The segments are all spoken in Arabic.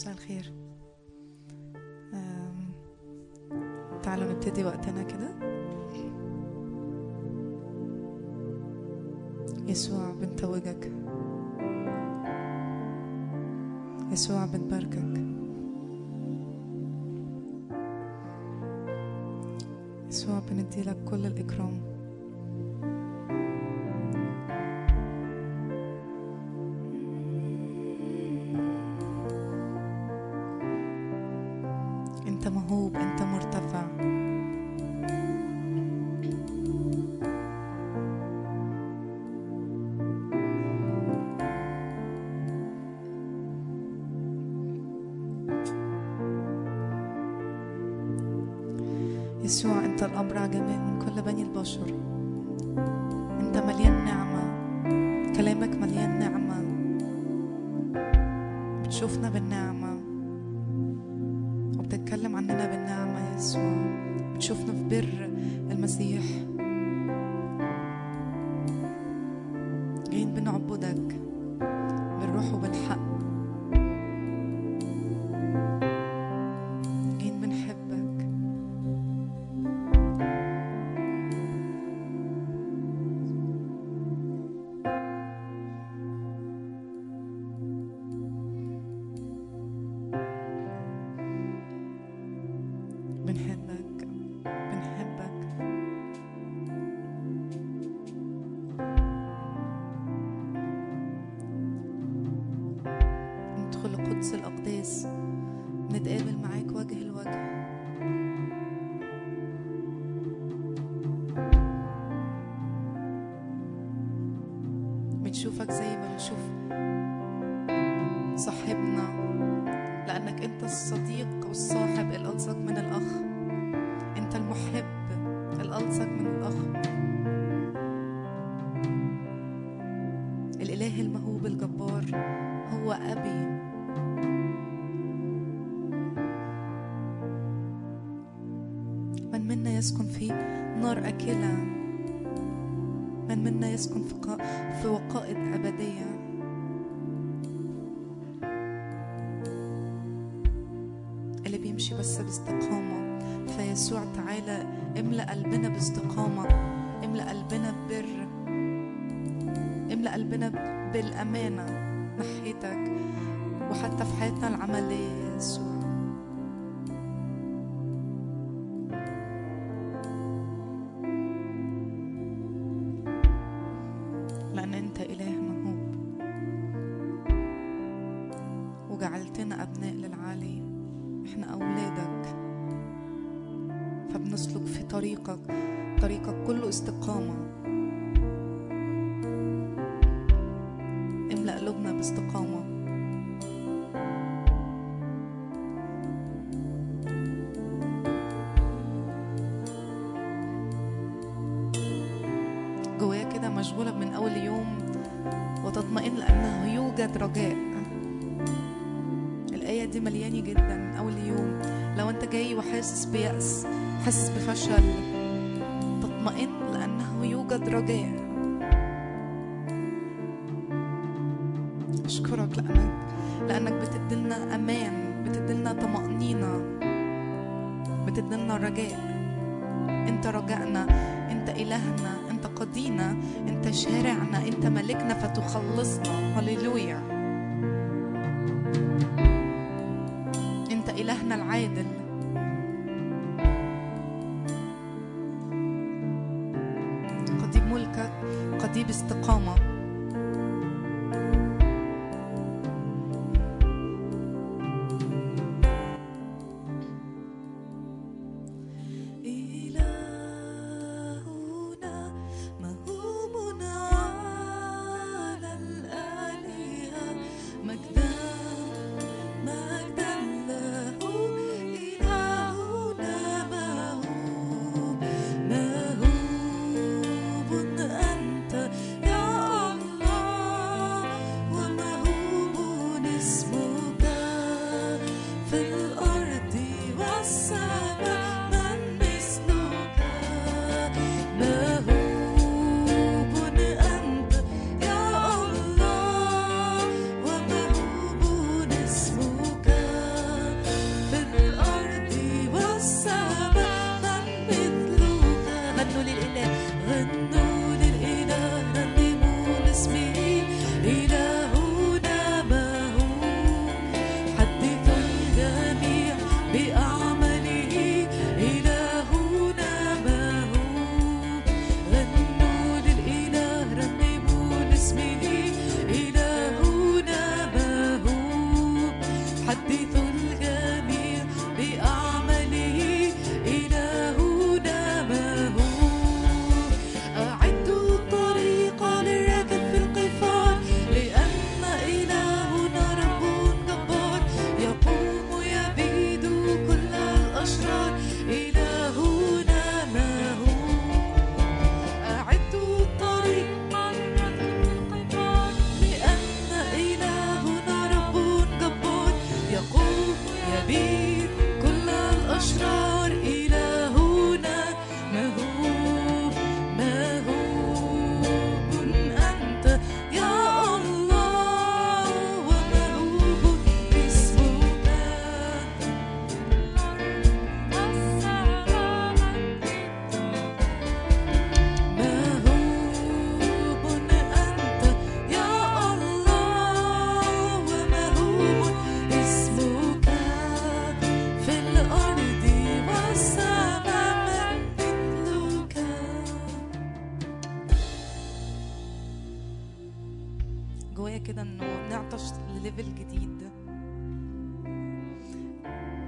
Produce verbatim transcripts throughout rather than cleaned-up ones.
مساء الخير. تعالوا نبتدي وقتنا كده. يسوع بنتوجك، يسوع بنباركك، يسوع بندي لك كل الإكرام. أنت مهوب، أنت مرتفع. يسوع أنت الأبرع جميع من كل بني البشر. أنت مليان نعمة، كلامك مليان نعمة، بتشوفنا بالنعمة وبتتكلم عننا بالنعمة. يا يسوع بتشوفنا في بر المسيح. جايين بنعبدك بالروح وبالحق، بنشوفك زي ما بنشوف صاحبنا، لأنك أنت الصديق والصاحب الألصق من الأخ. أنت المحب الألصق من الأخ. الإله المهوب الجبار هو أبي. من منا يسكن في نار أكلة، من منا يسكن في, في وقائد أبدية. اللي بيمشي بس باستقامة. فيسوع تعالى املأ قلبنا باستقامة، املأ قلبنا ببر، املأ قلبنا بالأمانة ناحيتك وحتى في حياتنا العملية. يا يسوع لأن أنت إله مهوب وجعلتنا أبناء للعالي. إحنا أولادك، فبنسلك في طريقك، طريقك كله استقامة. املأ قلوبنا باستقامة. جوايا كده مشغولة من أول يوم وتطمئن لأنه يوجد رجاء. الآية دي مليانة جدا من أول يوم. لو أنت جاي وحاسس بيأس، حاسس بفشل، تطمئن لأنه يوجد رجاء. أشكرك لأنك لأنك بتدلنا أمان، بتدلنا طمأنينة، بتدلنا رجاء. أنت رجائنا، أنت إلهنا، أنت قاضينا، أنت شارعنا، أنت ملكنا فتخلصنا. هللويا. أنت إلهنا العادل. قاضي ملكك، قاضي باستقامة. أنت يا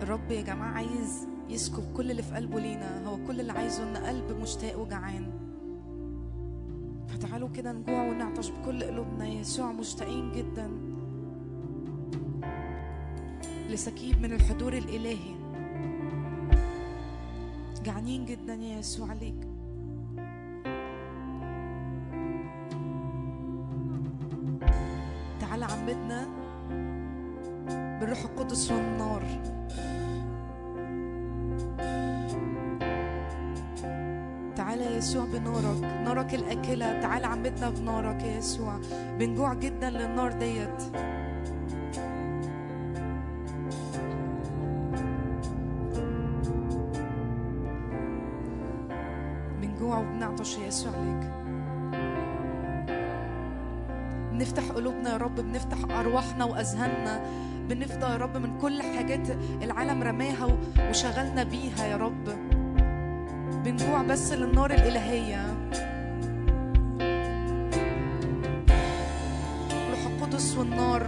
الرب يا جماعة عايز يسكب كل اللي في قلبه لينا. هو كل اللي عايزه إن قلب مشتاق وجعان. فتعالوا كده نجوع ونعطش بكل قلوبنا. يسوع مشتاقين جدا لسكيب من الحضور الإلهي. جعانين جدا يا يسوع عليك. تعالى عمدنا بالروح القدس والنار. تعالى يا يسوع بنارك، نارك الأكلة. تعالى عمدنا بنارك يا يسوع. بنجوع جدا للنار ديت. بنجوع وبنعطش يا يسوع عليك. بنفتح قلوبنا يا رب، بنفتح أرواحنا وأذهاننا، بنفضى يا رب من كل حاجات العالم رماها وشغلنا بيها يا رب. بنجوع بس للنار الإلهية. روح القدس والنار،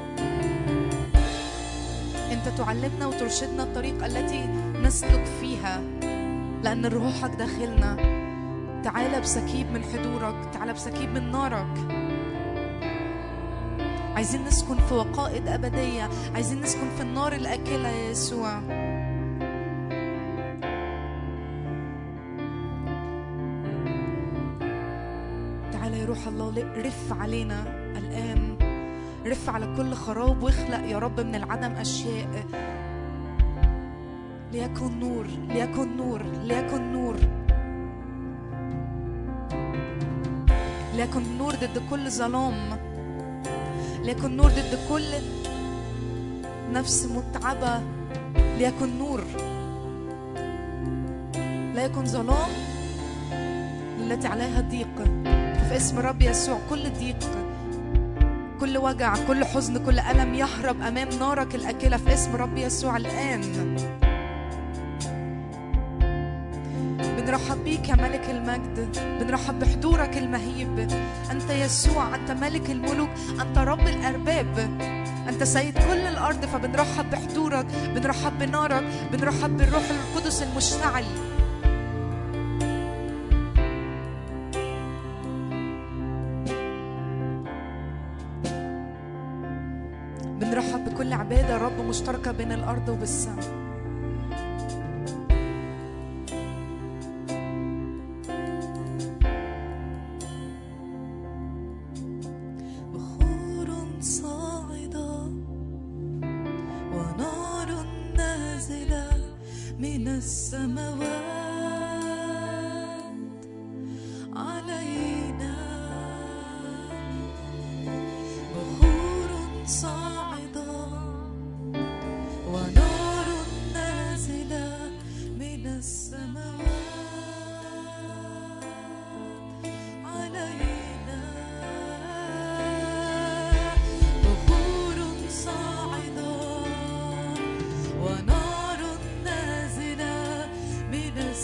أنت تعلمنا وترشدنا الطريق التي نسلك فيها، لأن روحك داخلنا. تعالى بسكيب من حضورك، تعالى بسكيب من نارك. عايزين نسكن في وقائد أبدية، عايزين نسكن في النار الأكلة يا يسوع. تعالى يا روح الله، رف علينا الآن، رف على كل خراب، واخلق يا رب من العدم أشياء. ليكن نور، ليكن نور، ليكن نور، ليكن نور ضد كل ظلام، ليكن نور ضد كل نفس متعبة. ليكن نور، لا يكن ظلام التي عليها ضيق. في اسم رب يسوع كل ضيق، كل وجع، كل حزن، كل ألم يهرب أمام نارك الأكلة في اسم رب يسوع الآن. بنرحب بيك يا ملك المجد، بنرحب بحضورك المهيب. أنت يسوع، أنت ملك الملوك، أنت رب الأرباب، أنت سيد كل الأرض. فبنرحب بحضورك، بنرحب بنارك، بنرحب بالروح القدس المشتعل. بنرحب بكل عبادة رب مشتركة بين الأرض وبالسماء. ونار نازلة من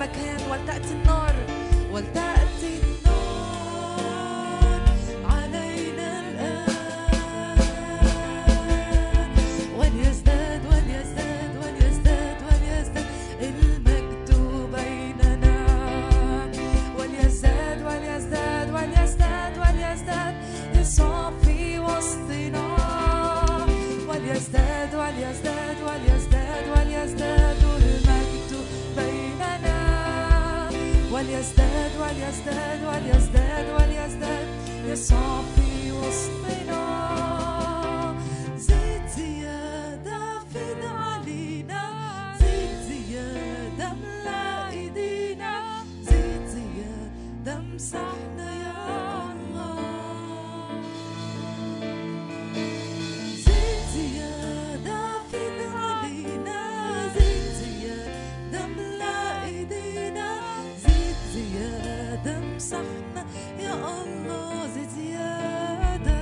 المكان، ولتأتي النار، ولتأتي النار علينا الآن، وليزداد وليزداد وليزداد وليزداد المجد بيننا، وليزداد وليزداد وليزداد وليزداد يسوع في وسطنا، وليزداد وليزداد وليزداد وليزداد المجد بيننا، وليزداد وليزداد وليزداد وليزداد يسوع في وسطنا. زيد زيادة فد علينا، زيد زيادة املأ ايدينا، زيد زيادة امسحنا يا الله، زيد زيادة فد علينا، زيد زيادة املأ ايدينا، زيد زيادة امسحنا يا الله، زيد زيادة،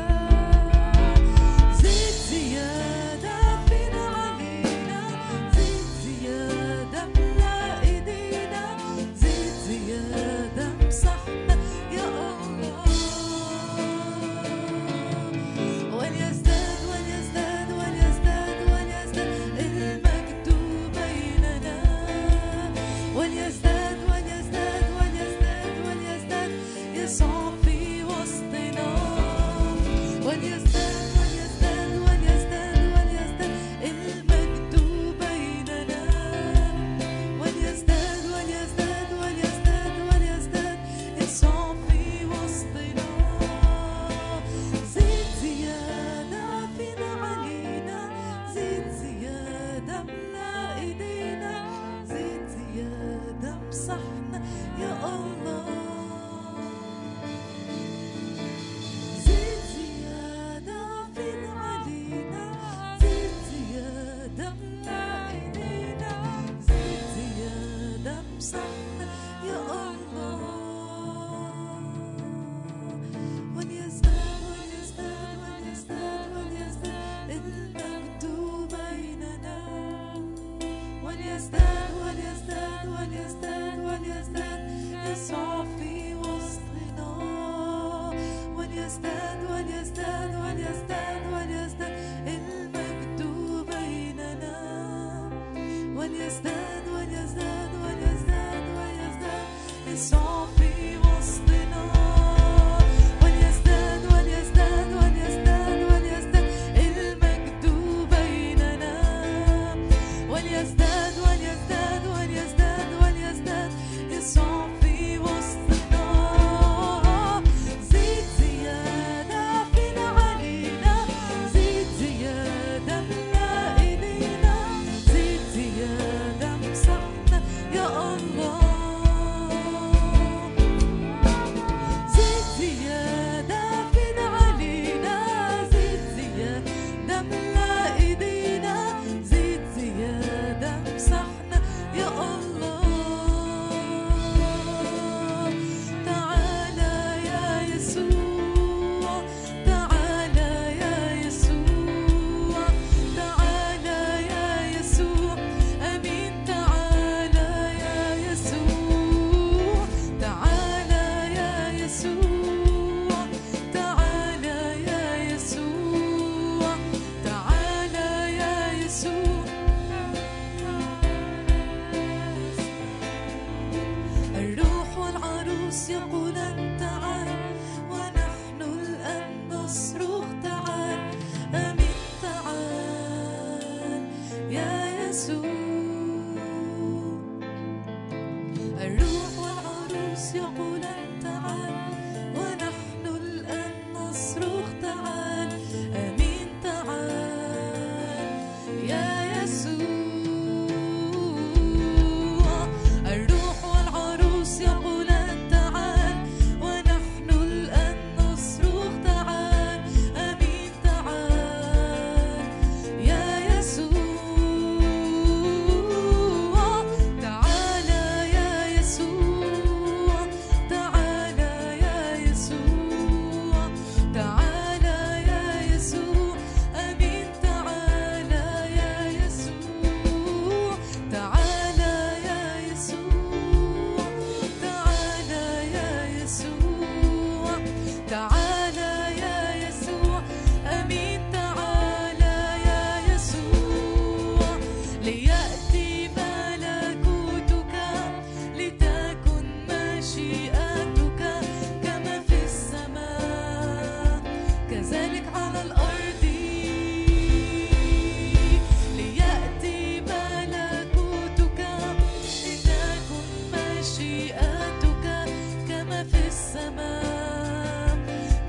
زيد زيادة فد علينا، زيد زيادة املأ ايدينا، زيد زيادة امسحنا يا الله، وليزداد وليزداد وليزداد وليزداد المجد بيننا، وليزداد وليزداد وليزداد وليزداد يسوع في وسطنا، وليزداد وليزداد وليزداد وليزداد المجد بيننا، وليزداد وليزداد وليزداد وليزداد يسوع في وسطنا. زيد زيادة فينا علينا، زيد زيادة املأ ايدينا، زيد زيادة امسحنا يا الله، زيد زيادة فينا علينا، زيد زيادة املأ ايدينا، زيد زيادة امسحنا يا الله، وليزداد وليزداد وليزداد وليزداد المجد بيننا، وليزداد وليزداد وليزداد وليزداد يسوع في وسطنا، وليزداد وليزداد وليزداد وليزداد المجد بيننا، وليزداد وليزداد وليزداد وليزداد يسوع في وسطنا، وليزداد وليزداد وليزداد وليزداد المجد بيننا، وليزداد وليزداد وليزداد وليزداد يسوع في وسطنا. زيد زيادة فينا علينا، زيد زيادة املأ ايدينا، زيد زيادة امسحنا يا الله، زيد زيادة فينا علينا، زيد زيادة املأ ايدينا، زيد زيادة امسحنا يا الله. تعالى يا يسوع، تعالى يا يسوع، تعالى يا يسوع، امين، تعالى يا يسوع، تعالى يا يسوع، تعالى يا يسوع، تعالى يا يسوع. الروح والعروس يقولان تعال، ونحن الآن نصرخ تعال، آمين، تعال يا يسوع. الروح والعروس يقولان تعال، ونحن الآن نصرخ تعال، آمين، تعال يا يسوع. الروح والعروس يقولان تعال، ونحن الآن نصرخ تعال، آمين، تعال يا يسوع، تعالى يا يسوع، تعالى يا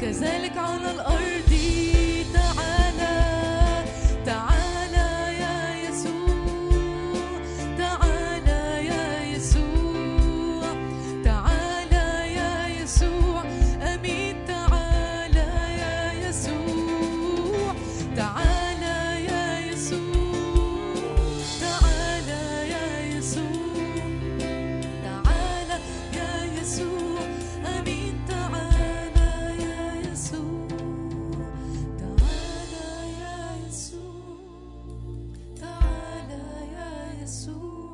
كذلك على الأرض. تعالى تعالى يا يسوع، تعالى يا يسوع، تعالى يا يسوع أمين. تعالى يا يسوع، تعالى يا يسوع، تعالى يا يسوع، تعالى يا يسوع أمين. تعالى يا يسوع، تعالى يا يسوع، تعالى يا يسوع،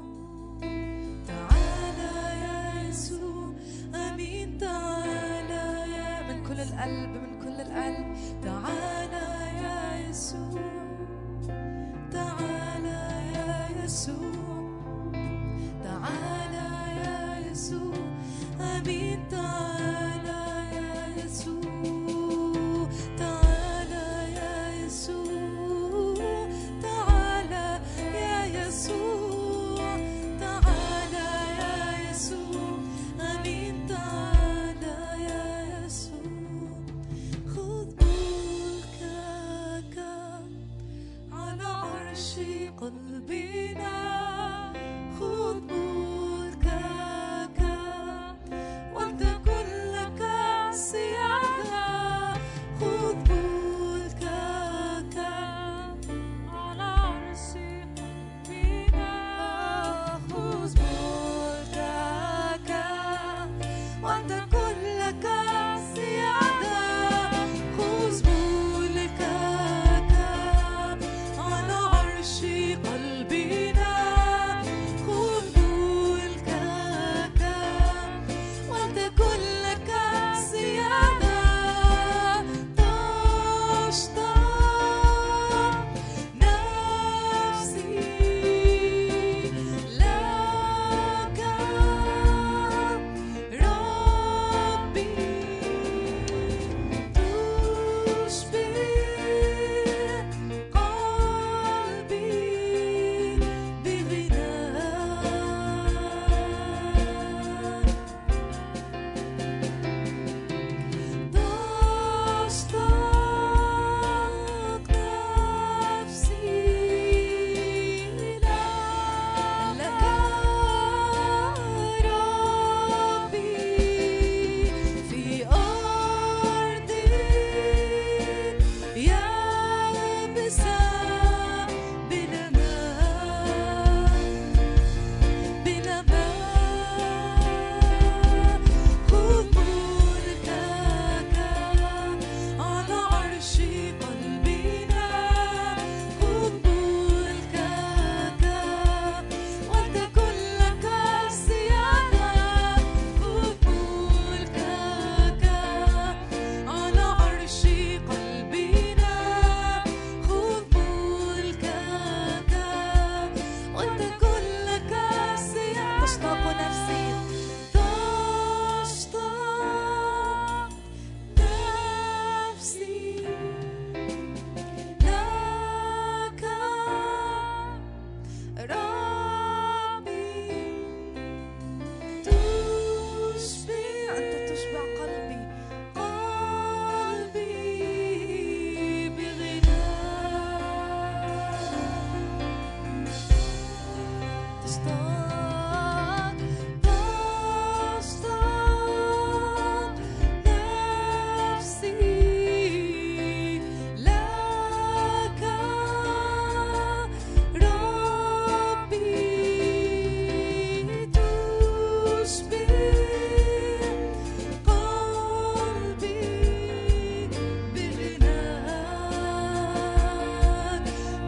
تعالى يا يسوع أمين. تعالى يا من كل القلب، من كل القلب. تعالى يا يسوع، تعالى يا يسوع، تعالى يا يسوع أمين. تعالى يا يسوع، تعالى يا يسوع، تعالى يا يسوع، تعالى يا يسوع أمين. تعالى يا يسوع، خذ ملكك على عرش قلبنا، خذ ملكك ولتكن لك سيادة، خذ ملكك على عرش قلبنا، خذ ملكك ولتكن لك سيادة، خذ ملكك على عرش قلبنا، خذ ملكك ولتكن لك سيادة. تشتاق نفسي لك ربي، تشبه قلبي بغناك، تشتاق نفسي لك ربي، في أرض يابسة بلا ماء، بلا ماء، خذ ملكك على عرش قلبنا، خذ ملكك ولتكن لك سيادة، خذ ملكك على عرش قلبنا، خذ ملكك ولتكن لك سيادة. تشتاق نفسي، تشتاق نفسي لك ربي، تشبع، أنت تشبع قلبي، قلبي بغناك، تشتاق، تشتاق نفسي لك ربي، تشبه قلبي بغناك،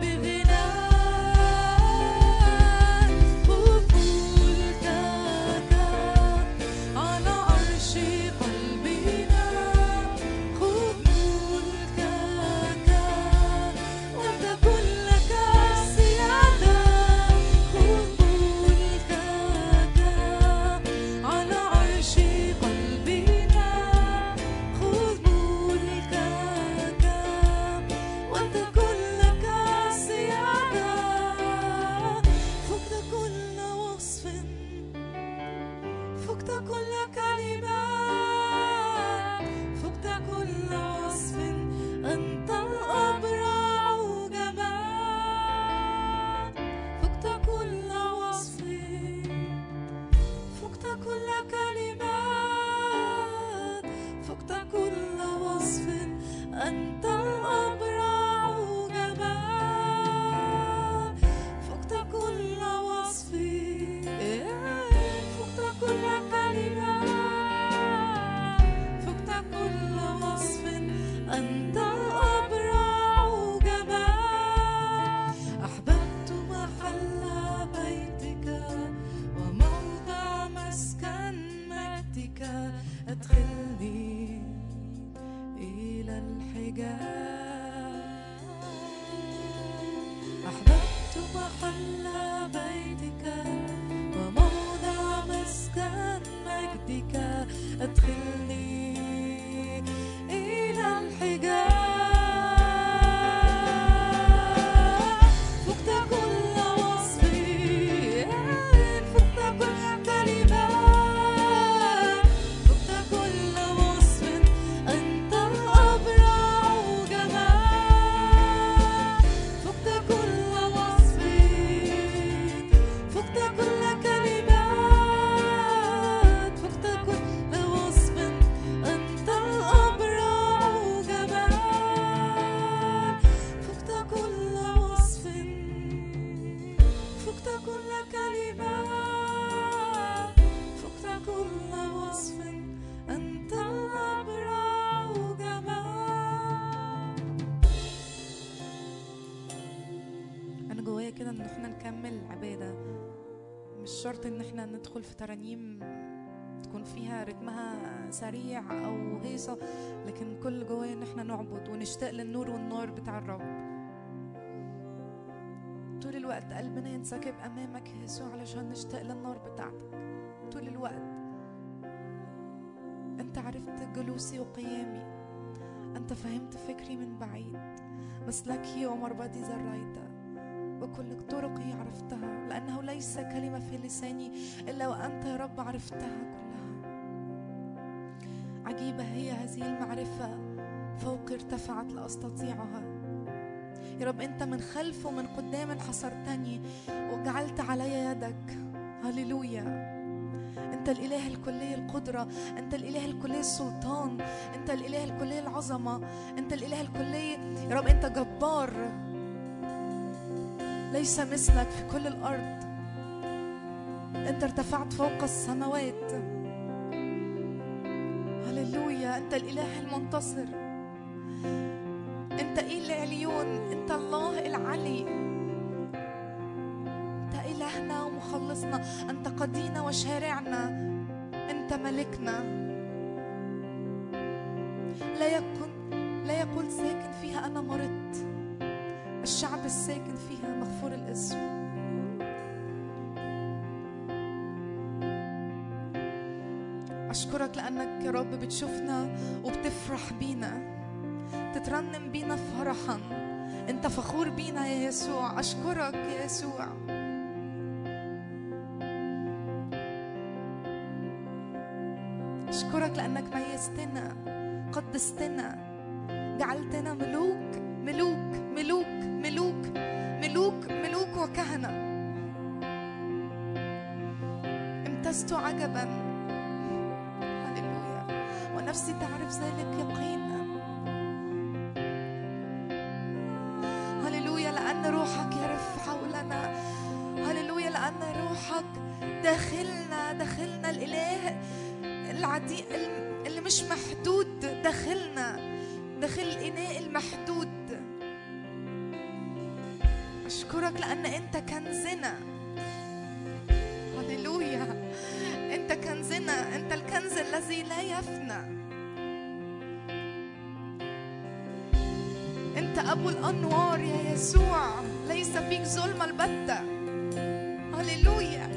بغناك، خذ ملكك على عرش قلبنا، خذ ملكك ولتكن لك سيادة، خذ ملكك على عرش قلبنا، خذ ملكك ولتكن لك سيادة. فقد كل وصف، فقد كل كلمة، فقد كل فقت كل كلمات، فقت كل وصف، أنت الأبرع جمال. فقت كل وصف، فقت كل كلمات، فقت كل وصف، أنت الأبرع جمال. أحببت محل بيتك وموضع مسكن مجدك، أدخلني إلى الحجاب. أحببت محل بيتك وموضع مسكن مجدك، أدخلني إلى الحجاب. فقت كل وصف، فقت كل كلمات، فقت كل وصف، أنت الأبرع جمال. فقت كل وصف، فقت كل كلمات، فقت كل وصف، أنت الأبرع جمال. فقت كل وصف، فقت كل كلمات، فقت كل وصف، أنت الأبرع جمال. أنا جوايا كده إن إحنا نكمل عبادة، مش شرط إن إحنا ندخل في ترانيم تكون فيها رتمها سريع أو هيصة، لكن كل جوايا إن إحنا نعبد ونشتاق للنور والنار بتاع الرب. طول الوقت قلبنا ينسكب أمامك يا يسوع علشان نشتاق للنار بتاعتك طول الوقت. أنت عرفت جلوسي وقيامي، أنت فهمت فكري من بعيد، مسلكي ومربدي زريت، وكل طرقي عرفتها، لأنه ليس كلمة في لساني إلا وأنت يا رب عرفتها كلها. عجيبة هي هذه المعرفة، فوق ارتفعت لا أستطيعها. يا رب أنت من خلف ومن قدام حصرتني وجعلت علي يدك. هللويا. أنت الإله الكلي القدرة، أنت الإله الكلي السلطان، أنت الإله الكلي العظمة، أنت الإله الكلي يا رب. أنت جبار، ليس مثلك في كل الأرض. أنت ارتفعت فوق السماوات. هللويا. أنت الإله المنتصر، أنت إله العليون، أنت الله العلي، أنت إلهنا ومخلصنا، أنت قاضينا وشارعنا، أنت ملكنا. لا يكن لا يقول ساكن فيها أنا مرضت، الشعب الساكن فيها مغفور الاسم. أشكرك لأنك يا رب بتشوفنا وبتفرح بينا، تترنم بينا فرحا. أنت فخور بينا يا يسوع. أشكرك يا يسوع. أشكرك لأنك ميزتنا، قدستنا، جعلتنا ملوك ملوك ملوك ملوك ملوك ملوك وكهنة. امتزت عجبا. هللويا. ونفسي تعرف ذلك يقينا. هللويا. لأن روحك يرف حولنا. هللويا. لأن روحك داخلنا، داخلنا الإله العدي اللي مش محدود، داخلنا، داخل الإناء المحدود. أشكرك لأن أنت كنزنا. هللويا. أنت كنزنا، أنت الكنز الذي لا يفنى. أنت أبو الأنوار يا يسوع، ليس فيك ظلمة البتة. هللويا.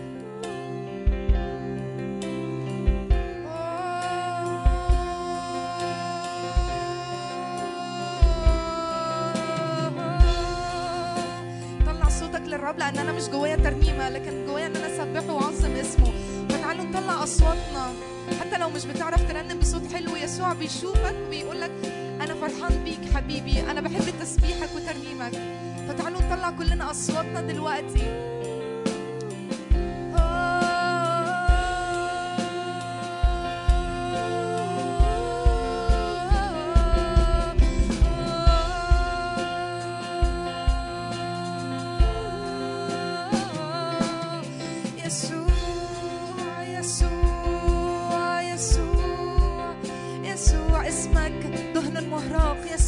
للرب، لأن أنا مش جوايا ترنيمة، لكن جوايا أن أنا أسبحه وأعظم اسمه. فتعالوا نطلع أصواتنا، حتى لو مش بتعرف ترنم بصوت حلو، يسوع بيشوفك وبيقولك أنا فرحان بيك حبيبي، أنا بحب تسبيحك وترنيمك. فتعالوا نطلع كلنا أصواتنا دلوقتي.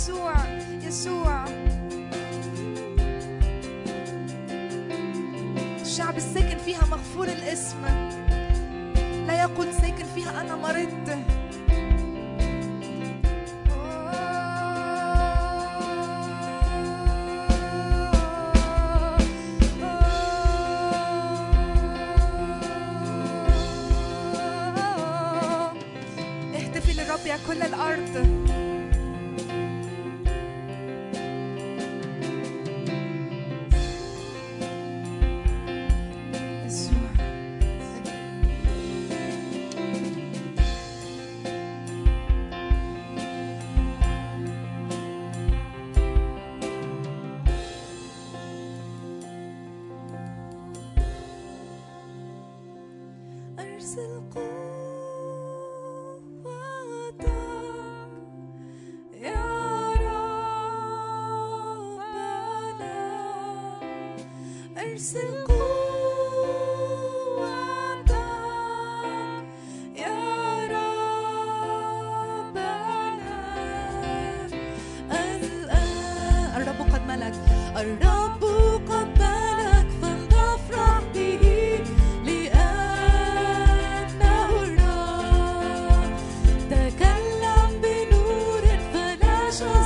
يسوع يسوع. الشعب الساكن فيها مغفور الاسم، لا يقول ساكن فيها أنا مرضت. اهتفي للرب يا كل الأرض.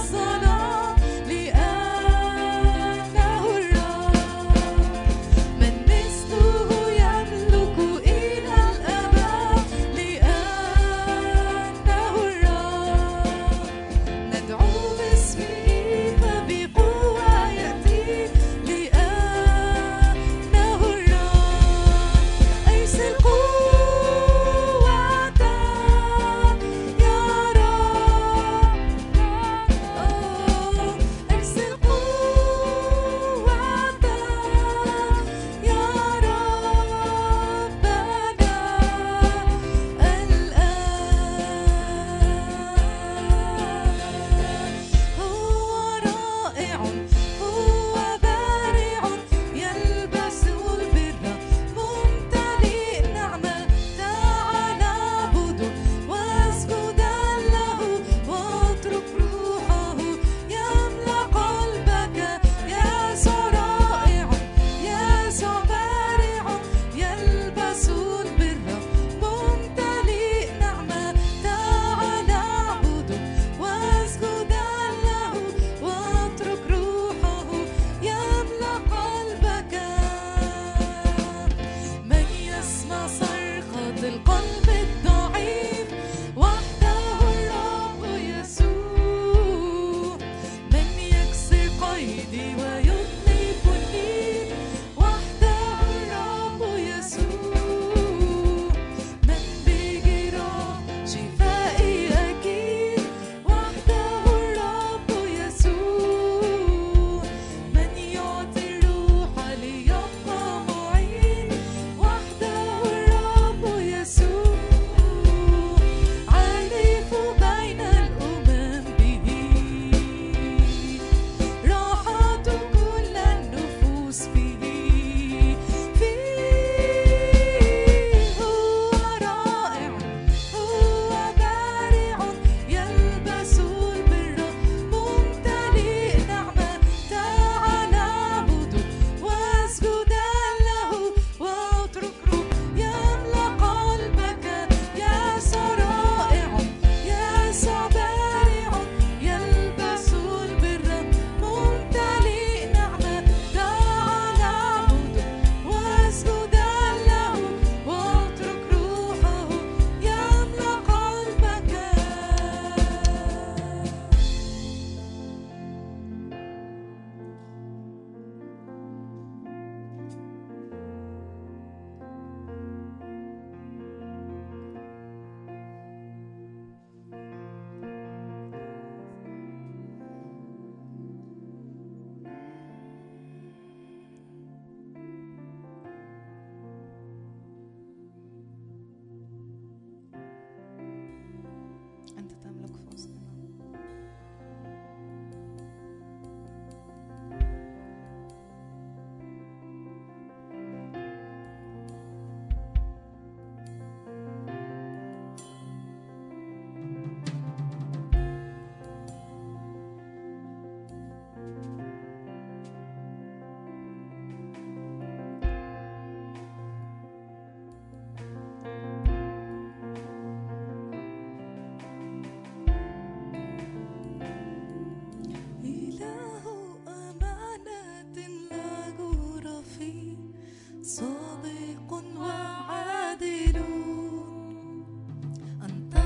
من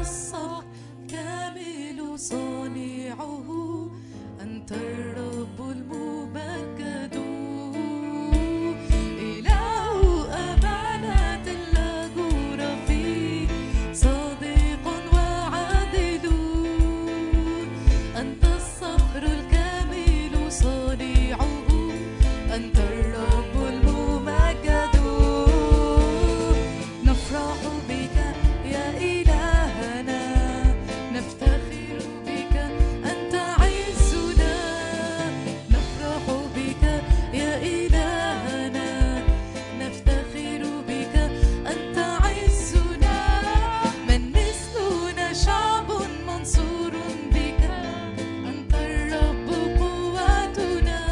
الصح كامل صانعه، أنت الرب الممجد، إله أمانة لا جور فيه، صادق وعادل، أنت الصخر الكامل صانعه، أنت الرب الممجد. نفرح بك يا إلهنا، نفتخر بك أنت عزنا، نفرح بك يا إلهنا، نفتخر بك أنت عزنا. من مثلنا شعب منصور بك، أنت الرب قوتنا،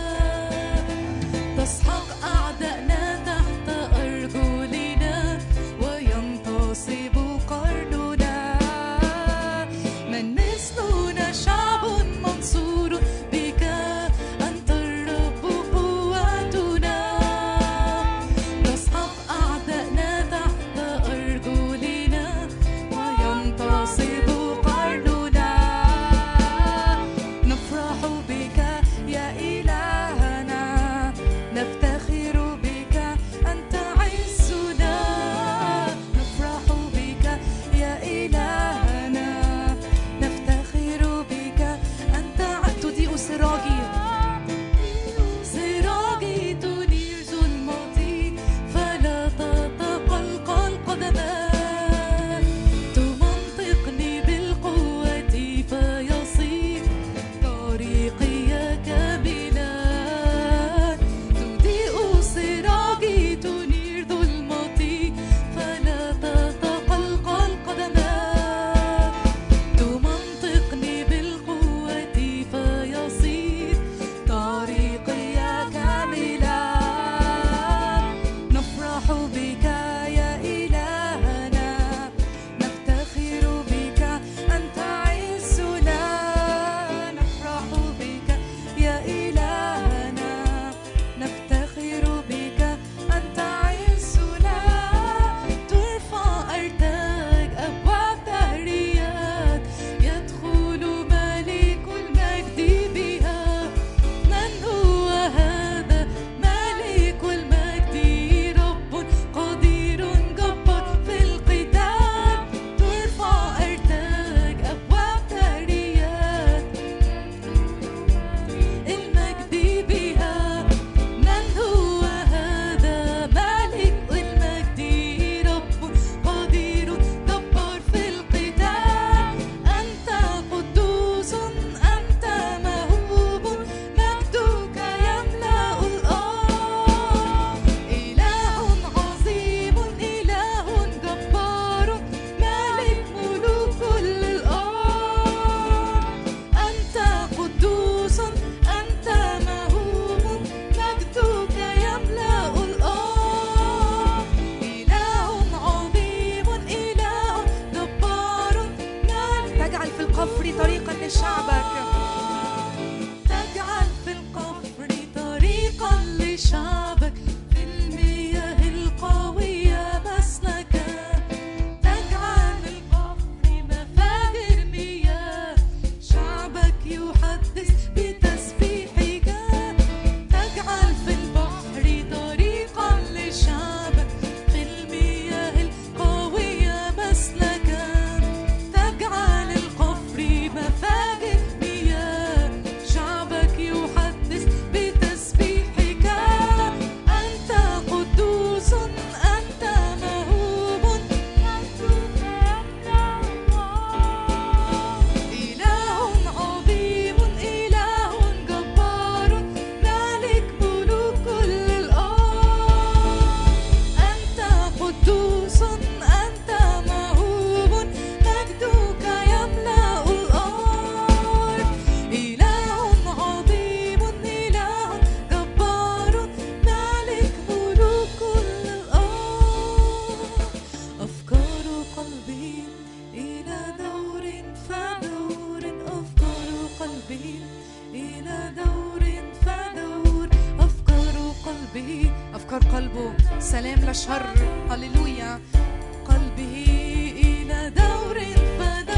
تسحق أعدائنا تحت أرجلنا وينتصب قرننا. من مثلنا شعب منصور بك، أنت الرب قوتنا، تسحق أعدائنا تحت أرجلنا وينتصب قرننا. نفرح بك يا إلهنا، نفتخر بك أنت عزنا، نفرح بك يا إلهنا، نفتخر بك أنت ع- تضيء سراجي، سراجي تنير ظلمتي، فلا تتقلقل قدمان، تمنطقني بالقوة فيصير طريقي كاملا. تضيء سراجي تنير ظلمتي، فلا تتقلقل قدمان، تمنطقني بالقوة فيصير طريقي كاملا. نفرح بك يا إلهنا، نفتخر بك أنت عزنا، نفرح بك يا إلهنا، نفتخر بك أنت عزنا. ترفع أرتاج أبواب دهريات، يدخل ملك المجد بها. من هو هذا ملك المجد؟ رب قدير جبار في القتال. ترفع أرتاج أبواب دهريات، المجد بها. من هو هذا ملك المجد؟ رب قدير جبار في القتال. أنت قدوس، أنت مهوب، مجدك يملأ الأرض. إله عظيم، إله جبار، مالك ملوك كل الأرض. أنت قدوس، أنت مهوب، مجدك يملأ الأرض. إله عظيم، إله جبار، مالك. تجعل في القفر طريقا لشعبك، تجعل في القفر طريقا لشعبك، في المياه القوية مسلكا. تجعل القفر مفاجر مياه، شعبك يحدث بتسبيحك. تجعل في البحر طريقا لشعبك، في المياه القوية مسلكا. تجعل القفر مفاجر مياه، شعبك يحدث بتسبيحك. أنت قدوس، أنت مهوب، مجدك يملأ الأرض. إله عظيم، إله جبار، مالك ملوك كل الأرض. أنت قدوس، أنت مهوب، مجدك يملأ الأرض. إله عظيم، إله جبار، مالك ملوك كل الأرض. أفكار قلبي إلى دور فدور، أفكار قلبي إلى دور فدور، أفكار قلبي، أفكار قلبه سلام لا شر. هللويا. قلبه إلى دور فدور،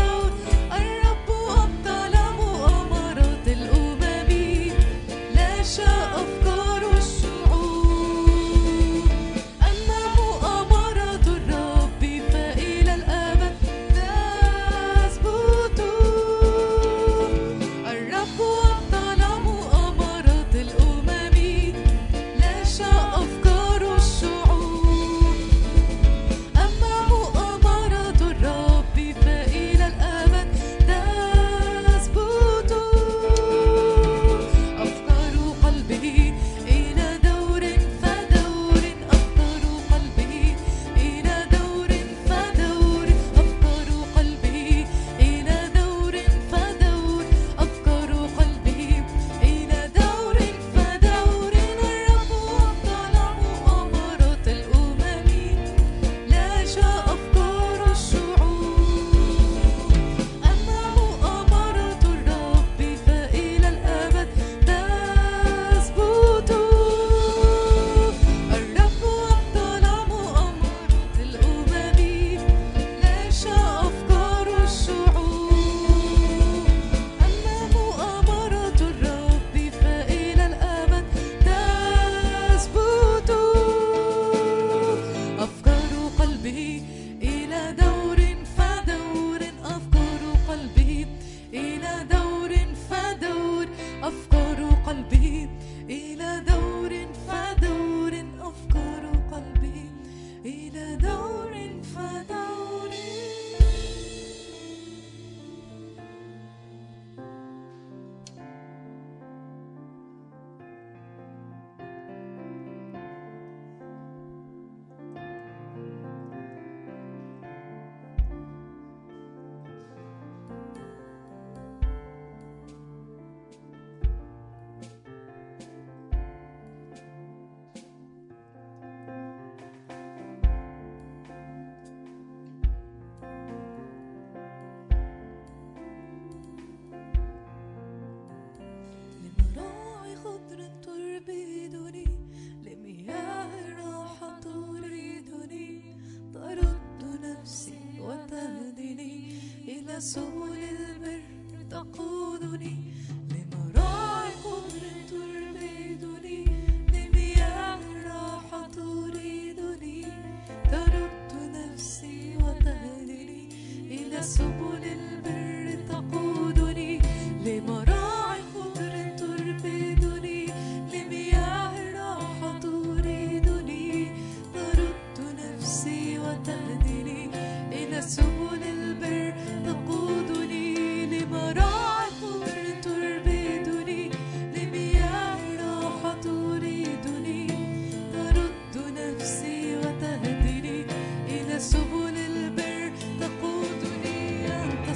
وتهدني إلى سبل البر تقودني لمراعي خضر تربدني لمياه الراحة تريدني ترد نفسي وتهدني إلى سبل البر تقودني لمراعي خضر تربدني لمياه الراحة تريدني ترد نفسي وتهدني إلى سبل البر تقودني لمراعي خضر تربدني لمياه الراحة تريدني ترد نفسي وتهدني إلى سبل البر تقودني أنت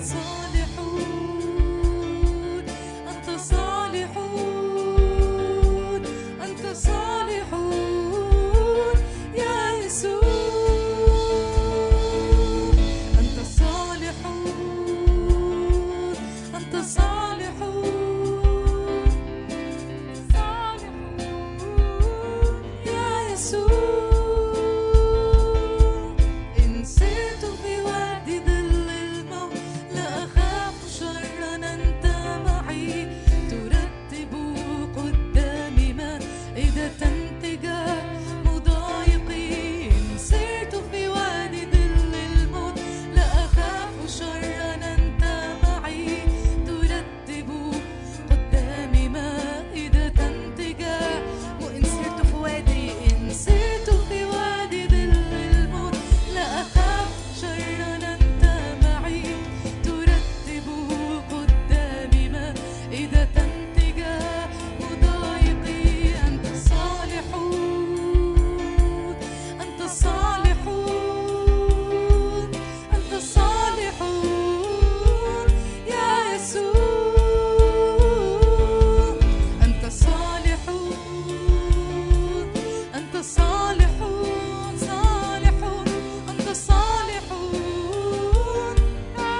صالحون أنت صالحون أنت صالحون يا يسوع أنت صالحون أنت صالحون صالحون يا يسوع إن سرت في وادي ظل الموت لا أخاف شرا أنت معي ترتب قدامي مائدة تجاه مضايقي إن سرت في وادي ظل الموت لا أخاف شرا أنت معي ترتب قدامي مائدة تجاه وإن سرت في وادي إن سرت في وادي ظل الموت لا أخاف شرا أنت معي ترتب قدامي مائدة تجاه مضايقي أنت صالحون أنت صالحون أنت صالحون يا يسوع أنت صالحون أنت صالحون صالحون أنت صالحون يا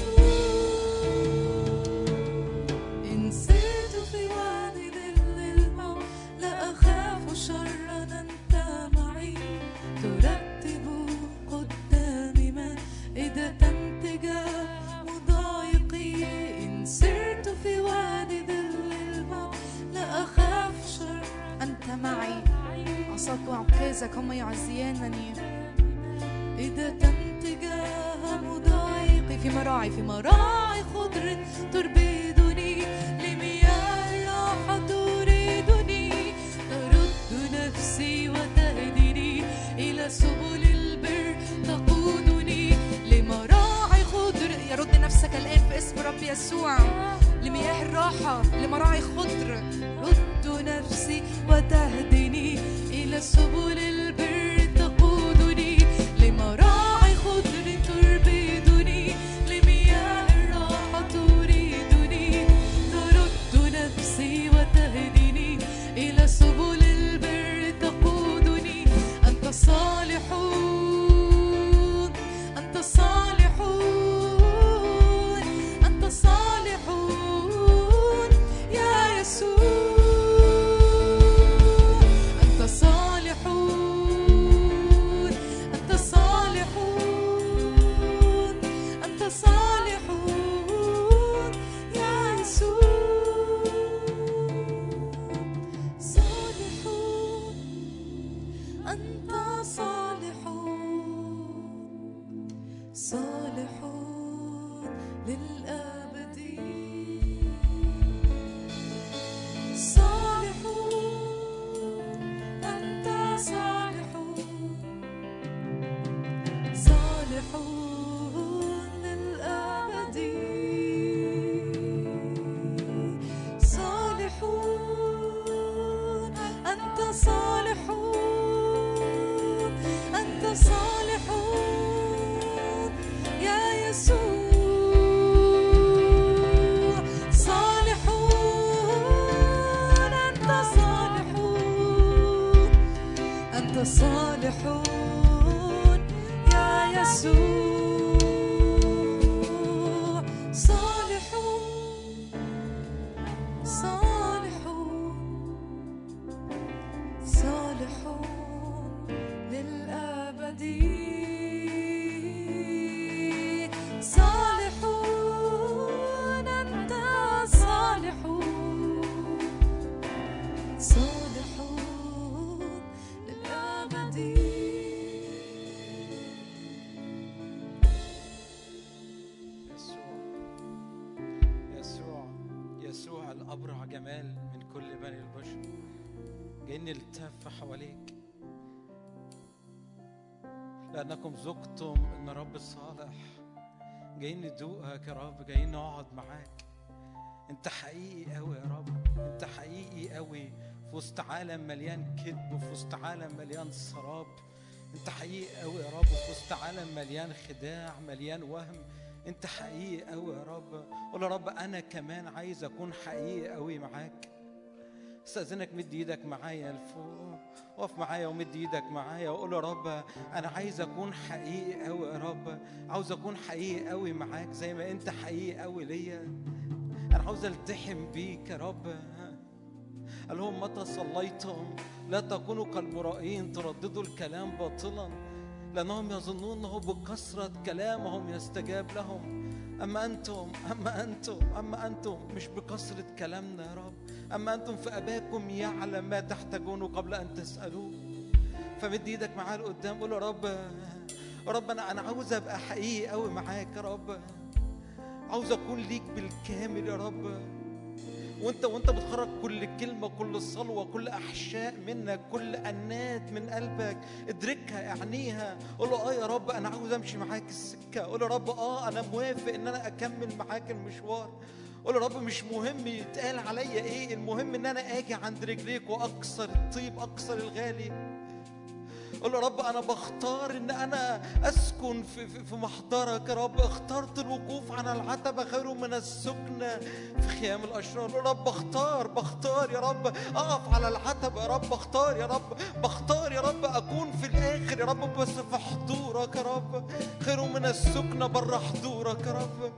يسوع إن سرت في وادي ظل الموت لا أخاف شرا أنت معي ترتب قدامي مائدة تجاه مضايقي إن سرت في وادي ظل الموت لا أخاف شر أنت معي عصاك وعكازك هم يعزيانني إذا تجاه مضايقي في مراعي في مراعي خضر تربدني لمياه الراحة تريدني ترد نفسي وتهدني إلى سبل البر تقودني لمراعي خضر. يرد نفسك الآن في اسم رب يسوع لمياه الراحة لمراعي خضر رد نفسي وتهدني إلى سبل البر تقودني لمراعي خضر تربدني لمياه الراحة تريدني ترد نفسي وتهدني إلى سبل البر تقودني أنت صالحون أنت صالحون أنت صالحون يا يسوع أنت صالحون أنت صالحون أنت صالحون يا يسوع صالحون أنت صالحون صالحون للأبد صالحون أنت صالحون صالحون للأبد صالحون أنت صالحون أنت صالحون يا يسوع أبرع جمال من كل بني البشر، جايين نلتف حواليك لأنكم ذقتم إن رب صالح. جايين ندوقك يا رب، جايين نقعد معاك. أنت حقيقي قوي يا رب، أنت حقيقي قوي في وسط عالم مليان كذب وفي وسط عالم مليان سراب. أنت حقيقي قوي يا رب في وسط عالم مليان خداع مليان وهم. أنت حقيقي قوي يا رب. قول يا رب أنا كمان عايز أكون حقيقي قوي معاك. استأذنك مد ايدك معايا لفوق، وقف معايا ومد ايدك معايا وقول يا رب انا عايز اكون حقيقي قوي يا رب، عاوز اكون حقيقي قوي معاك زي ما انت حقيقي قوي ليا. انا عاوز التحم بيك يا رب. قال لهم متى صليتم لا تكونوا كالمرائين ترددوا الكلام باطلا لانهم يظنون انه بكثرة كلامهم يستجاب لهم. أما أنتم أما أنتم أما أنتم مش بكثرة كلامنا يا رب، أما أنتم فأباكم يعلم ما تحتاجونه قبل أن تسألوه. فمد إيدك معاه لقدام، قول يا رب يا رب أنا أنا عاوز أبقى حقيقي قوي معاك يا رب، عاوز أكون ليك بالكامل يا رب. وأنت وأنت بتخرج كل كلمة كل صلوة كل أحشاء منك كل أنات من قلبك ادركها اعنيها. قول له آه يا رب أنا عاوز أمشي معاك السكة. قول يا رب آه أنا موافق إن أنا أكمل معاك المشوار. قول يا رب مش مهم يتقال عليا إيه، المهم إن أنا أجي عند رجليك وأكسر الطيب أكسر الغالي. قول يا رب أنا بختار إن أنا أسكن في, في, في محضرك يا رب. اخترت الوقوف على العتبة خير من السكنة في خيام الأشرار. يا رب بختار بختار يا رب أقف على العتبة يا رب. بختار يا رب بختار يا رب أكون في الآخر يا رب بس في حضورك يا رب. خير من السكنة بره حضورك يا رب.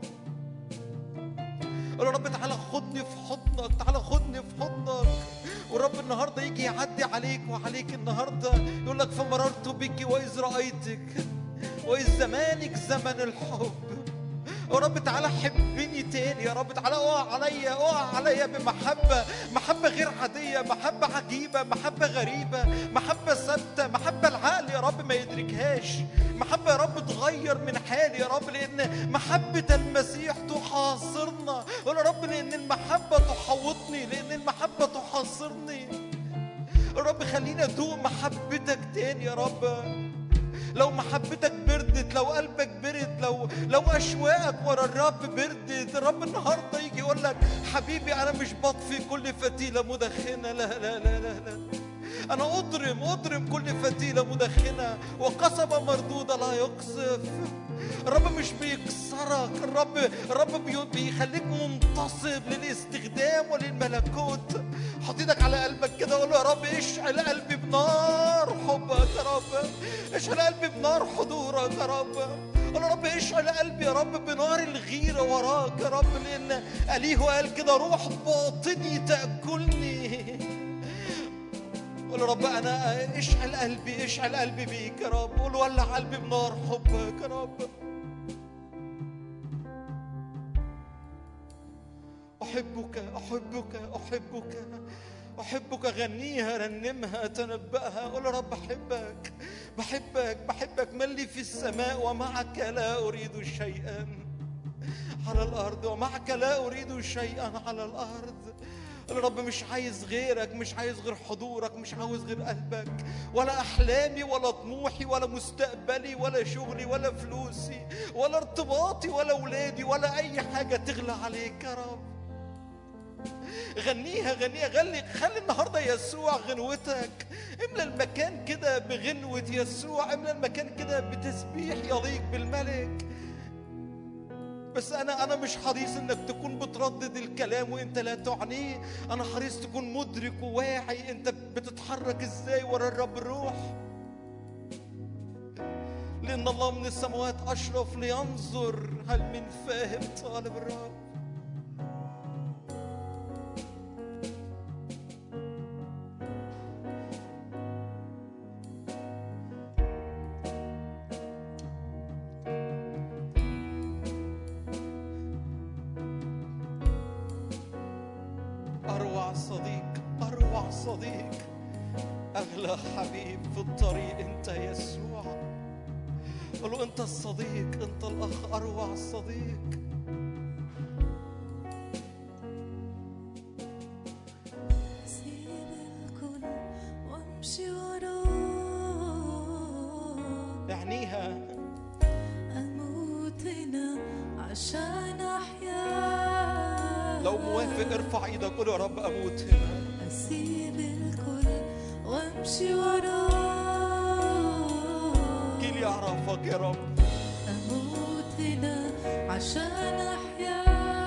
قول يا رب تعالى خدني في حضنك، تعالى خدني في حضنك. والرب النهارده يجي يعدي عليك وعليك النهارده يقول لك فمررت بك وإذ رأيتك وإذ زمانك زمن الحب. يا رب تعالى حبني تاني يا رب. تعالى اقع عليا اقع عليا بمحبة، محبة غير عادية، محبة عجيبة، محبة غريبة، محبة ثابتة، محبة العقل يا رب ما يدركهاش. محبة يا رب تغير من حالي يا رب لأن محبة المسيح تحاصرنا. قول يا رب لأن المحبة تحوطني، لأن المحبة تحاصرني. يا رب خلينا ادوق محبتك تاني يا رب. لو محبتك بردت، لو قلبك برد، لو لو اشواقك ورا الرب بردت، الرب النهارده يجي يقول لك حبيبي انا مش بطفي كل فتيله مدخنه. لا لا لا لا لا، انا اضرم اضرم كل فتيله مدخنه وقصبه مردوده لا يقصف. الرب مش بيكسرك، الرب الرب بيخليك منتصب للاستخدام وللملكوت. حط ايدك على قلبك كده وقول يا رب اشعل قلبي بنار حبك يا رب، اشعل قلبي بنار حضورك يا رب. قول يا رب اشعل قلبي يا رب بنار الغيرة وراك يا رب، لأن أليه قال كده روح باطني تأكلني. قول يا رب أنا اشعل قلبي اشعل قلبي بيك يا رب. قول ولع قلبي بنار حبك يا رب. أحبك أحبك أحبك أحبك. غنيها رنمها تنبأها. قول يا رب أحبك بحبك بحبك. من لي في السماء ومعك لا أريد شيئا على الأرض، ومعك لا أريد شيئا على الأرض. قول يا رب مش عايز غيرك، مش عايز غير حضورك، مش عاوز غير قلبك، ولا أحلامي ولا طموحي ولا مستقبلي ولا شغلي ولا فلوسي ولا ارتباطي ولا أولادي ولا أي حاجة تغلى عليك يا رب. غنيها غنيها غلي. خلي النهارده يسوع غنوتك. املى المكان كده بغنوة يسوع، املى المكان كده بتسبيح يليق بالملك. بس انا انا مش حريص انك تكون بتردد الكلام وانت لا تعنيه. انا حريص تكون مدرك وواعي انت بتتحرك ازاي ورا الرب الروح، لان الله من السماوات اشرف لينظر هل من فاهم طالب الرب. صديق أغلى حبيب في الطريق أنت يسوع. قولوا أنت الصديق، أنت الأخ، أروع صديق. عشان أحيا. لو موافق ارفع ايدك قول يا رب اموت هنا. أسيب الكل وامشي وراك. جيلي اعرفك يا رب. أموت هنا عشان أحياك.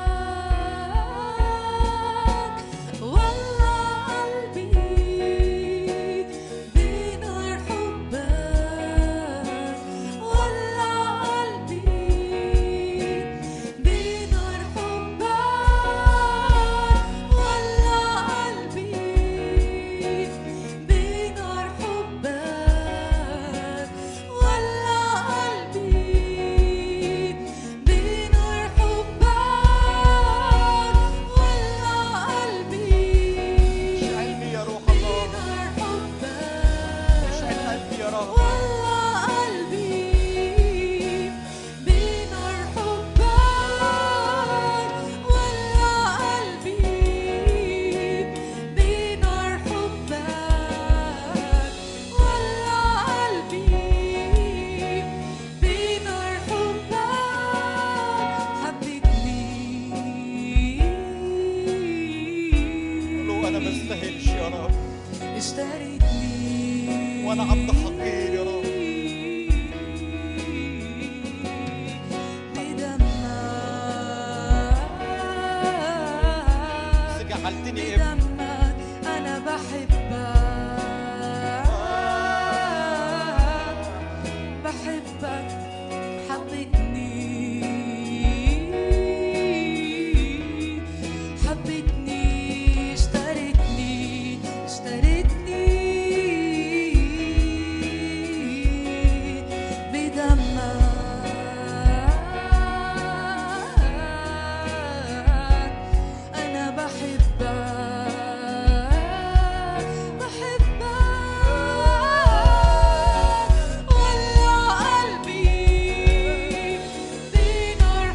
والله قلبي بنار حبك. والله قلبي بنار حبك. والله قلبي بنار حبك. والله قلبي بنار حبك. والله قلبي اشعلني يا روح الله. بنار حبك. اشعل قلبي يا رب. والله قلبي بنار حبك. والله قلبي بنار حبك. والله قلبي بنار حبك. حبيتني. قول له انا ما استاهلش يا رب اشتريتني وانا عبد حقير يا رب. بس بدمك جعلتني ابن. بدمك أنا بحبك. بحبك. حبيتني. حبيتني. اشتريتني. اشتريتني بدمك. أنا بحبك. بحبك. والله قلبي بنار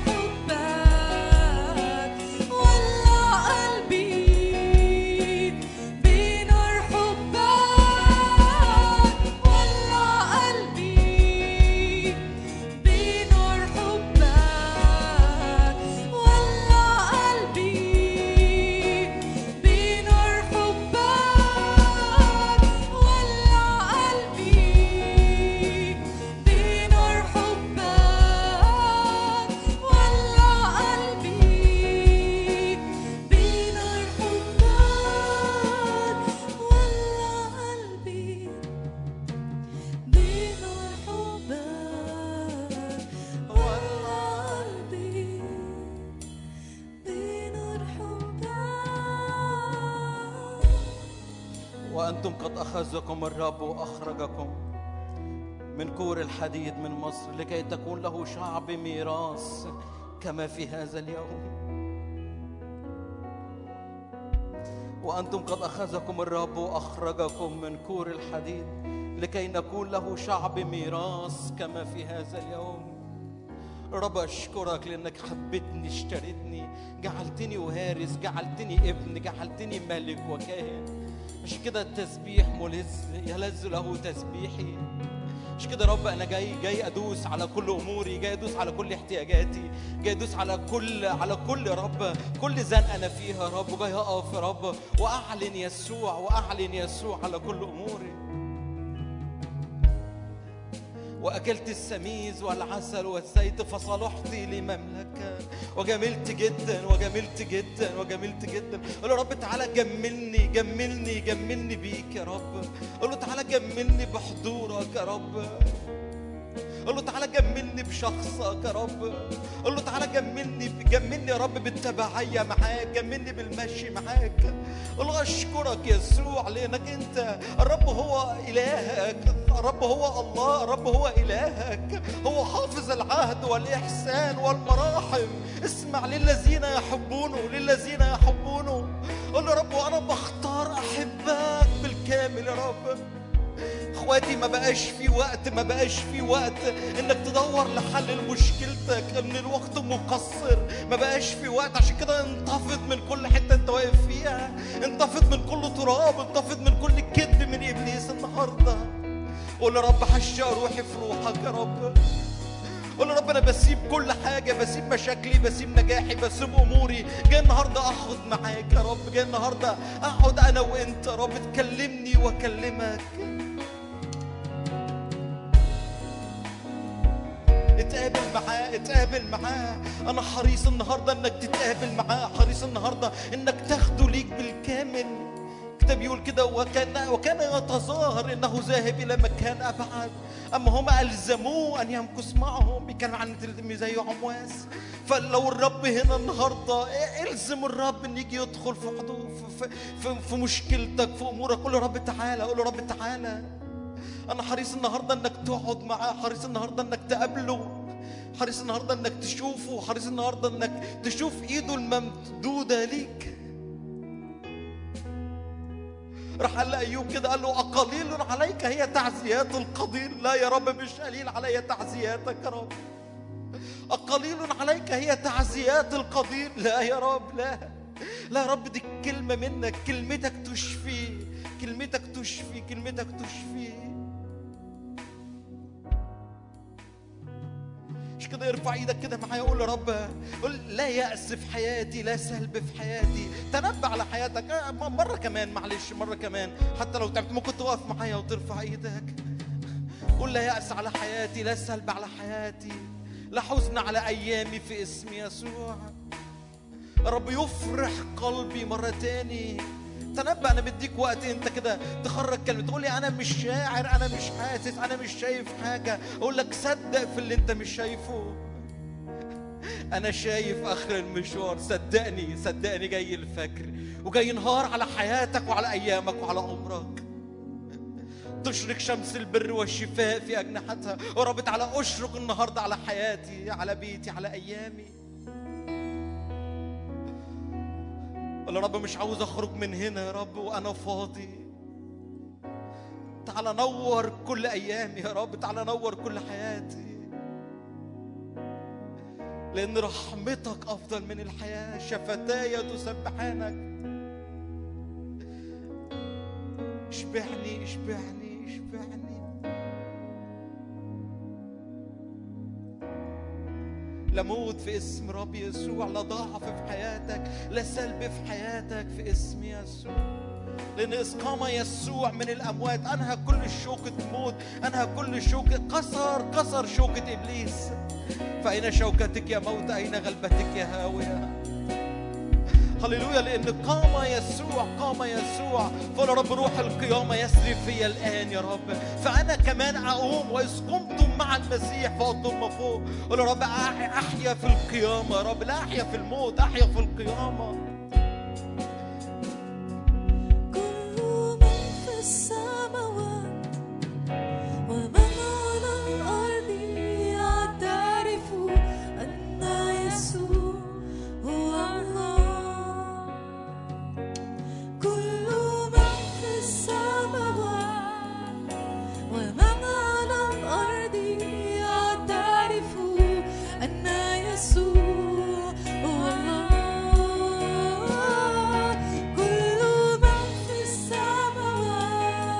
حبك. والله قلبي بنار حبك. والله قلبي بنار حبك. والله قلبي بنار حبك. والله قلبي بنار حبك. والله قلبي بنار حبك. والله قلبي بنار حبك. والله قلبي بنار حبك. وأنتم قد أخذكم الرب وأخرجكم من كور الحديد من مصر لكي تكون له شعب ميراث كما في هذا اليوم. وأنتم قد أخذكم الرب وأخرجكم من كور الحديد لكي نكون له شعب ميراث كما في هذا اليوم. رب أشكرك لأنك حبتني، اشتريتني، جعلتني وارث، جعلتني ابن، جعلتني ملك وكاهن. مش كده التسبيح ملذ يلذ له تسبيحي. مش كده رب أنا جاي جاي أدوس على كل أموري، جاي أدوس على كل احتياجاتي، جاي أدوس على كل على كل رب كل زنقة أنا فيها رب، وجاي أقف يا رب وأعلن يسوع وأعلن يسوع على كل أموري. وأكلت السميز والعسل والزيت فصلحت لمملكة، وجملت جدا وجملت جدا وجملت جدا. قول له رب تعالى جملني جملني جملني بيك يا رب. قول له تعالى جملني بحضورك يا رب. قول له تعالى جملني بشخصك يا رب. قول له تعالى جملني جملني يا رب بالتبعية معاك، جملني بالمشي معاك. قول له أشكرك يسوع لأنك أنت الرب هو إلهك، الرب هو الله، الرب هو إلهك، هو حافظ العهد والإحسان والمراحم. اسمع للذين يحبونه للذين يحبونه. قول له رب وأنا بختار أحبك بالكامل يا رب. اخواتي ما بقاش في وقت ما بقاش في وقت انك تدور لحل مشكلتك، ان الوقت مقصر. ما بقاش في وقت، عشان كده انتفض من كل حته انت واقف فيها، انتفض من كل تراب، انتفض من كل كذب من ابليس النهارده. قول يا رب حشا روحي في روحك يا رب. قول له رب أنا بسيب كل حاجة، بسيب مشاكلي، بسيب نجاحي، بسيب أموري، جاي النهاردة أقعد معاك يا رب، جاي النهاردة أقعد أنا وأنت يا رب، تكلمني وأكلمك. اتقابل معاه، اتقابل معاه. أنا حريص النهاردة إنك تتقابل معاه، حريص النهاردة إنك تاخده ليك بالكامل. الكتاب بيقول كده وكان وكان يتظاهر إنه ذاهب إلى مكان أبعد، أما هم ألزموه أن يمكث معهم. بيتكلم عن تلميذي عمواس. فلو الرب هنا النهاردة إلزم الرب إن يجي يدخل في حضور في, في, في مشكلتك، في أمورك. قول له رب تعالى، قول له رب تعالى. أنا حريص النهاردة إنك تقعد معاه، حريص النهاردة إنك تقابله، حريص النهاردة إنك تشوفه، حريص النهاردة إنك تشوف إيده الممدودة ليك. راح قال لأيوب كده، قال له أقليل عليك هي تعزيات القدير؟ لا يا رب مش قليل علي تعزياتك يا رب. أقليل عليك هي تعزيات القدير؟ لا يا رب، لا لا يا رب، دي كلمة منك، كلمتك تشفي، كلمتك تشفي، كلمتك تشفي. مش كده؟ ارفع ايدك كده معايا، قول يا رب، قول لا يأس في حياتي، لا سلب في حياتي. تنبأ على حياتك مرة كمان، معلش مرة كمان، حتى لو تعبت ممكن تقف معايا وترفع ايدك. قول لا يأس على حياتي، لا سلب على حياتي، لا حزن على أيامي في اسم يسوع. رب يفرح قلبي مرة تاني. تنبأ. أنا بديك وقت أنت كده تخرج كلمة، تقول لي أنا مش شاعر، أنا مش حاسس، أنا مش شايف حاجة. أقول لك صدق في اللي أنت مش شايفه. أنا شايف آخر المشوار، صدقني صدقني، جاي الفجر وجاي نهار على حياتك وعلى أيامك وعلى عمرك. تشرق شمس البر والشفاء في أجنحتها. ورب تعالى أشرق النهاردة على حياتي، على بيتي، على أيامي. قال يا رب مش عاوز أخرج من هنا يا رب وأنا فاضي. تعالى نور كل أيامي يا رب، تعالى نور كل حياتي، لأن رحمتك أفضل من الحياة. شفتاي تسبحانك. اشبعني اشبعني اشبعني. لا موت في اسم رب يسوع، لا ضعف في حياتك، لا سلب في حياتك في اسم يسوع. لأن إذ قام يسوع من الأموات أنهى كل شوكة موت، أنهى كل شوكة، كسر كسر شوكة إبليس. فأين شوكتك يا موت؟ أين غلبتك يا هاوية؟ هللويا. لأن قام يسوع، قام يسوع. فقال يا رب روح القيامة يسري فيا الآن يا رب، فأنا كمان أقوم. وإذ قمتم مع المسيح فأنتم فوق. قال يا رب أحيا في القيامة يا رب، لا أحيا في الموت، أحيا في القيامة. كل من في السماوات ومن على الأرض يعترف أن يسوع هو الله. كل من في السماوات ومن على الأرض يعترف أن يسوع هو الله. كل من في السماوات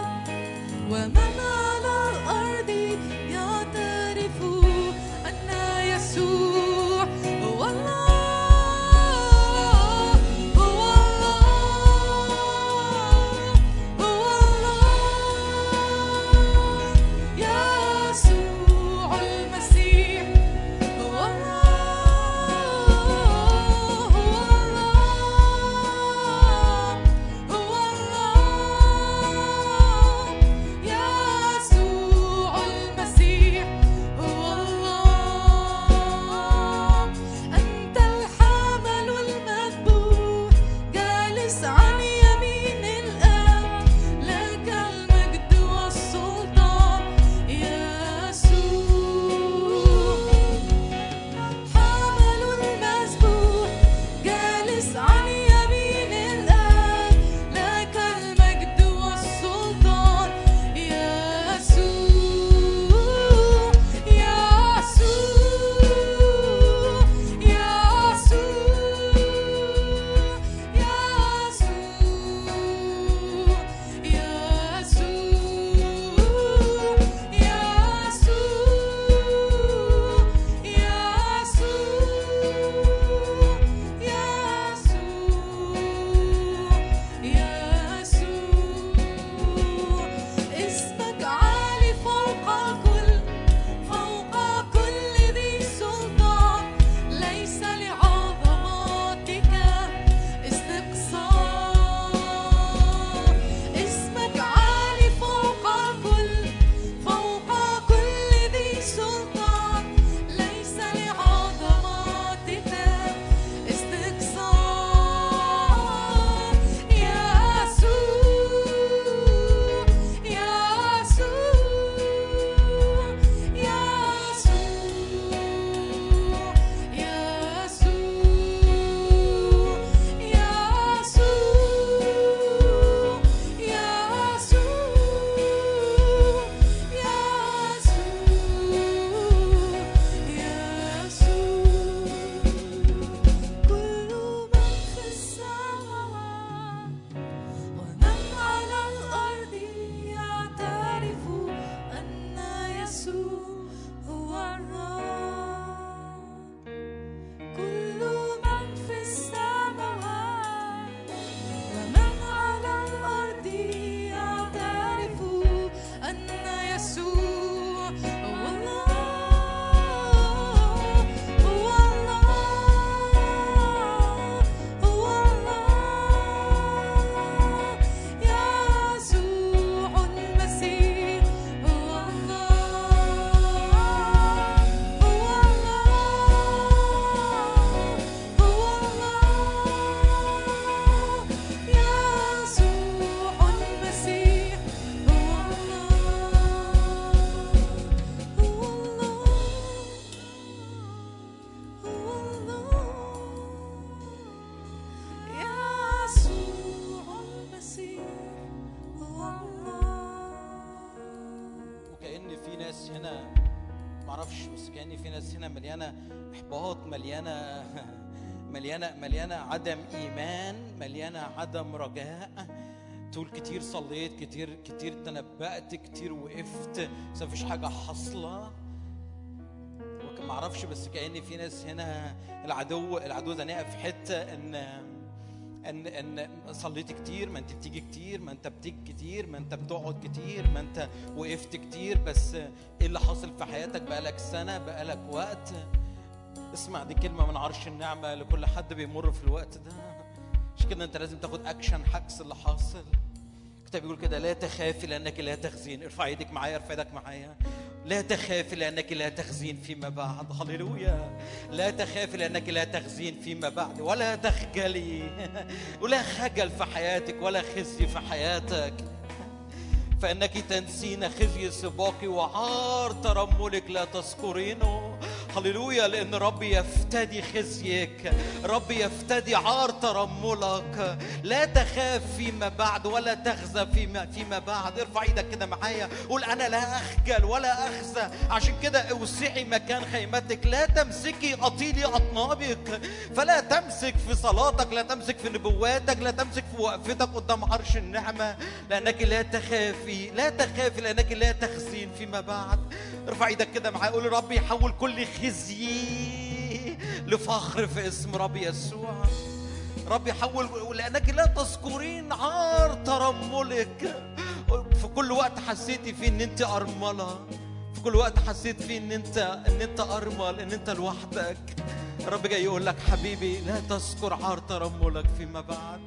احباط، مليانه مليانه مليانه عدم ايمان، مليانه عدم رجاء. تقول كتير صليت، كتير كتير تنبأت، كتير وقفت، بس مفيش حاجه حاصله. ما اعرفش، بس كأن في ناس هنا العدو العدو زنقها في حته ان ان ان صليت كتير، ما انت بتيجي كتير، ما انت بتيجي كتير، ما انت بتقعد كتير، ما انت وقفت كتير، بس ايه اللي حاصل في حياتك؟ بقالك سنه، بقالك وقت. اسمع، دي كلمه من عرش النعمه لكل حد بيمر في الوقت ده. مش كده انت لازم تاخد اكشن عكس اللي حاصل. الكتاب بيقول كده: لا تخافي لانك لا تخزين. ارفع ايدك معايا، ارفع ايدك معايا. لا تخافي لانك لا تخزين فيما بعد. هللويا. لا تخافي لانك لا تخزين فيما بعد، ولا تخجلي ولا خجل في حياتك ولا خزي في حياتك، فانك تنسين خزي سباقي وعار ترملك لا تذكرينه. هللويا. لأن رب يفتدي خزيك، رب يفتدي عار ترملك. لا تخاف فيما بعد ولا تخزى فيما فيما بعد. ارفع ايدك كده معايا، قول: أنا لا أخجل ولا أخزى. عشان كده اوسعي مكان خيمتك، لا تمسكي أطيلي أطنابك. فلا تمسك في صلاتك، لا تمسك في نبواتك، لا تمسك في وقفتك قدام عرش النعمة، لأنك لا تخافي، لا تخافي لأنك لا تخزين فيما بعد. ارفع ايدك كده معايا، قول: رب يحول كل خزي لفخر في اسم رب يسوع. رب يحول، لأنك لا تذكرين عار ترملك. في كل وقت حسيتي فيه ان انت أرملة، في كل وقت حسيت فيه ان انت ان انت أرمل، ان انت لوحدك. الرب جاي يقول لك: حبيبي، لا تذكر عار ترملك فيما بعد،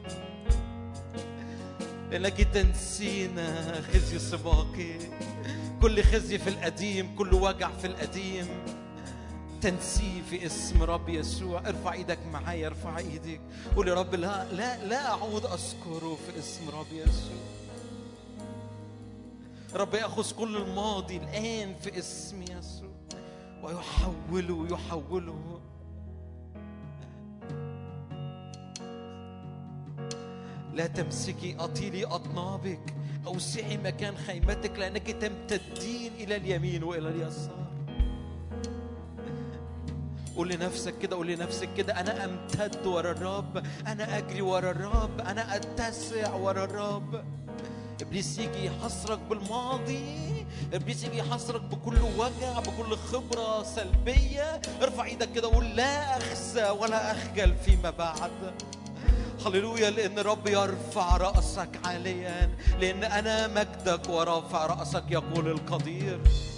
لأنك تنسين خزي سباقي. كل خزي في القديم، كل وجع في القديم تنسيه في اسم رب يسوع. ارفع ايدك معايا، ارفع ايدك، قول: يا رب لا لا لا اعود اذكره في اسم رب يسوع. رب ياخذ كل الماضي الان في اسم يسوع ويحوله يحوله لا تمسكي أطيلي أطنابك، أوسعي مكان خيمتك، لأنك تمتدين إلى اليمين وإلى اليسار. قول لنفسك كده، قول لنفسك كده: أنا أمتد ورا الرب، أنا أجري ورا الرب، أنا أتسع ورا الرب. إبليس يجي يحصرك بالماضي، إبليس يجي يحصرك بكل وجع، بكل خبرة سلبية. ارفع إيدك كده وقول: لا أخزى ولا أخجل فيما بعد. هللويا. لأن رب يرفع رأسك عاليا، لأن أنا مجدك ورافع رأسك، يقول القدير.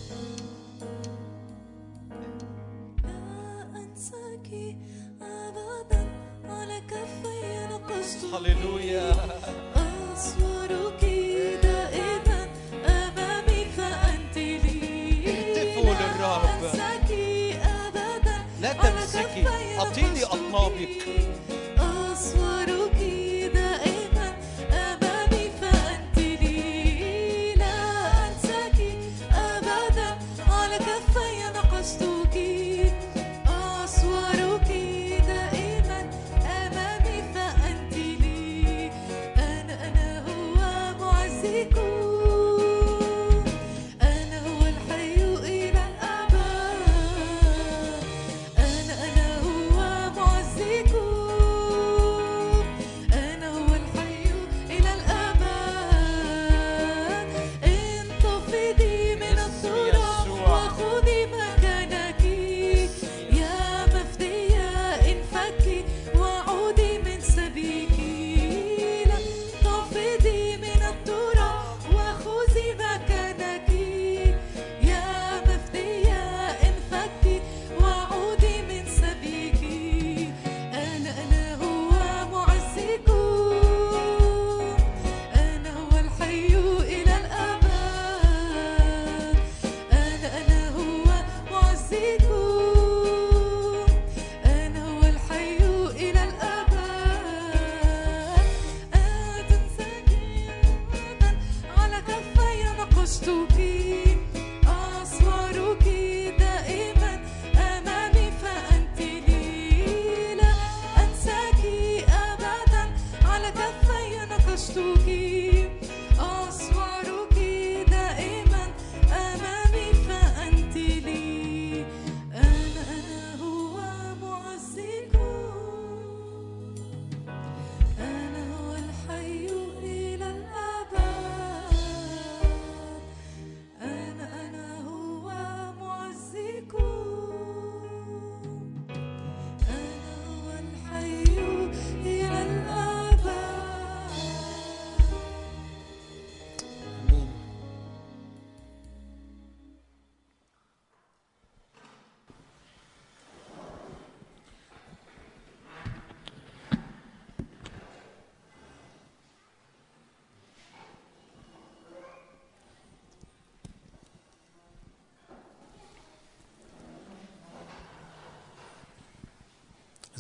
لا أنساك أبدا، على كفي نقصت. هللويا. أصورك دائما أمامي فأنت لي. اهتفوا للرب. لا أنساك أبدا، لا تمسكي أطيلي أطنابك. أصورك دائما أمامي فأنت لي. لا أنساك أبدا، على كفي نقصتك. أصورك دائما أمامي فأنت لي. أنا أنا هو معزك، أنا هو الحي إلى الأبد. أنا أنا هو معزك،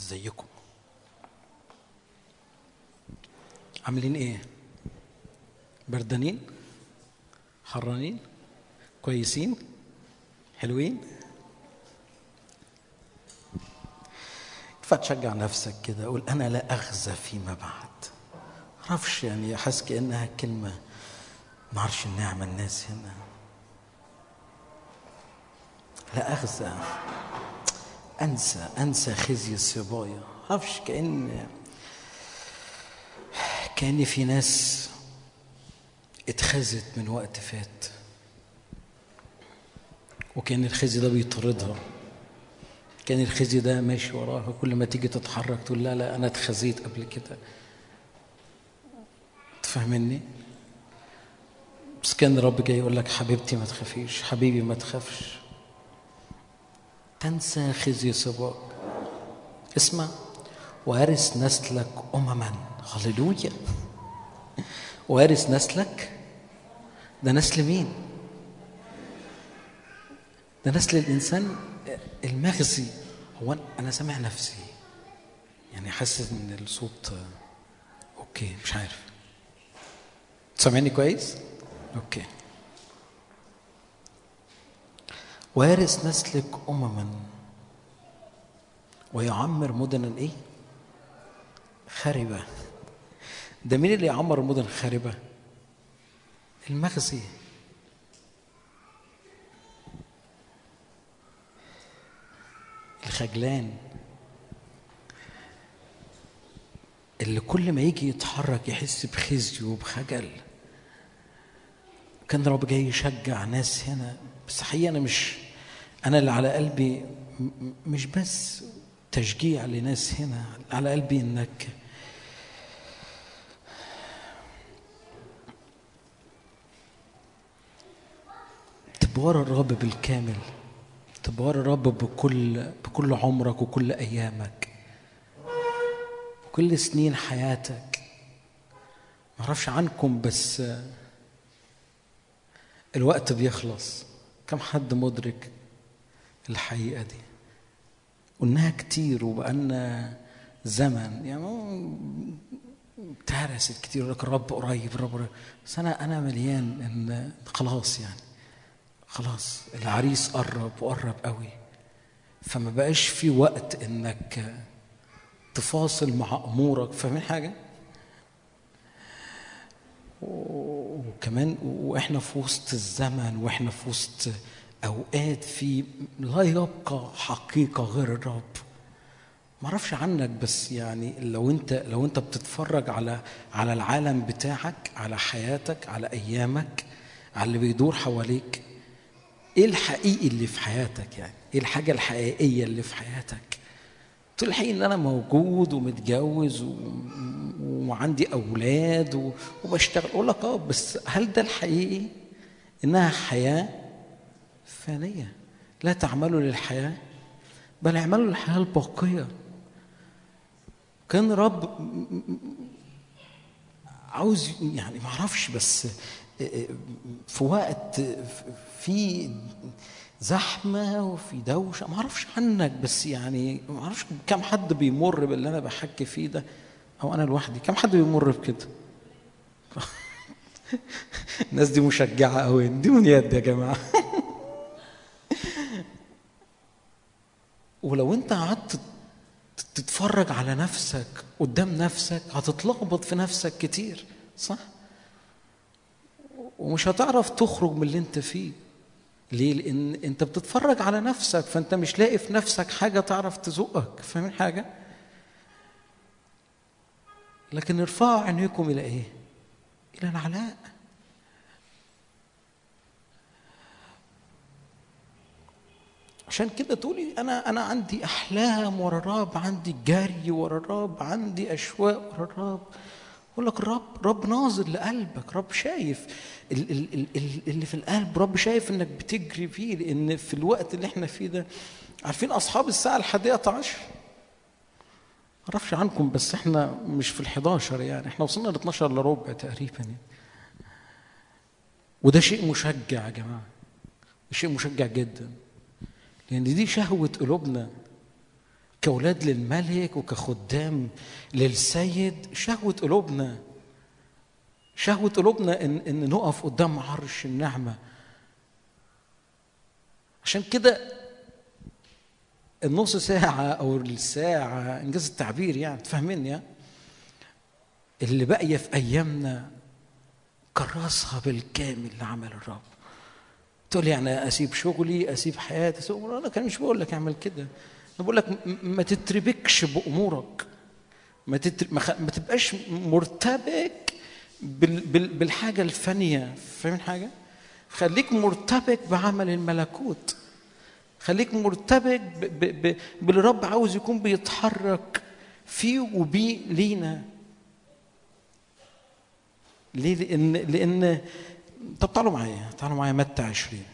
ازيكم؟ عاملين ايه؟ بردانين؟ حرانين؟ كويسين؟ حلوين؟ فتشجع نفسك كده، قول انا لا اخزى فيما بعد. معرفش يعني، حاسس كانها كلمه ما اعرفش النعمه الناس هنا. لا اخزى، انسى انسى خزي الصبايا. معرفش، كأن كأن في ناس اتخزت من وقت فات، وكأن الخزي ده بيطاردها، كان الخزي ده ماشي وراها، كل ما تيجي تتحرك تقول لا لا انا اتخزيت قبل كده. تفهمني؟ بس كان الرب جاي يقول لك حبيبتي ما تخافيش، حبيبي ما تخافش، تنسى خزي صباك. اسمع، وارث نسلك امما. هللويا. وارث نسلك، ده نسل مين؟ ده نسل الانسان المغزي. هو انا سامع نفسي يعني، حاسس ان الصوت اوكي، مش عارف سامعني كويس؟ اوكي. وارث نسلك امما ويعمر مدنا ايه؟ خربة. ده مين اللي يعمر مدن خربة؟ المغزي. الخجلان اللي كل ما يجي يتحرك يحس بخزي وبخجل. كان رب جاي يشجع ناس هنا، بس حقيقة أنا مش أنا اللي على قلبي مش بس تشجيع لناس هنا، على قلبي إنك تبوار الرب بالكامل، تبوار الرب بكل بكل عمرك وكل أيامك وكل سنين حياتك. ما أعرفش عنكم بس الوقت بيخلص. كم حد مدرك الحقيقة دي؟ قلناها كتير وبقالنا زمن يعني تهرست كتير، يقول لك الرب قريب الرب قريب، بس أنا أنا مليان إن خلاص يعني خلاص العريس قرب وقرب قوي، فما بقاش في وقت إنك تفاصل مع أمورك. فاهمين حاجة؟ وكمان واحنا في وسط الزمن واحنا في وسط اوقات في لا يبقى حقيقه غير الرب. ما اعرفش عنك بس يعني لو انت لو انت بتتفرج على على العالم بتاعك، على حياتك، على ايامك، على اللي بيدور حواليك، ايه الحقيقي اللي في حياتك؟ يعني ايه الحاجه الحقيقيه اللي في حياتك؟ طول الحين ان انا موجود ومتجوز و... وعندي اولاد و... وبشتغل، اقول لك اه بس هل ده الحقيقي؟ انها حياه فانيه، لا تعملوا للحياه بل اعملوا للحياه الباقيه. كان رب عاوز يعني ما اعرفش، بس في وقت في زحمه وفي دوشه، ما اعرفش عنك بس يعني ما اعرفش كم حد بيمر باللي انا بحكي فيه ده، او انا لوحدي كم حد بيمر بكده. الناس دي مشجعه قوي، دي من يد يا جماعه. ولو انت قعدت تتفرج على نفسك قدام نفسك هتتلخبط في نفسك كتير، صح؟ ومش هتعرف تخرج من اللي انت فيه. ليه؟ لان انت بتتفرج على نفسك، فانت مش لاقي في نفسك حاجه تعرف تزقك. فاهمين حاجه؟ لكن ارفعوا عينيكم الى ايه؟ الى العلاء. عشان كده تقولي انا انا عندي احلام ورا الرب، عندي جري ورا الرب، عندي اشواق ورا الرب. اقول لك الرب رب ناظر لقلبك، رب شايف اللي في القلب، رب شايف انك بتجري فيه. لان في الوقت اللي احنا فيه ده، عارفين اصحاب الساعه الحادية عشر؟ معرفش عنكم بس احنا مش في الحداشر، يعني احنا وصلنا ل اتناشر الا ربع تقريبا يعني. وده شيء مشجع يا جماعه، شيء مشجع جدا، لان دي شهوه قلوبنا. كأولاد للملك وكخدام للسيد. شهوة قلوبنا شهوة قلوبنا إن, إن نقف قدام عرش النعمة. عشان كده النص ساعة أو الساعة إنجاز التعبير يعني تفهمني اللي باقية في أيامنا كرسها بالكامل لعمل الرب. تقول يعني أسيب شغلي أسيب حياتي؟ أنا كان مش بقول لك اعمل كده، أنا بقول لك ما تتربكش بأمورك، ما, تتر... ما تبقاش مرتبك بال... بال... بالحاجة الفانية. فاهمين حاجة؟ خليك مرتبك بعمل الملكوت، خليك مرتبك ب... ب... ب... بالرب عاوز يكون بيتحرك فيه وبيه لينا. ليه؟ لأن لأن طب تعالوا معايا تعالوا معايا متى عشرين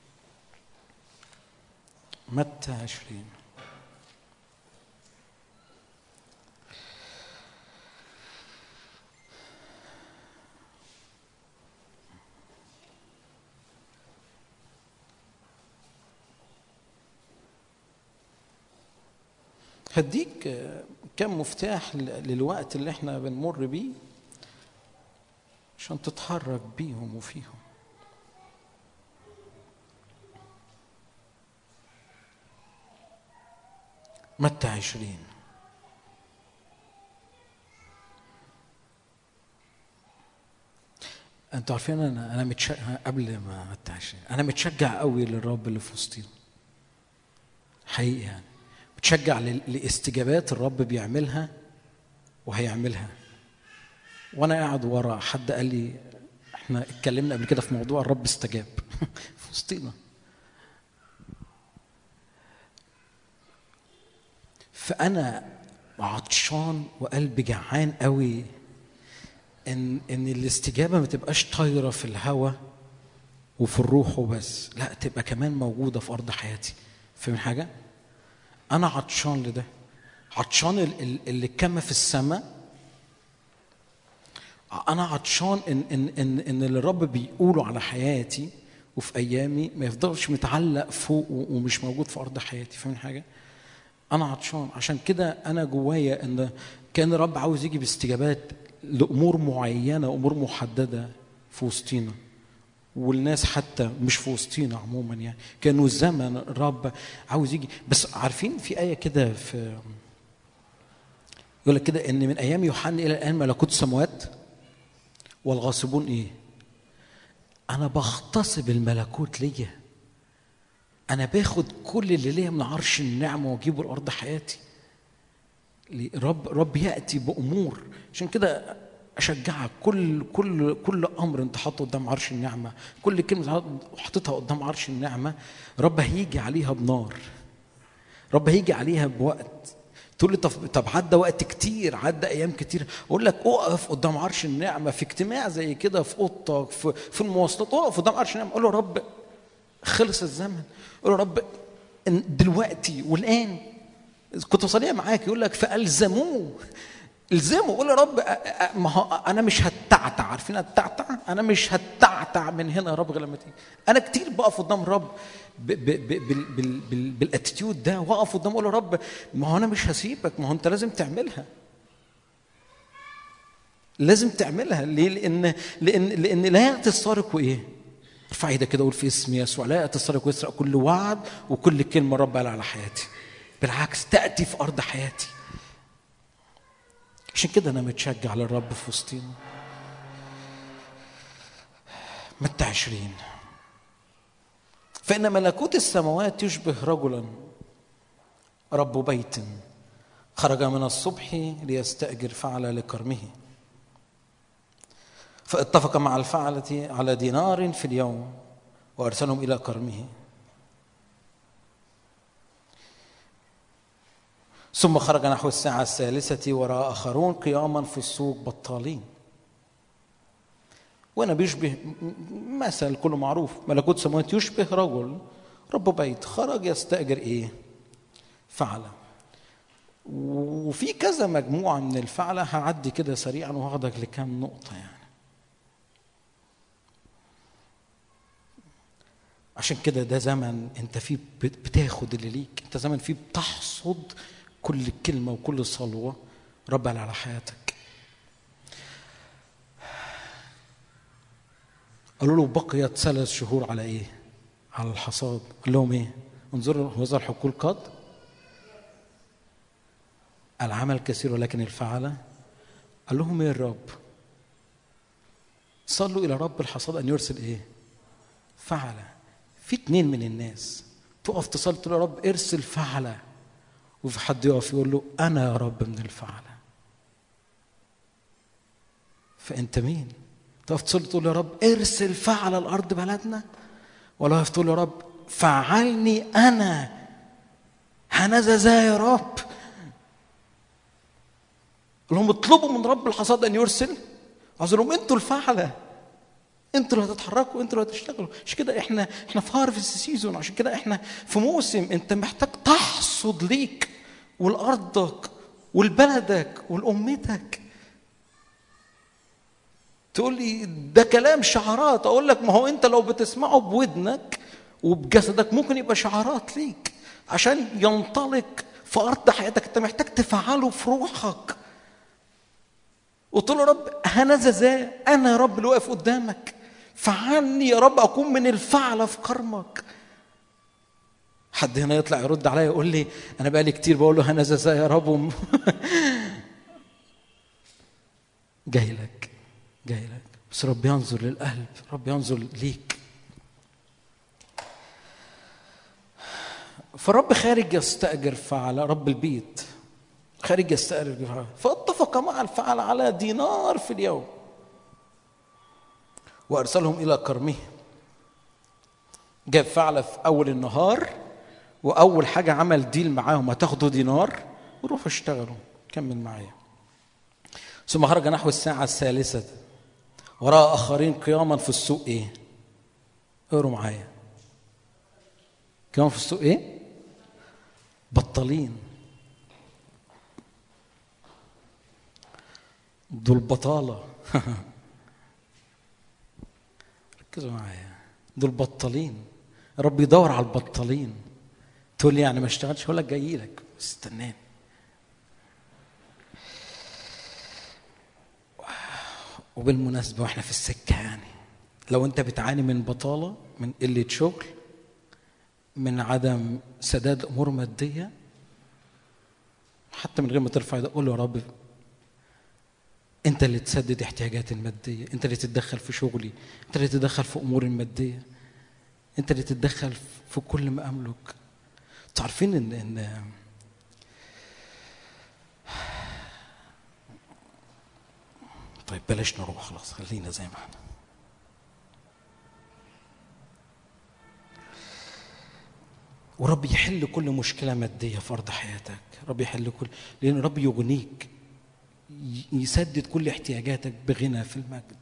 متى عشرين هديك كم مفتاح للوقت اللي احنا بنمر بيه عشان تتحرك بيهم وفيهم. متى عشرين انتوا عارفين انا انا متشجع قبل ما متى عشرين انا متشجع قوي للرب اللي في وسطينا حقيقي، يعني متشجع لاستجابات الرب بيعملها وهيعملها. وانا قاعد ورا حد قال لي احنا اتكلمنا قبل كده في موضوع الرب استجاب في وسطينا. فانا عطشان وقلبي جعان قوي ان ان الاستجابه ما تبقاش طايره في الهوا وفي الروح وبس، لا تبقى كمان موجوده في ارض حياتي. فاهم حاجه؟ انا عطشان لده، عطشان اللي كما في السماء. أنا عطشان إن إن إن إن اللي الرب بيقوله على حياتي وفي أيامي ما يفضلش متعلق فوق ومش موجود في أرض حياتي. فاهمين حاجة؟ أنا عطشان. عشان كده أنا جوايا إن كان الرب عاوز يجي باستجابات لأمور معينة، أمور محددة في وسطينا، والناس حتى مش في وسطينا عموما. يعني كانوا الزمن الرب عاوز يجي. بس عارفين في آية كده في يقول لك كده إن من أيام يوحنا إلى الآن ملكوت السماوات والغاصبون ايه؟ انا بغتصب الملكوت ليا، انا باخد كل اللي ليا من عرش النعمه واجيبه لارض حياتي. رب رب ياتي بامور. عشان كده اشجعك كل كل كل امر انت حاطه قدام عرش النعمه، كل كلمه حاططها قدام عرش النعمه، رب هيجي عليها بنار، رب هيجي عليها بوقت. تقول لي طب طب عدى وقت كتير، عدى ايام كتير. اقول لك اقف قدام عرش النعمه في اجتماع زي كده، في اوضتك، في, في المواصلات، اقف قدام عرش النعمه. قول له رب خلص الزمن، قول له رب دلوقتي والان. كنت بصليها معاك يقول لك فالزموه، الزموا. قول يا رب ما هو انا مش هتعتع. عارفين التعتع؟ انا مش هتعتع من هنا يا رب غير لما تيجي. انا كتير بقف قدام الرب بالاتيتيود ده، واقف قدام اقول يا رب ما هو انا مش هسيبك، ما هو انت لازم تعملها، لازم تعملها. ليه؟ لان لان لان لا ياتي السارق وايه؟ ارفع ايدك كده وقول في اسم يسوع، لا ياتي السارق ويسرق كل وعد وكل كلمه الرب قالها على حياتي، بالعكس تاتي في ارض حياتي. عشان كده انا متشجع للرب في وسطينا. متى عشرين فإن ملكوت السماوات يشبه رجلا رب بيت خرج من الصبح ليستأجر فعلة لكرمه، فاتفق مع الفعلة على دينار في اليوم وأرسلهم إلى كرمه. ثم خرج نحو الساعة الثالثة ورأى آخرون قياما في السوق بطالين. وانا بيشبه مثل كله معروف، ملكوت السماوات يشبه رجل رب بيت خرج يستأجر ايه؟ فعلة. وفي كذا مجموعة من الفعلة هعدي كده سريعا وهاخدك لكام نقطة يعني. عشان كده ده زمن انت فيه بتاخد اللي ليك، انت زمن فيه بتحصد كل كلمة وكل صلوة رب قال على حياتك. قالوا له بقيت ثلاث شهور على ايه؟ على الحصاد. قال لهم ايه؟ انظروا هذا الحقول قد العمل كثير ولكن الفعل. قال لهم ايه الرب؟ صلوا الى رب الحصاد ان يرسل ايه؟ فعل. في اتنين من الناس تقف تصلي تقول يا رب ارسل فعل، وفي حد يقف يقول له انا يا رب من الفعل. فانت مين؟ تقف تصلي تقول يا رب ارسل فعل الارض بلدنا، ولا تقف تقول يا رب فعلني انا هنذا ذا يا رب؟ لهم اطلبوا من رب الحصاد ان يرسل. عاوز لهم انتوا الفعله، انتوا اللي هتتحركوا، انتوا اللي هتشتغلوا. عشان كده احنا احنا في هارفست سيزون، عشان كده احنا في موسم انت محتاج تحصد ليك ولارضك ولبلدك ولامتك. تقول لي ده كلام شعارات، اقول لك ما هو انت لو بتسمعه بودنك وبجسدك ممكن يبقى شعارات ليك عشان ينطلق في ارض حياتك. انت محتاج تفعله في روحك وتقول له رب هنذا ذا انا يا رب اللي واقف قدامك، فعلني يا رب اكون من الفعل في كرمك. حد هنا يطلع يرد عليا يقول لي انا بقالي كتير بقول له هنذا ذا يا رب. جاي لك جاي لك بس رب ينظر للقلب، رب ينظر ليك. فالرب خارج يستأجر فعل، رب البيت خارج يستأجر فعل، فاتفق مع الفعل على دينار في اليوم وأرسلهم إلى كرمه. جاب فعل في أول النهار، وأول حاجة عمل ديل معاهم هتاخدوا دينار وروحوا اشتغلوا. كمل معايا. ثم خرج نحو الساعة الثالثة ورأى آخرين قياما في السوق. إيه؟ اقروا معايا. قياما في السوق إيه؟ بطالين. دول بطالة. ركزوا معايا، دول بطالين. رب يدور على البطالين. تقول لي يعني ما اشتغلش؟ هقول لك جاي لك، استناني. وبالمناسبة واحنا في السكة، يعني لو انت بتعاني من بطالة، من قلة شغل، من عدم سداد امور مادية، حتى من غير ما ترفع ايدك قول له يا رب انت اللي تسدد احتياجاتي المادية، انت اللي تتدخل في شغلي، انت اللي تتدخل في اموري المادية، انت اللي تتدخل في كل ما املك. تعرفين ان ان طيب بلاش نروح خلاص، خلينا زي ما احنا. ورب يحل كل مشكلة مادية في أرض حياتك. رب يحل كل، لأن رب يغنيك، يسدد كل احتياجاتك بغنى في المجد.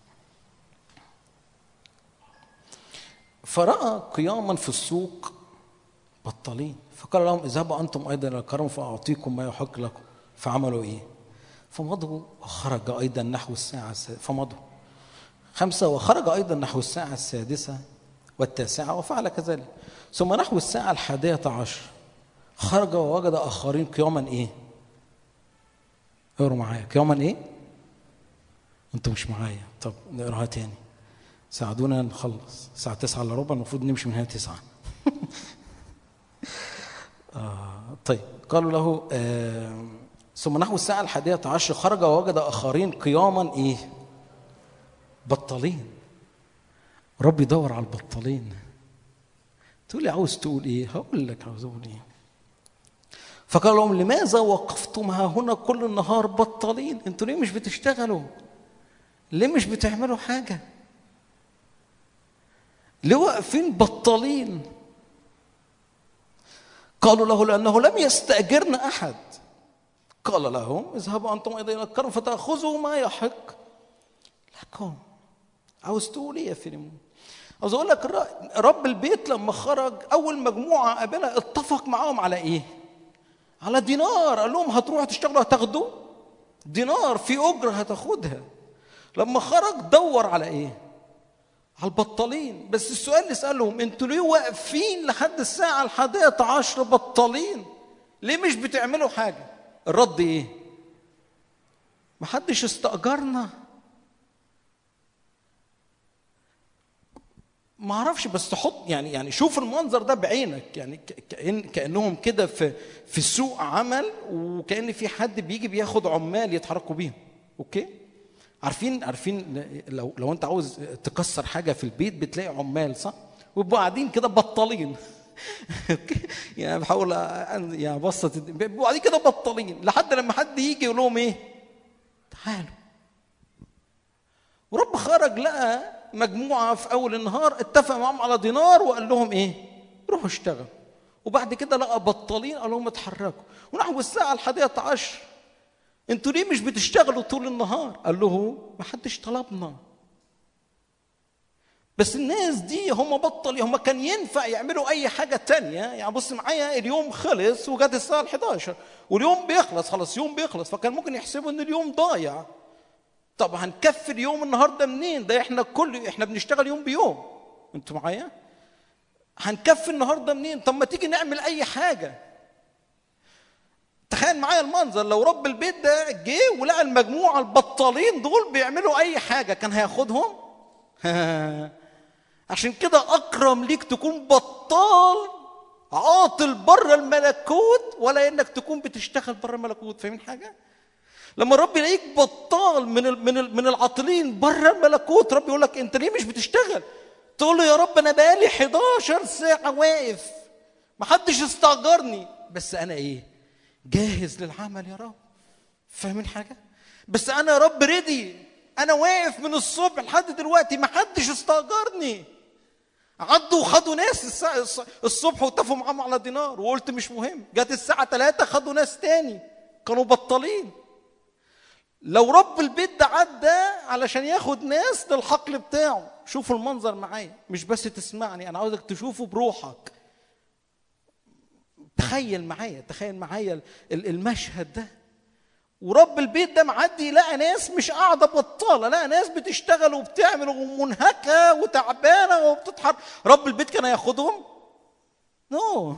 فرأى قياما في السوق بطالين، فقال لهم اذهبوا أنتم أيضا إلى الكرم فأعطيكم ما يحق لكم. فعملوا إيه؟ فمضوا وخرج أيضا نحو الساعة السادسة. فمضوا خمسة وخرج أيضا نحو الساعة السادسة والتاسعة وفعل كذلك. ثم نحو الساعة الحادية عشر خرج ووجد آخرين قياما. إيه؟ اقروا معايا. قياما إيه؟ أنتوا مش معايا. طب نقراها تاني، ساعدونا نخلص. الساعة تسعة إلا ربع، المفروض نمشي من هنا تسعة. آه طيب. قالوا له آه ثم نحو الساعة الحادية عشر خرج ووجد آخرين قياما. إيه؟ بطالين. رب يدور على البطالين. تقول لي عاوز تقول إيه؟ هقول لك عاوز أقول إيه. فقال لهم لماذا وقفتم ها هنا كل النهار بطالين؟ أنتوا ليه مش بتشتغلوا؟ ليه مش بتعملوا حاجة؟ ليه واقفين بطالين؟ قالوا له لأنه لم يستأجرنا أحد. قال لهم اذهبوا أنتم أيضا إلى الكرم فتأخذوا ما يحق لكم. عاوز تقول إيه يا فيلم؟ عاوز أقول لك رب البيت لما خرج أول مجموعة قابلها اتفق معاهم على إيه؟ على دينار. قال لهم هتروحوا تشتغلوا هتاخدوا دينار، في أجرة هتاخدها. لما خرج دور على إيه؟ على البطالين. بس السؤال اللي سألهم انتوا ليه واقفين لحد الساعة الحادية عشر بطالين؟ ليه مش بتعملوا حاجة؟ الرد ايه؟ محدش استأجرنا. ما اعرفش، بس تحط يعني يعني شوف المنظر ده بعينك، يعني كأن كأنهم كده في في سوق عمل، وكأن في حد بيجي بياخد عمال يتحركوا بيهم. اوكي؟ عارفين عارفين لو لو انت عاوز تكسر حاجه في البيت بتلاقي عمال، صح؟ ويبقوا قاعدين كده بطالين. اوكي؟ يعني بحاول يعني ابسط، بيبقوا قاعدين كده بطالين لحد لما حد يجي يقول لهم ايه؟ تعالوا. ورب خرج لقى مجموعه في اول النهار اتفق معهم على دينار وقال لهم ايه؟ روحوا اشتغلوا. وبعد كده لقى بطالين قال لهم اتحركوا. ونحو الساعه الحادية عشر انتوا ليه مش بتشتغلوا طول النهار؟ قال له ما حدش طلبنا. بس الناس دي هم بطل، هم كان ينفع يعملوا اي حاجه تانية. يعني بص معايا، اليوم خلص وجت الساعه الحداشر واليوم بيخلص، خلاص يوم بيخلص، فكان ممكن يحسبوا ان اليوم ضايع. طب هنكفي اليوم النهارده منين؟ ده احنا كل احنا بنشتغل يوم بيوم. انتوا معايا؟ هنكفي النهارده منين؟ طب ما تيجي نعمل اي حاجه. تخيل معايا المنظر، لو رب البيت ده جه ولقى المجموعه البطالين دول بيعملوا اي حاجه كان هياخدهم؟ عشان كده اكرم ليك تكون بطال عاطل بره الملكوت ولا انك تكون بتشتغل بره الملكوت. فاهمين حاجه؟ لما رب يلاقيك بطال من من من العاطلين بره الملكوت، رب يقول لك انت ليه مش بتشتغل؟ تقول له يا رب انا بقالي حداشر ساعه واقف، ما حدش استاجرني، بس انا ايه؟ جاهز للعمل يا رب. فاهمين حاجه؟ بس انا يا رب ريدي، انا واقف من الصبح لحد دلوقتي ما حدش استاجرني. عدوا وخدوا ناس الساعه الصبح واتفقوا معاهم على دينار وقلت مش مهم. جت الساعه ثلاثة خدوا ناس تاني كانوا بطالين. لو رب البيت ده عدى علشان ياخد ناس للحقل بتاعه، شوفوا المنظر معايا، مش بس تسمعني، انا عاوزك تشوفه بروحك. تخيل معايا تخيل معايا المشهد ده، ورب البيت ده معدي لقى ناس مش قاعده بطاله، لقى ناس بتشتغل وبتعمل ومنهكه وتعبانه وبتتحرك. رب البيت كان هياخدهم؟ نو.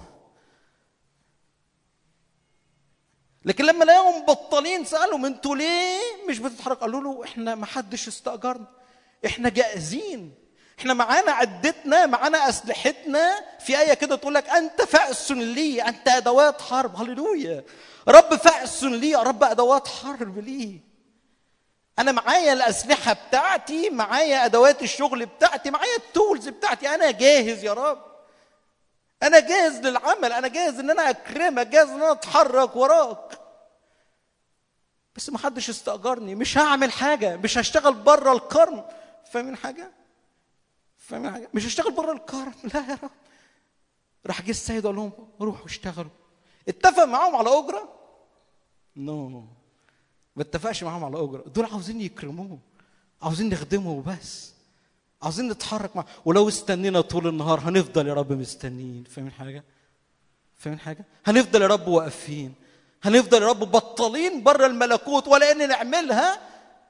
لكن لما لقاهم بطالين سالهم انتوا ليه مش بتتحركوا؟ قالوا له احنا ما حدش استاجرنا، احنا جاهزين، احنا معانا عدتنا، معانا اسلحتنا. في ايه كده تقول لك انت فأس لي، انت ادوات حرب. هللويا. رب فأس لي، يا رب ادوات حرب لي. انا معايا الاسلحه بتاعتي، معايا ادوات الشغل بتاعتي، معايا التولز بتاعتي، انا جاهز يا رب، انا جاهز للعمل، انا جاهز ان انا اكرمك، جاهز ان انا اتحرك وراك. بس ما حدش استاجرني، مش هعمل حاجه، مش هشتغل بره القرن. فاهمين حاجه؟ فاهمين حاجه؟ مش هشتغل بره القرن، لا يا رب. راح جه السيد وقال لهم روحوا اشتغلوا. اتفق معاهم على اجره؟ نو no. ما اتفقش معاهم على اجره. دول عاوزين يكرموه، عاوزين نخدمه وبس، عاوزين نتحرك معاه. ولو استنينا طول النهار هنفضل يا رب مستنيين. فاهمين حاجه؟ فاهمين حاجه؟ هنفضل يا رب واقفين، هنفضل يا رب بطالين بره الملكوت ولا ان نعملها.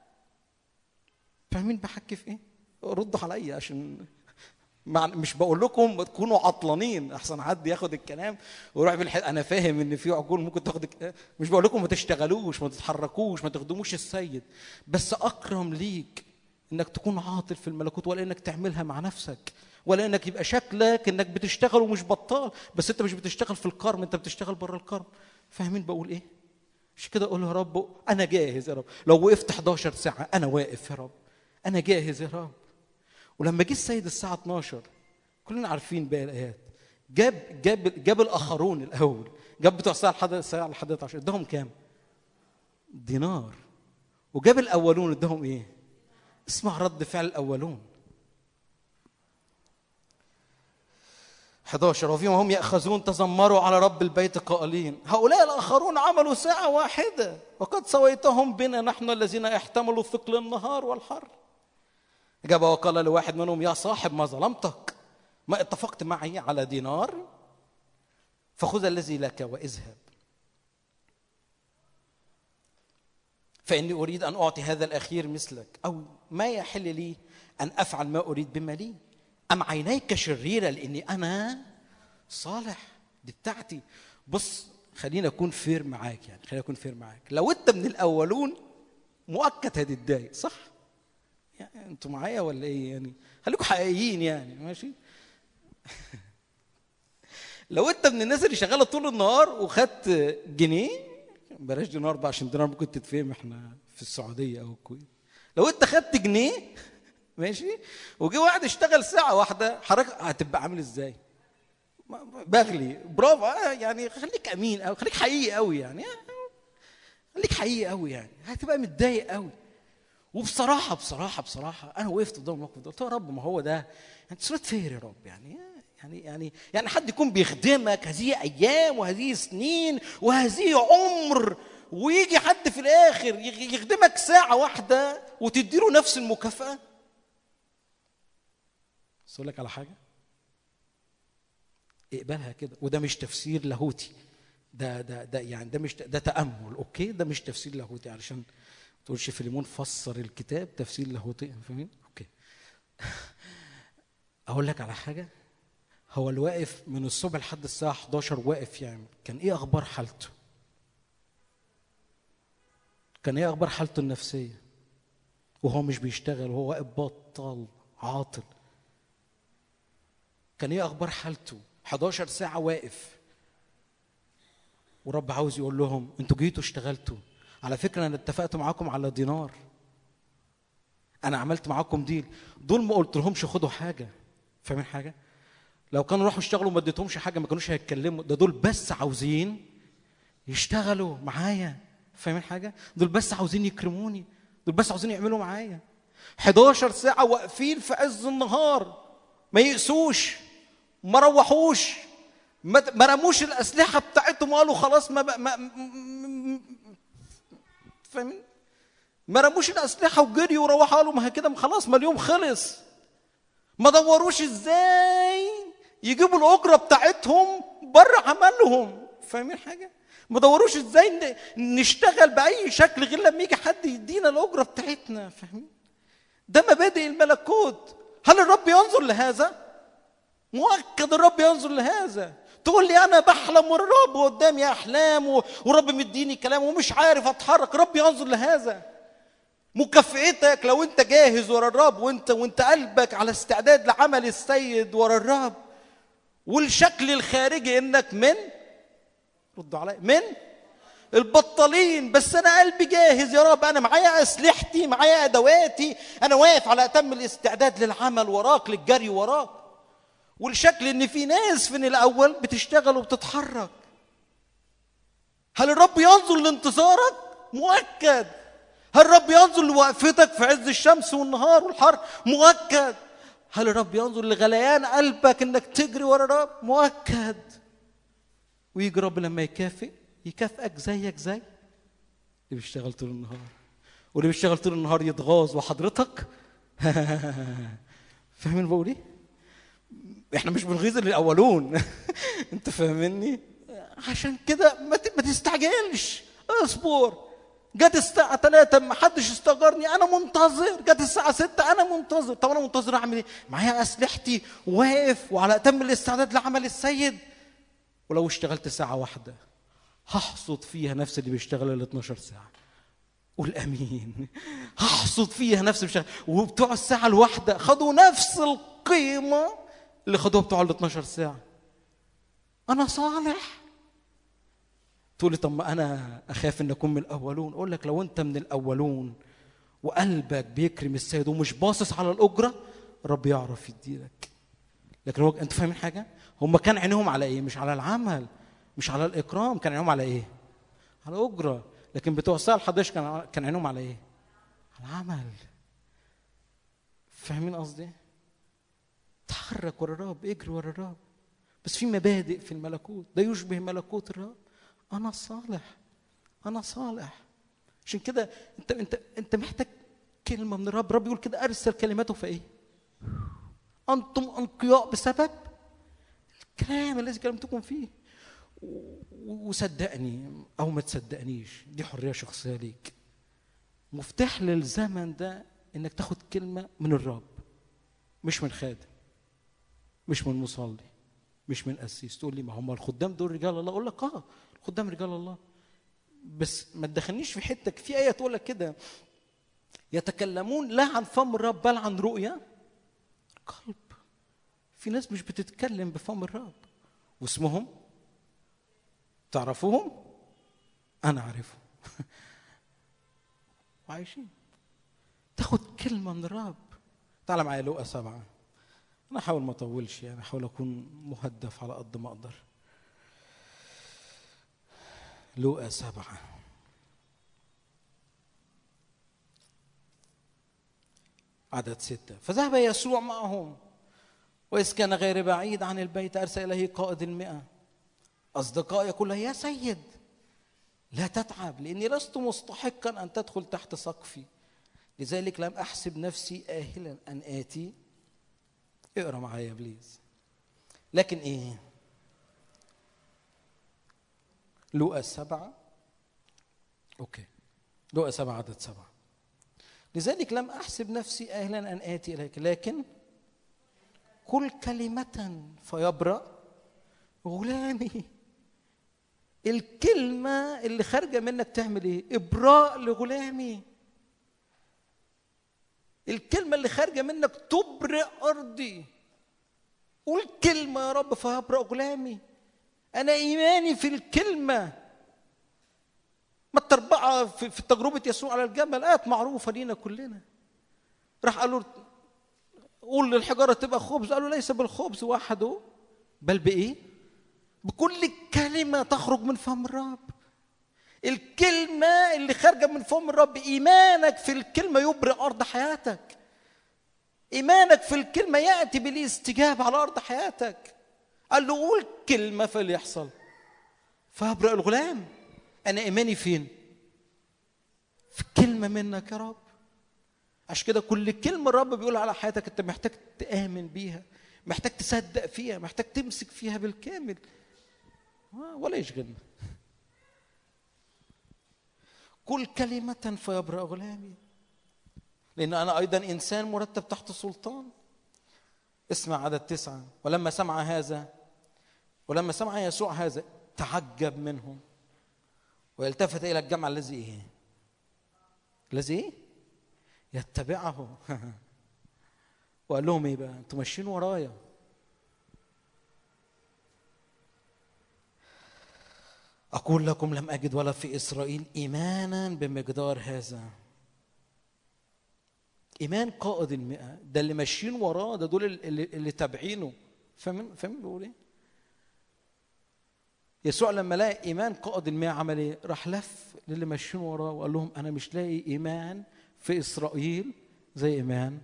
فاهمين بحكي في ايه؟ ردوا عليا، عشان مش بقول لكم تكونوا عطلانين احسن حد ياخد الكلام ويروح بالحد. انا فاهم ان في عقول ممكن تاخد، مش بقول لكم ما تشتغلوش، ما تتحركوش، ما تخدموش السيد، بس اكرم ليك انك تكون عاطل في الملكوت، ولا انك تعملها مع نفسك، ولا انك يبقى شكلك انك بتشتغل ومش بطال، بس انت مش بتشتغل في الكرم، انت بتشتغل بره الكرم. فاهمين بقول ايه؟ مش كده اقول يا رب انا جاهز يا رب، لو وقفت حداشر ساعه انا واقف يا رب، انا جاهز يا رب. ولما جه السيد الساعه اتناشر كلنا عارفين باقي الايات، جاب جاب جاب الاخرون الاول، جاب بتوع الساعه الحادية الساعه الحادية عشر اداهم كام؟ دينار. وجاب الاولون اداهم ايه؟ اسمع رد فعل الاولون. حداشر وفيهم هم يأخذون تذمروا على رب البيت قائلين هؤلاء الآخرون عملوا ساعة واحدة وقد سويتهم بنا نحن الذين احتملوا ثقل النهار والحر. جاب وقال لواحد منهم يا صاحب ما ظلمتك، ما اتفقت معي على دينار؟ فخذ الذي لك واذهب، فإني أريد أن أعطي هذا الأخير مثلك، أو ما يحل لي أن أفعل ما أريد بما لي؟ أم عينيك شريرة لأني أنا صالح؟ دي بتاعتي. بص خلينا اكون فير معاك، يعني خلينا اكون فير معاك. لو انت من الاولون مؤكد هتتضايق، صح؟ يعني انتوا معايا ولا ايه؟ يعني خليكم حقيقيين يعني، ماشي؟ لو انت من الناس اللي شغاله طول النهار وخدت جنيه، بلاش دينار بقى عشان دينار ممكن تتفهم، احنا في السعوديه او الكويت. لو انت خدت جنيه ماشي وجي واحد اشتغل ساعه واحده، حضرتك هتبقى عامل ازاي؟ بغلي. برافو. يعني خليك امين قوي، خليك حقيقي قوي، يعني خليك حقيقي قوي، يعني هتبقى متضايق قوي. وبصراحه بصراحه بصراحه انا وقفت قدام الموقف ده قلت يا رب ما هو ده انت صرت فير يا رب، يعني يعني يعني يعني حد يكون بيخدمك هذه ايام وهذه سنين وهذه عمر، ويجي حد في الاخر يخدمك ساعه واحده وتديله نفس المكافاه؟ بس اقول لك على حاجه، اقبلها كده. وده مش تفسير لاهوتي، ده ده ده يعني ده مش ده تامل، اوكي؟ ده مش تفسير لاهوتي علشان ما تقولش فيليمون فسر الكتاب تفسير لاهوتي، فاهمين؟ اوكي. اقول لك على حاجه، هو اللي واقف من الصبح لحد الساعه حداشر واقف، يعني كان ايه اخبار حالته؟ كان ايه اخبار حالته النفسيه وهو مش بيشتغل وهو واقف بطال عاطل؟ كان ايه اخبار حالته حداشر ساعه واقف؟ ورب عاوز يقول لهم انتوا جيتوا اشتغلتوا، على فكره انا اتفقت معاكم على دينار، انا عملت معاكم ديل. دول ما قلت لهمش خدوا حاجه، فاهمين حاجه؟ لو كانوا راحوا اشتغلوا وما اديتهمش حاجه ما كانوش هيتكلموا. ده دول بس عاوزين يشتغلوا معايا، فاهمين حاجه؟ دول بس عاوزين يكرموني، دول بس عاوزين يعملوا معايا. حداشر ساعه واقفين في عز النهار، ما يقسوش، ما روحوش، ما رموش الاسلحه بتاعتهم وقالوا خلاص ما, ما, ما فاهمين؟ ما رموش الاسلحه وجريوا وروحوا قالوا ما كده خلاص ما اليوم خلص. ما دوروش ازاي يجيبوا الاجره بتاعتهم بره عملهم، فاهمين حاجه؟ ما دوروش ازاي نشتغل باي شكل غير لما يجي حد يدينا الاجره بتاعتنا، فاهمين؟ ده مبادئ الملكوت. هل الرب ينظر لهذا؟ مؤكد الرب ينظر لهذا. تقول لي انا بحلم والرب قدامي احلام ورب مديني كلام ومش عارف اتحرك، رب ينظر لهذا. مكافئتك لو انت جاهز ورا الرب وانت وانت قلبك على استعداد لعمل السيد ورا الرب، والشكل الخارجي انك من ردوا علي من البطالين، بس انا قلبي جاهز يا رب، انا معايا اسلحتي معايا ادواتي، انا واقف على اتم الاستعداد للعمل وراك للجري وراك. والشكل ان في ناس من الاول بتشتغل وبتتحرك. هل الرب ينظر لانتصارك؟ مؤكد. هل الرب ينظر لوقفتك في عز الشمس والنهار والحر؟ مؤكد. هل الرب ينظر لغليان قلبك انك تجري ورا الرب؟ مؤكد. ويجي رب لما يكافئ يكافئك زيك زي اللي بيشتغل طول النهار، واللي بيشتغل طول النهار يتغاظ وحضرتك فاهمين بقول ايه؟ احنا مش بنغيظ الاولون انت فاهمني؟ عشان كده ما تستعجلش، اصبر. جت الساعة ثلاثة ما حدش استأجرني، أنا منتظر. جت الساعة ستة أنا منتظر. طب أنا منتظر أعمل إيه؟ معايا أسلحتي واقف وعلى أتم الاستعداد لعمل السيد. ولو اشتغلت ساعة واحدة هحصد فيها نفس اللي بيشتغل ال اتناشر ساعة. قول أمين. هحصد فيها نفس اللي بيشتغل. وبتوع الساعة الواحدة خدوا نفس القيمة اللي خدوها بتوع ال اتناشر ساعة. أنا صالح. تقول لي طب ما انا اخاف ان اكون من الاولون. اقول لك لو انت من الاولون وقلبك بيكرم السيد ومش باصص على الاجره، رب يعرف يديلك. لكن هو انتوا فاهمين حاجه؟ هم كان عينهم على ايه؟ مش على العمل، مش على الاكرام، كان عينهم على ايه؟ على اجره. لكن بتوع الساعه الحداشر كان كان عينهم على ايه؟ على العمل. فاهمين قصدي؟ تحرك ورا الرب، اجري ورا الرب. بس في مبادئ في الملكوت، ده يشبه ملكوت الرب. أنا صالح، أنا صالح. عشان كده أنت أنت أنت محتاج كلمة من الرب. الرب يقول كده أرسل كلماته في إيه؟ أنتم أنقياء بسبب الكلام الذي كلمتكم فيه. وصدقني أو ما تصدقنيش، دي حرية شخصية ليك. مفتاح للزمن ده إنك تاخد كلمة من الرب، مش من خادم، مش من مصلي، مش من قسيس. تقول لي ما هم الخدام دول رجال الله. اقول لك اه خدام رجال الله. بس ما تدخلنيش في حته، في ايه تقول لك كده يتكلمون لا عن فم الرب بل عن رؤيا قلب. في ناس مش بتتكلم بفم الرب، واسمهم تعرفوهم؟ انا عارفهم وعايشين. تاخد كلمه من الرب. تعال معايا لوقا سبعه. انا احاول ما اطولش، يعني احاول اكون مهدف على قد ما اقدر. لوقا سبعه عدد ستة. فذهب يسوع معهم، وإذ كان غير بعيد عن البيت أرسل إليه قائد المئة. أصدقاء يقول له يا سيد لا تتعب، لأني لست مستحقا أن تدخل تحت سقفي، لذلك لم أحسب نفسي آهلا أن آتي. اقرأ معايا بليز. لكن إيه؟ لوقا سبعة. أوكي، لوقا سبعة عدد سبعة. لذلك لم أحسب نفسي أهلا أن آتي إليك، لكن كل كلمة فيبرأ غلامي. الكلمة اللي خارجة منك تعمل إيه؟ إبراء لغلامي. الكلمة اللي خارجة منك تبرئ أرضي. قول كلمة يا رب فيبرأ غلامي. أنا إيماني في الكلمة. ما التربعة في تجربة يسوع على الجبل آيات معروفة لينا كلنا. راح قالوا قول للحجارة تبقى خبز، قالوا ليس بالخبز وحده بل بإيه؟ بكل كلمة تخرج من فم الرب. الكلمة اللي خارجة من فم الرب، إيمانك في الكلمة يبرئ أرض حياتك. إيمانك في الكلمة يأتي بالاستجابة على أرض حياتك. قال له قول كلمة فليحصل فيبرئ الغلام. أنا إيماني فين؟ في كلمة منك يا رب. عشان كده كل كلمة الرب بيقول على حياتك أنت محتاج تآمن بيها، محتاج تصدق فيها، محتاج تمسك فيها بالكامل ولا يشغلنا. كل كلمة فيبرأ غلامي، لأن أنا أيضا إنسان مرتب تحت سلطان. اسمع عدد تسعة. ولما سمع هذا ولما سمع يسوع هذا تعجب منهم، ويلتفت إلى الجمع الذي إيه؟ الذي إيه؟ يتبعه. وقال لهم إيه بقى؟ أنتوا ماشيين ورايا. أقول لكم لم أجد ولا في إسرائيل إيمانا بمقدار هذا. إيمان قائد المئة ده اللي ماشيين وراه، ده دول اللي, اللي تابعينه. فاهمين فاهمين بيقول إيه؟ يسوع لما لقى إيمان قائد المئة عمل إيه؟ راح لف للي ماشيين وراه وقال لهم أنا مش لاقي إيمان في إسرائيل زي إيمان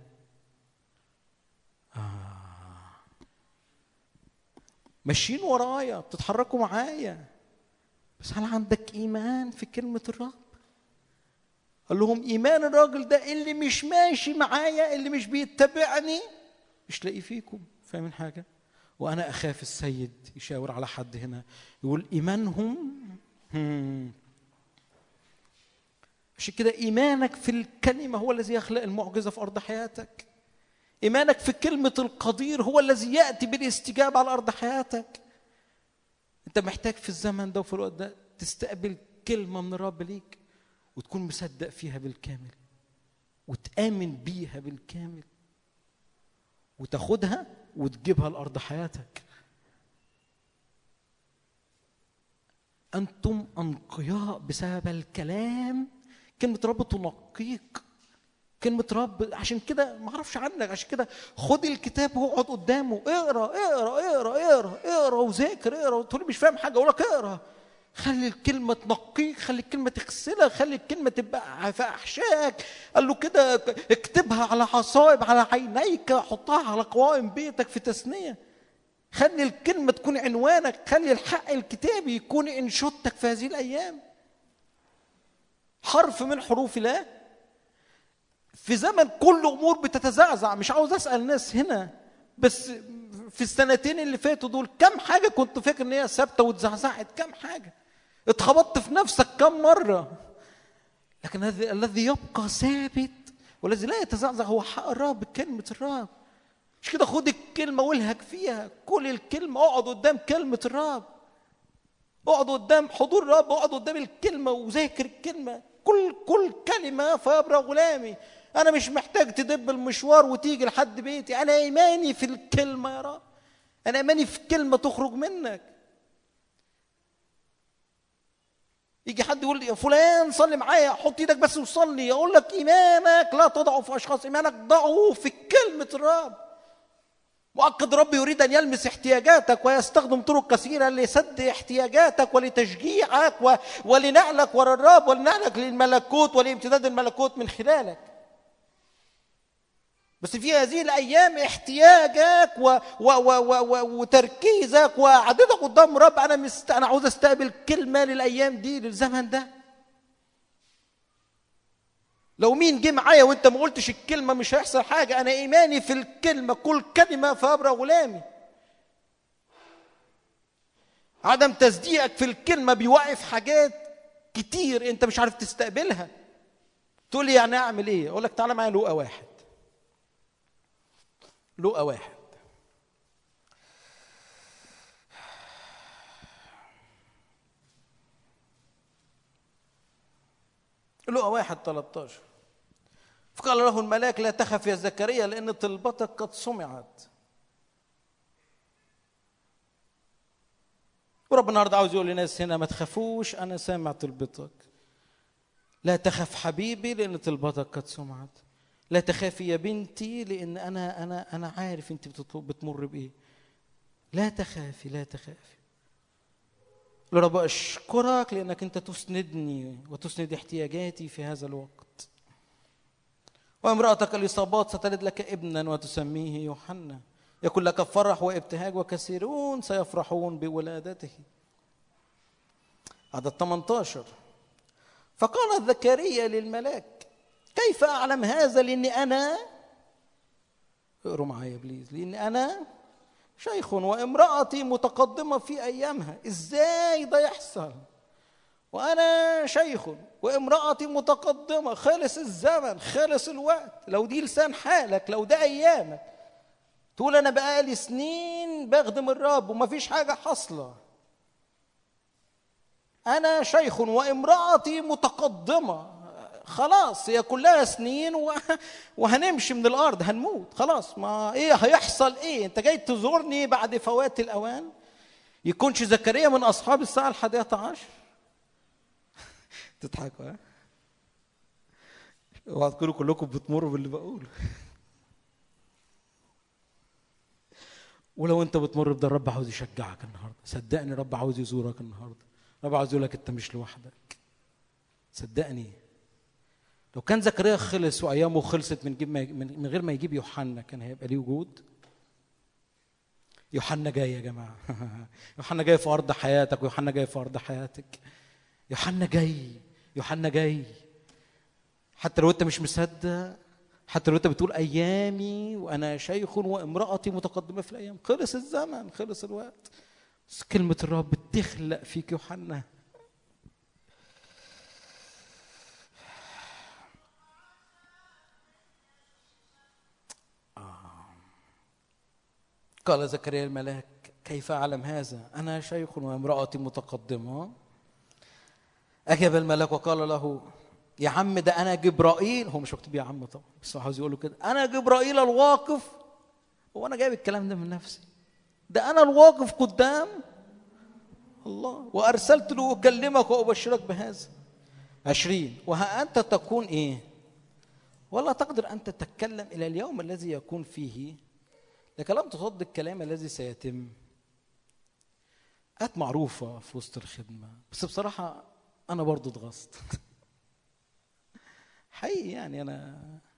آه. ماشيين ورايا، بتتحركوا معايا، بس هل عندك إيمان في كلمة الرب؟ قال لهم إيمان الراجل ده اللي مش ماشي معايا، اللي مش بيتبعني، مش لاقي فيكم. فاهمين حاجة؟ وأنا أخاف السيد يشاور على حد هنا يقول إيمانهم هم. عشان كده إيمانك في الكلمة هو الذي يخلق المعجزة في أرض حياتك. إيمانك في كلمة القدير هو الذي يأتي بالاستجابة على أرض حياتك. أنت محتاج في الزمن ده وفي الوقت ده تستقبل كلمة من الرب ليك وتكون مصدق فيها بالكامل وتآمن بيها بالكامل وتاخدها وتجيبها لأرض حياتك. أنتم أنقياء بسبب الكلام. كلمة رب تنقيك. كلمة رب عشان كده ما اعرفش عنك، عشان كده خد الكتاب واقعد قدامه اقرا اقرا اقرا اقرا اقرا وذاكر اقرا. تقول مش فاهم حاجة، اقول لك اقرا. خلي الكلمة تنقيك، خلي الكلمة تغسلك، خلي الكلمة تبقى في أحشائك. قال له كده اكتبها على حصائب على عينيك، حطها على قوائم بيتك في تثنية. خلي الكلمة تكون عنوانك، خلي الحق الكتابي يكون انشودتك في هذه الأيام. حرف من حروف الله في زمن كل أمور بتتزعزع. مش عاوز أسأل ناس هنا، بس في السنتين اللي فاتوا دول كم حاجة كنت فاكر إن هي ثابتة واتزعزعت؟ كم حاجة اتخبطت في نفسك كم مرة؟ لكن الذي يبقى ثابت والذي لا يتزعزع هو حق الرب، كلمة الرب. مش كده؟ خد الكلمة والهك فيها، كل الكلمة، اقعد قدام كلمة الرب، اقعد قدام حضور الرب، اقعد قدام الكلمه وذاكر الكلمه، كل كل كلمه فيبرأ غلامي. انا مش محتاج تدب المشوار وتيجي لحد بيتي، انا ايماني في الكلمه يا رب، انا ايماني في كلمه تخرج منك. يجي حد يقول لي يا فلان صلي معايا، حط ايدك بس وصلي، اقول لك ايمانك لا تضعه في اشخاص، ايمانك ضعه في كلمه الرب. مؤكد رب يريد ان يلمس احتياجاتك ويستخدم طرق كثيره لسد احتياجاتك ولتشجيعك و... ولنقلك ورا الرب ولنقلك للملكوت ولامتداد الملكوت من خلالك. بس في هذه الايام احتياجك و... و... و... و... و... وتركيزك وقعدتك قدام رب، انا مست... انا عاوز استقبل كلمه للايام دي للزمن ده. لو مين جه معايا وانت ما قلتش الكلمه مش هيحصل حاجه. انا ايماني في الكلمه، كل كلمه فيبرأ غلامي. عدم تصديقك في الكلمه بيوقف حاجات كتير انت مش عارف تستقبلها. تقول لي يعني اعمل ايه؟ اقول لك تعالى معايا لوقا واحد. لوقا واحد لوقا واحد ثلاثة عشر. فقال له الملاك لا تخف يا زكريا لأن طلبتك قد سمعت. ورب النهارده عاوز يقول للناس هنا ما تخافوش، أنا سامع طلبتك. لا تخف حبيبي لأن طلبتك قد سمعت. لا تخافي يا بنتي لأن أنا أنا أنا عارف أنت بتمر بإيه. لا تخافي لا تخافي. رب أشكرك لأنك أنت تسندني وتسند احتياجاتي في هذا الوقت. وامرأتك الإصابات ستلد لك ابنا وتسميه يوحنا، يكون لك فرح وابتهاج وكثيرون سيفرحون بولادته. عدد ثمانية عشر. فقال زكريا للملاك كيف أعلم هذا لأني أنا، اقروا معايا بليز، لأني أنا شيخ وامرأتي متقدمة في أيامها. إزاي ده يحصل وأنا شيخ وامرأتي متقدمة؟ خلص الزمن، خلص الوقت. لو دي لسان حالك، لو ده أيامك، تقول أنا بقالي سنين بخدم الرب ومفيش حاجة حصلة. أنا شيخ وامرأتي متقدمة، خلاص هي كلها سنين وهنمشي من الارض، هنموت خلاص. ما ايه هيحصل؟ ايه انت جاي تزورني بعد فوات الاوان؟ يكونش زكريا من اصحاب الساعه الحادية عشر؟ تضحكوا ها؟ اوعوا تكونوا كلكم بتمروا باللي بقوله. ولو انت بتمر بده الرب عاوز يشجعك النهارده، صدقني الرب عاوز يزورك النهارده. الرب عاوز يقول لك انت مش لوحدك، صدقني. لو كان زكريا خلص وايامه خلصت من, من غير ما يجيب يوحنا كان هيبقى ليه وجود؟ يوحنا جاي يا جماعه. يوحنا جاي في ارض حياتك، ويوحنا جاي في ارض حياتك. يوحنا جاي، يوحنا جاي. حتى لو انت مش مصدق، حتى لو انت بتقول ايامي وانا شيخ وامرأتي متقدمه في الايام، خلص الزمن، خلص الوقت. بس كلمه الرب بتخلق فيك يوحنا. قال زكريا الملاك كيف أعلم هذا أنا شيخ وامرأتي متقدمة؟ أجاب الملاك وقال له يا عم ده أنا جبرائيل. هو مش مكتوب يا عم طبعا، بس هو عاوز يقول له كده، أنا جبرائيل الواقف. هو أنا جايب الكلام ده من نفسي؟ ده أنا الواقف قدام الله وأرسلت له أكلمك وأبشرك بهذا. عشرين. وها أنت تكون إيه؟ ولا تقدر أن تتكلم إلى اليوم الذي يكون فيه، لك لم تصدق الكلام الذي سيتم. آيات معروفة في وسط الخدمة، بس بصراحة أنا برضو اتغصت. حقيقي يعني أنا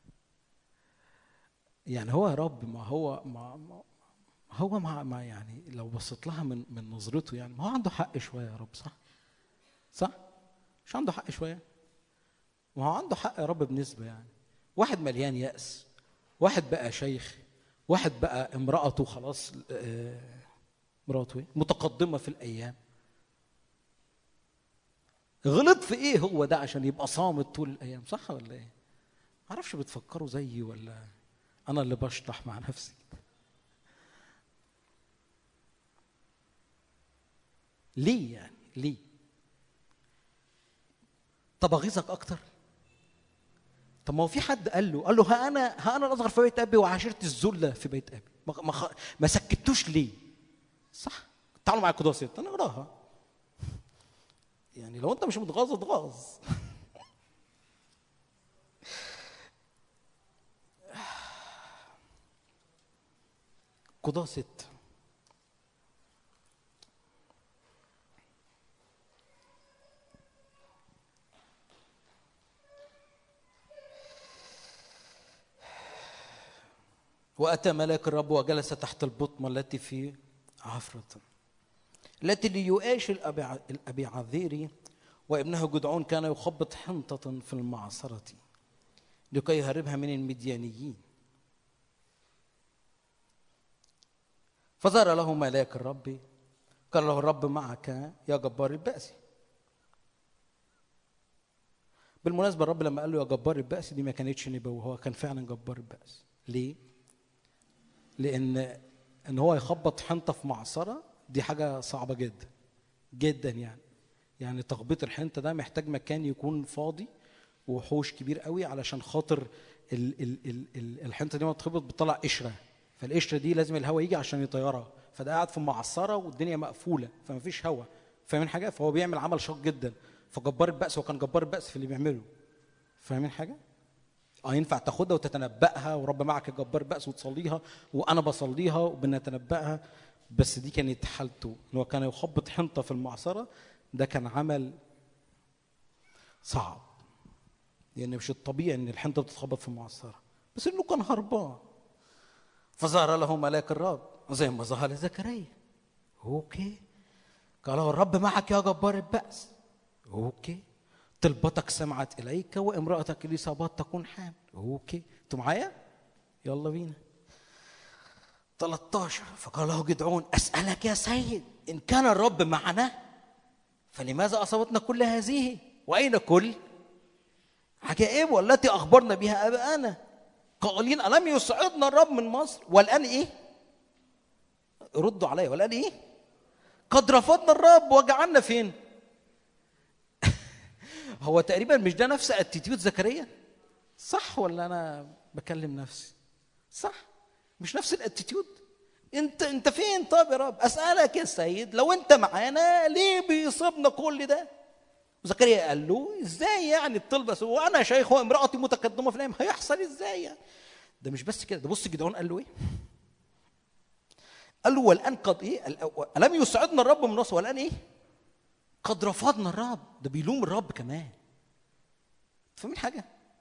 يعني هو يا رب، ما هو ما, ما هو ما, ما يعني لو بصيت لها من من نظرته يعني ما هو عنده حق شوية يا رب، صح؟ صح؟ مش عنده حق شوية؟ ما هو عنده حق يا رب بنسبة. يعني واحد مليان يأس، واحد بقى شيخ، واحد بقى امرأته خلاص مراته متقدمة في الأيام. غلط في إيه هو ده عشان يبقى صامت طول الأيام؟ صح ولا إيه؟ معرفش بتفكروا زيي ولا أنا اللي بشطح مع نفسي. ليه يعني؟ ليه؟ طب اغيظك اكتر؟ طب ما هو في حد قال له قال له ها انا ها انا الاصغر في بيت ابي وعاشرت الذله في بيت ابي، ما ما, ما سكتوش ليه؟ صح؟ تعالوا معايا كده ست انا اقراها، يعني لو انت مش متغاظ اتغاظ. قضاة ست. وأتى ملاك الرب وجلس تحت البطمة التي في عفرة التي ليؤاش الأبي عذيري وابنه جدعون كان يخبط حنطة في المعصرة لكي يهربها من المديانيين. فظهر له ملاك الرب قال له الرب معك يا جبار البأس. بالمناسبة الرب لما قال له يا جبار البأس دي ما كانتش نبوة، هو كان فعلا جبار البأس. ليه؟ لأن إن هو يخبط حنطة في معصرة دي حاجة صعبة جدا جدا، يعني يعني تخبيط الحنطة ده محتاج مكان يكون فاضي وحوش كبير قوي علشان خاطر ال ال ال ال الحنطة دي ما تخبط بتطلع قشرة، فالقشرة دي لازم الهواء يجي عشان يطيرها، فده قاعد في معصرة والدنيا مقفولة فما فيش هواء، فاهمين حاجة؟ فهو بيعمل عمل شاق جدا، فجبار البأس هو كان جبار البأس في اللي بيعمله، فاهمين حاجة؟ اه ينفع تاخدها وتتنبأها ورب معك جبار بأس وتصليها وانا بصليها وبنتنبأها، بس دي كانت حالته ان هو كان يخبط حنطه في المعصره، ده كان عمل صعب لان يعني مش الطبيعي ان الحنطه بتتخبط في المعصره، بس انه كان هربان. فظهر له ملاك الرب زي ما ظهر لزكريا. اوكي قال له الرب معك يا جبار البأس. اوكي طلبتك سمعت اليك وامرأتك اليصابات تكون حامل. اوكي انتوا معايا؟ يلا بينا. ثلاثة عشر فقال له جدعون اسألك يا سيد ان كان الرب معنا فلماذا اصابتنا كل هذه واين كل عجائب والتي اخبرنا بها اباءنا قائلين الم يصعدنا الرب من مصر والان ايه؟ ردوا عليا والان ايه؟ قد رفضنا الرب وجعلنا فين؟ هو تقريبا مش ده نفس اتيتيود زكريا؟ صح ولا انا بكلم نفسي؟ صح؟ مش نفس الاتيتيود؟ انت انت فين طب يا رب؟ اسالك يا سيد لو انت معانا ليه بيصيبنا كل ده؟ زكريا قال له ازاي يعني الطلبه وانا شيخ وامراتي متقدمه في الايام هيحصل ازاي يعني؟ ده مش بس كده، ده بص جدعون قال له ايه؟ قال له والان قد ايه؟ الم يسعدنا الرب من مصر والان ايه؟ قد رفضنا الرب. ده بيلوم الرب كمان. فاهمين حاجه؟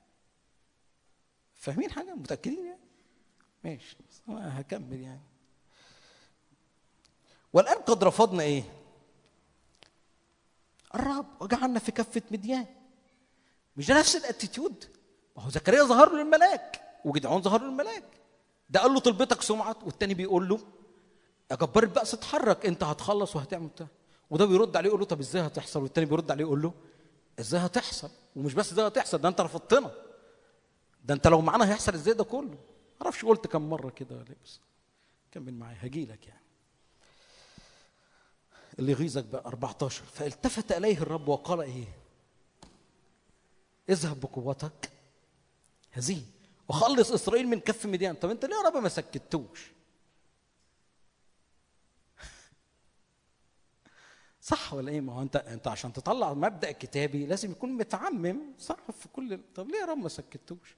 فاهمين حاجه؟ متاكدين يعني؟ ماشي انا هكمل يعني. والان قد رفضنا ايه؟ الرب وجعلنا في كفه مديان. مش ده نفس الاتيتيود؟ ما هو زكريا ظهر له الملاك وجدعون ظهر له الملاك. ده قال له طلبتك سمعت، والتاني بيقول له يا جبار البأس اتحرك انت هتخلص وهتعمل بتاع. وده بيرد عليه يقول له طب ازاي هتحصل؟ والتاني بيرد عليه يقول له ازاي هتحصل؟ ومش بس ازاي هتحصل، ده انت رفضتنا، ده انت لو معانا هيحصل ازاي ده كله؟ معرفش قلت كم مره كده ولا بس كمل معايا هجيلك يعني. اللي يغيظك بقى أربعة عشر فالتفت اليه الرب وقال ايه؟ اذهب بقوتك هذه وخلص اسرائيل من كف مديان. طب انت ليه يا رب ما سكتوش؟ صح ولا ايه؟ ما هو انت انت عشان تطلع مبدأ كتابي لازم يكون متعمم صح في كل. طب ليه يا رب ما سكتوش؟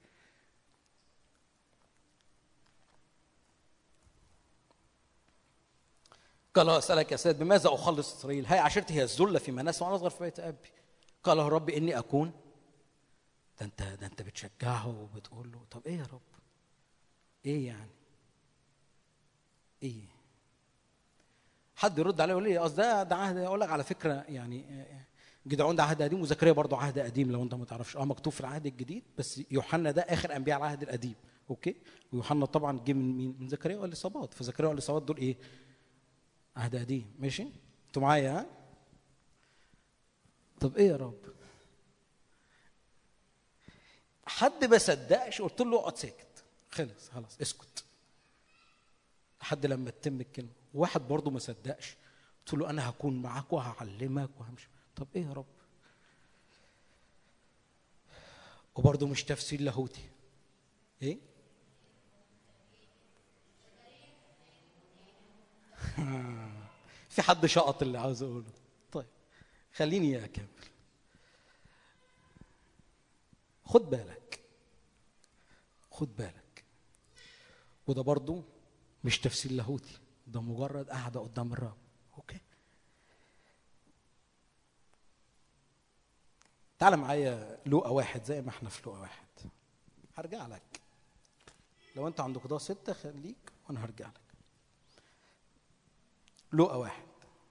قال اسالك يا سيد بماذا اخلص اسرائيل؟ هاي عشيرتي هي الذله في مناس وانا اصغر في بيت ابي. قال له رب اني اكون. ده انت ده انت بتشجعه وبتقول له طب ايه يا رب؟ ايه يعني؟ ايه؟ حد يرد عليه يقول لي اصل ده ده عهد. اقول لك على فكره يعني جدعون ده عهد قديم وزكريا برضه عهد قديم لو انت ما تعرفش. اه مكتوب في العهد الجديد بس يوحنا ده اخر انبياء العهد القديم. اوكي ويوحنا طبعا جه من مين؟ من زكريا واليصابات. فزكريا واليصابات دول ايه؟ عهد قديم. ماشي انتوا معايا ها؟ طب ايه يا رب؟ حد ما صدقش قلت له اقعد ساكت خلص خلاص اسكت لحد لما تتم الكلمه. واحد برضه ما صدقش قلت له انا هكون معاك وهعلمك وهمشي. طب ايه يا رب؟ وبرضه مش تفسير لاهوتي. ايه؟ في حد شقط اللي عاوز اقوله. طيب خليني اكمل. خد بالك خد بالك وده برضو مش تفسير لاهوتي، ده مجرد قاعده قدام الرب. اوكي تعال معايا لوقا واحد زي ما احنا في لوقا واحد. هرجع لك لو انت عندك قضاء ستة خليك وانا هرجع لك. لوقا واحد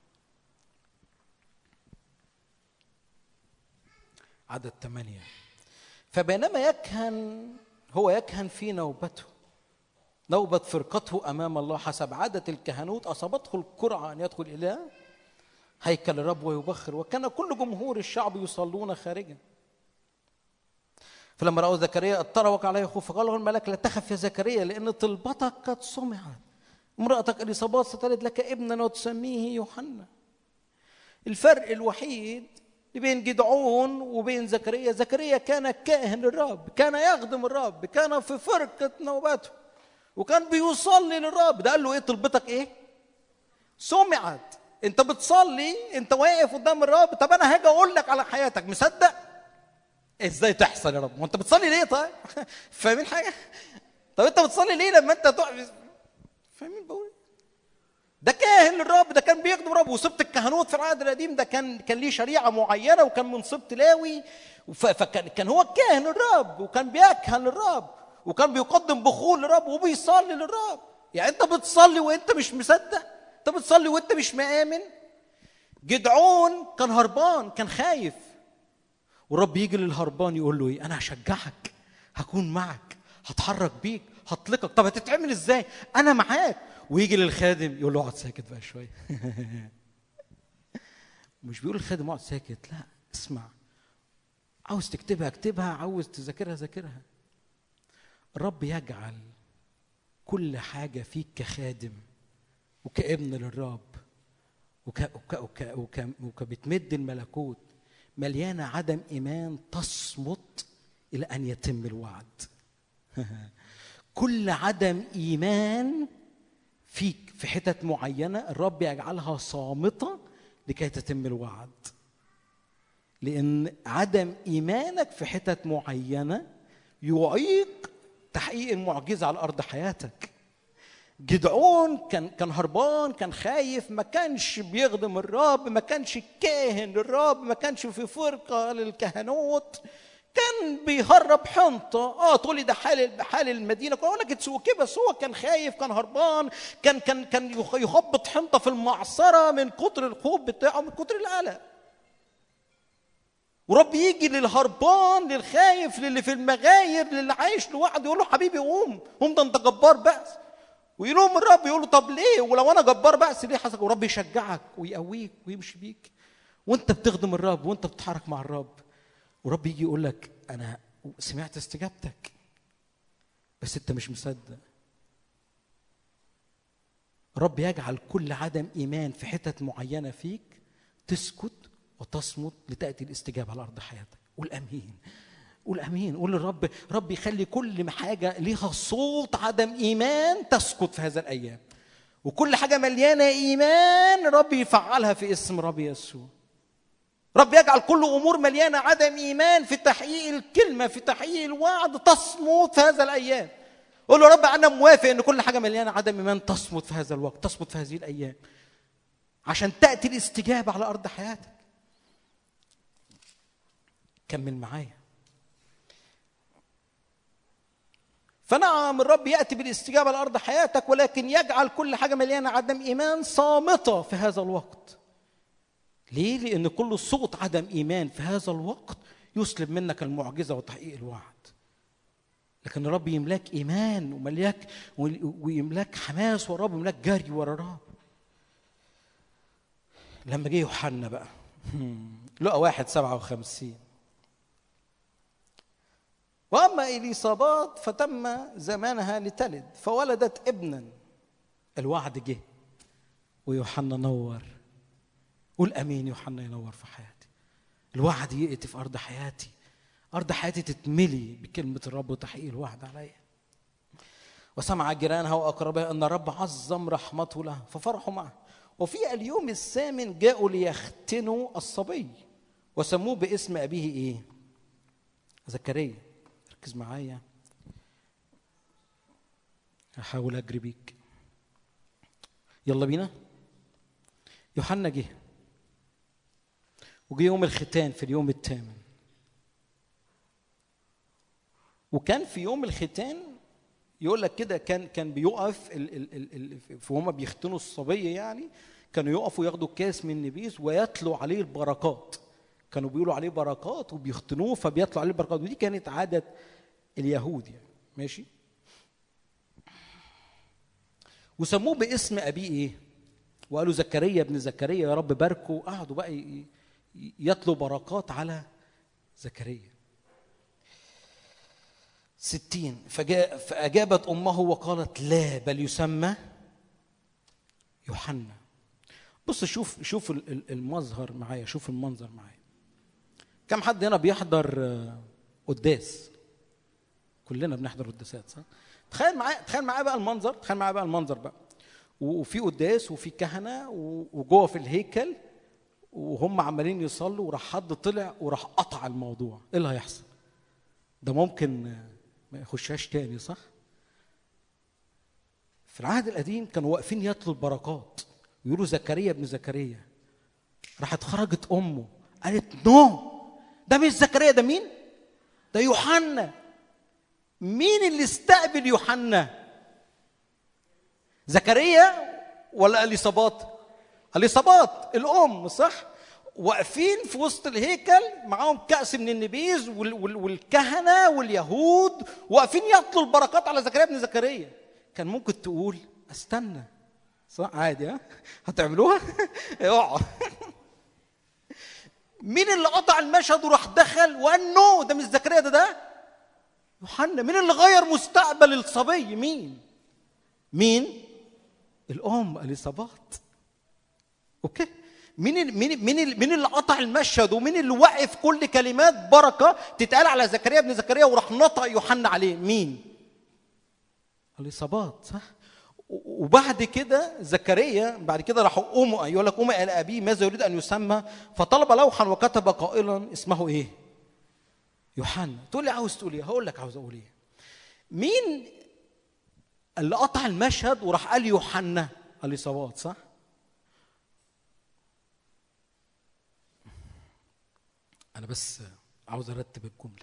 عدد ثمانية. فبينما يكهن هو يكهن في نوبته نوبة فرقته أمام الله حسب عادة الكهنوت، أصابته القرعة أن يدخل إلى هيكل الرب ويبخر، وكان كل جمهور الشعب يصلون خارجا. فلما رأوا زكريا اضطر وقع عليه خوف، فقال له الملك لا تخف يا زكريا لأن طلبتك قد سمعت، امرأتك إليصابات ستلد لك ابنا وتسميه يوحنا. الفرق الوحيد بين جدعون وبين زكريا، زكريا كان كاهن الرب، كان يخدم الرب، كان في فرقة نوبته وكان بيصلي للرب. ده قال له ايه طلبتك ايه؟ سمعت. انت بتصلي، انت واقف قدام الرب. طب انا هاجي اقول لك على حياتك، مصدق؟ ازاي تحصل يا رب؟ وانت بتصلي ليه؟ طيب فاهمين حاجه؟ طب انت بتصلي ليه لما انت تقف؟ فاهمين بقول؟ ده كاهن للرب، ده كان بيخدم الرب. وسبط الكهنوت في العهد القديم ده كان كان ليه شريعه معينه، وكان من سبط لاوي، فكان كان هو كاهن الرب وكان بيكهن للرب وكان بيقدم بخور للرب وبيصلي للرب. يعني انت بتصلي وانت مش مصدق؟ انت بتصلي وانت مش مآمن؟ جدعون كان هربان، كان خايف، والرب يجي للهربان يقول له ايه؟ انا هشجعك، هكون معك، هتحرك بيك، هطلقك. طب هتتعمل ازاي؟ انا معاك. ويجي للخادم يقول له اقعد ساكت بقى شويه. مش بيقول الخادم اقعد ساكت، لا اسمع، عاوز تكتبها اكتبها، عاوز تذاكرها ذاكرها. الرب يجعل كل حاجه فيك كخادم وكابن للرب وك وك وك وك وكبتمد الملكوت مليانه عدم ايمان تصمت الى ان يتم الوعد. كل عدم ايمان فيك في حتت معينه الرب يجعلها صامته لكي تتم الوعد. لان عدم ايمانك في حتت معينه يعيق تحقيق المعجزه على ارض حياتك. جدعون كان كان هربان، كان خايف، ما كانش بيخدم الرب، ما كانش كاهن للرب، ما كانش في فرقه للكهنوت، كان بيهرب حنطه. اه تقولي ده حال حال المدينه، كنت اقول لك تسوق كده، بس هو كان خايف، كان هربان، كان كان كان يخبط حنطه في المعصره من كتر الخوف بتاعه، من كتر القلق. ورب يجي للهربان، للخايف، للي في المغاير، للي عايش لوحده، يقول له حبيبي قوم قوم، ده انت جبار بأس. ويقول لهم الرب، يقول له طب ليه؟ ولو انا جبار بأس ليه حصل؟ ورب يشجعك ويقويك ويمشي بيك وانت بتخدم الرب وانت بتتحرك مع الرب. ورب يجي يقول لك انا سمعت استجابتك بس انت مش مصدق. رب يجعل كل عدم ايمان في حتت معينه فيك تسكت وتصمت لتاتي الاستجابه على ارض حياتك. قول امين، قول امين، قول للرب رب يخلي كل حاجه ليها صوت عدم ايمان تسكت في هذا الايام، وكل حاجه مليانه ايمان رب يفعلها في اسم رب يسوع. رب يجعل كل امور مليانه عدم ايمان في تحقيق الكلمه، في تحقيق الوعد، تصمت في هذا الايام. قول له رب انا موافق ان كل حاجه مليانه عدم ايمان تصمت في هذا الوقت، تصمت في هذه الايام، عشان تاتي الاستجابه على ارض حياتك. كمل معايا. فنعم الرب ياتي بالاستجابه على ارض حياتك، ولكن يجعل كل حاجه مليانه عدم ايمان صامته في هذا الوقت. ليه؟ لأن كل صوت عدم إيمان في هذا الوقت يسلب منك المعجزة وتحقيق الوعد. لكن الرب يملاك إيمان وملاك ويملاك حماس، والرب يملاك جري ورا الرب. لما جه يوحنا بقى لقى واحد سبعة وخمسين. وأما إليصابات فتم زمانها لتلد فولدت ابنا. الوعد جه ويوحنا نور قول امين. يوحنا ينور في حياتي، الوعد يأتي في ارض حياتي، ارض حياتي تتملي بكلمه الرب وتحقيق الوعد عليا. وسمع جيرانها واقربائها ان الرب عظم رحمته له ففرحوا معه. وفي اليوم الثامن جاءوا ليختنوا الصبي وسموه باسم ابيه ايه؟ زكريا. ركز معايا، هحاول اجري بيك. يلا بينا. يوحنا جه وجه يوم الختان في اليوم الثامن، وكان في يوم الختان يقول لك كده كان كان بيقف ال ال ال فهم بيختنوا الصبي، يعني كانوا يقفوا ياخدوا كاس من النبيذ ويتلوا عليه البركات. كانوا بيقولوا عليه بركات وبيختنوه فبيطلع عليه البركات، ودي كانت عادة اليهود يعني. ماشي. وسموه باسم ابيه ايه؟ وقالوا زكريا ابن زكريا، يا رب باركه. قعدوا بقى يتلوا بركات على زكريا. ستين فجاء فأجابت أمه وقالت لا بل يسمى يوحنا. بص شوف شوف المظهر معايا، شوف المنظر معايا. كم حد هنا بيحضر قداس؟ كلنا بنحضر قداسات صح؟ تخيل معايا تخيل معايا بقى المنظر، تخيل معايا بقى المنظر بقى. وفي قداس وفي كهنة وجوه في الهيكل وهم عمالين يصلوا، وراح حد طلع وراح قطع الموضوع. ايه اللي هيحصل؟ ده ممكن ما يخشهاش تاني صح؟ في العهد القديم كانوا واقفين يتلوا البركات ويقولوا زكريا ابن زكريا. راحت خرجت امه قالت نو، ده مش زكريا، ده مين؟ ده يوحنا. مين اللي استقبل يوحنا؟ زكريا ولا اليصابات؟ اليصابات الام صح؟ واقفين في وسط الهيكل معاهم كأس من النبيذ والكهنة واليهود واقفين يطلوا البركات على زكريا ابن زكريا. كان ممكن تقول استنى صح عادي، ها هتعملوها اوعوا. مين اللي قطع المشهد وراح دخل وقال نو ده مش زكريا، ده ده يوحنا؟ مين اللي غير مستقبل الصبي؟ مين؟ مين؟ الام اليصابات. اوكي. مين مين مين مين اللي قطع المشهد ومين اللي وقف كل كلمات بركه تتقال على زكريا ابن زكريا وراح نطق يوحنا عليه؟ مين؟ اليصابات صح. وبعد كده زكريا بعد كده راحوا قوموا يقول لك قوم الى ابيه ماذا يريد ان يسمى، فطلب لوحا وكتب قائلا اسمه ايه؟ يوحنا. تقول لي عاوز تقول ايه؟ هقول لك عاوز اقول ايه. مين اللي قطع المشهد وراح قال يوحنا؟ اليصابات صح. أنا بس عاوز أرتب الجملة.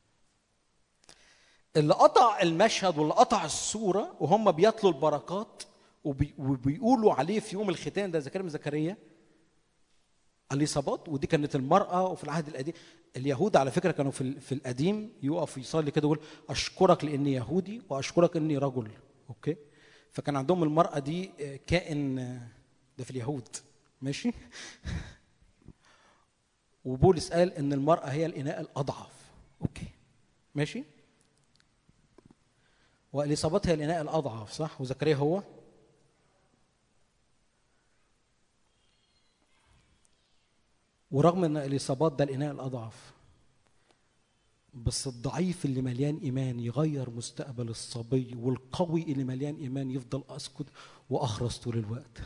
اللي قطع المشهد واللي قطع الصورة وهم بيطلوا البركات وبي وبيقولوا عليه في يوم الختان ده زكريا بن زكريا اليصابات. ودي كانت المرأة. وفي العهد القديم اليهود على فكرة كانوا في في القديم يقف يصلي كده يقول أشكرك لأني يهودي وأشكرك إني رجل. أوكي. فكان عندهم المرأة دي كائن، ده في اليهود ماشي. وبولس قال ان المرأة هي الإناء الأضعف. اوكي ماشي. واليصابات هي الإناء الأضعف صح. وزكريا هو ورغم ان اليصابات ده الإناء الأضعف بس الضعيف اللي مليان إيمان يغير مستقبل الصبي، والقوي اللي مليان إيمان يفضل أسكت وأخرس طول الوقت.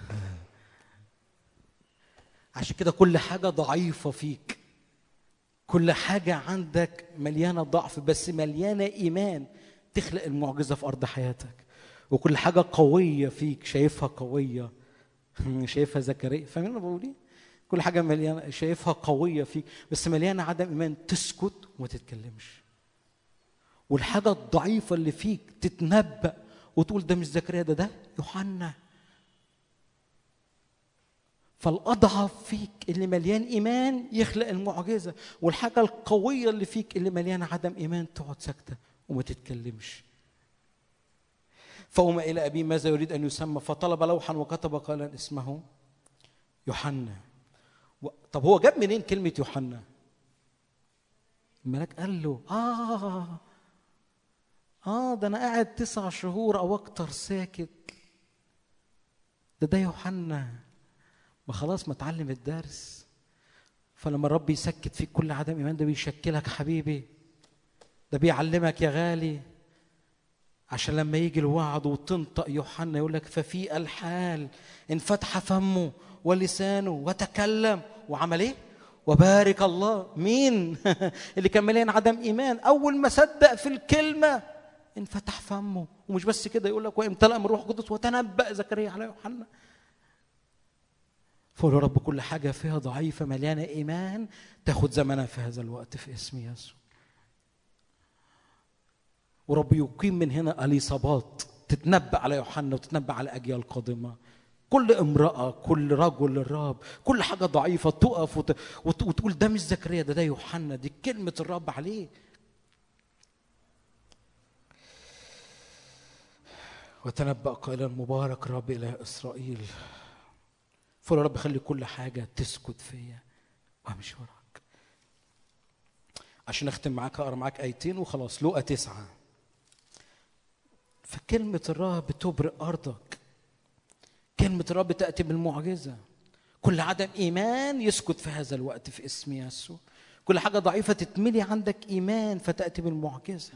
عشان كده كل حاجة ضعيفة فيك، كل حاجة عندك مليانة ضعف بس مليانة إيمان تخلق المعجزة في أرض حياتك. وكل حاجة قوية فيك شايفها قوية، شايفها زكريا. فاهمين أنا بقول إيه؟ كل حاجة مليانة شايفها قوية فيك بس مليانة عدم إيمان تسكت وما تتكلمش. والحاجة الضعيفة اللي فيك تتنبأ وتقول ده مش زكريا، ده ده يوحنا. فالأضعف فيك اللي مليان إيمان يخلق المعجزة، والحاجة القوية اللي فيك اللي مليانة عدم إيمان تقعد ساكتة وما تتكلمش. فأوم إلى أبيه ماذا يريد أن يسمى، فطلب لوحا وكتب قال اسمه يوحنا. طب هو جاب منين كلمة يوحنا؟ الملاك قال له آه آه ده أنا قاعد تسع شهور أو أكتر ساكت، ده ده يوحنا. ما خلاص ما اتعلم الدرس. فلما الرب يسكت فيك كل عدم ايمان ده بيشكلك حبيبي، ده بيعلمك يا غالي، عشان لما يجي الوعد وتنطق يوحنا يقول لك ففي الحال انفتح فمه ولسانه وتكلم وعمل ايه؟ وبارك الله. مين؟ اللي كان مليان عدم ايمان اول ما صدق في الكلمه انفتح فمه. ومش بس كده، يقول لك وامتلأ من روح القدس وتنبأ زكريا على يوحنا. فقول يا رب كل حاجه فيها ضعيفه مليانه ايمان تاخد زمنها في هذا الوقت في اسم يسوع. ورب يقيم من هنا اليصابات تتنبأ على يوحنا وتتنبأ على اجيال قادمه. كل امراه، كل رجل للرب، كل حاجه ضعيفه تقف وت... وت... وتقول ده مش زكريا، ده ده يوحنا، دي كلمه الرب عليه. وتنبأ قائلا مبارك رب إله إسرائيل. فقول يا رب خلي كل حاجة تسكت فيا وامشي وراك. عشان اختم معاك اقرا معاك ايتين وخلاص. لوقا تسعة. فكلمة الرب بتبرق أرضك، كلمة الرب تأتي بالمعجزة. كل عدم إيمان يسكت في هذا الوقت في اسم يسوع. كل حاجة ضعيفة تتملي عندك إيمان فتأتي بالمعجزة.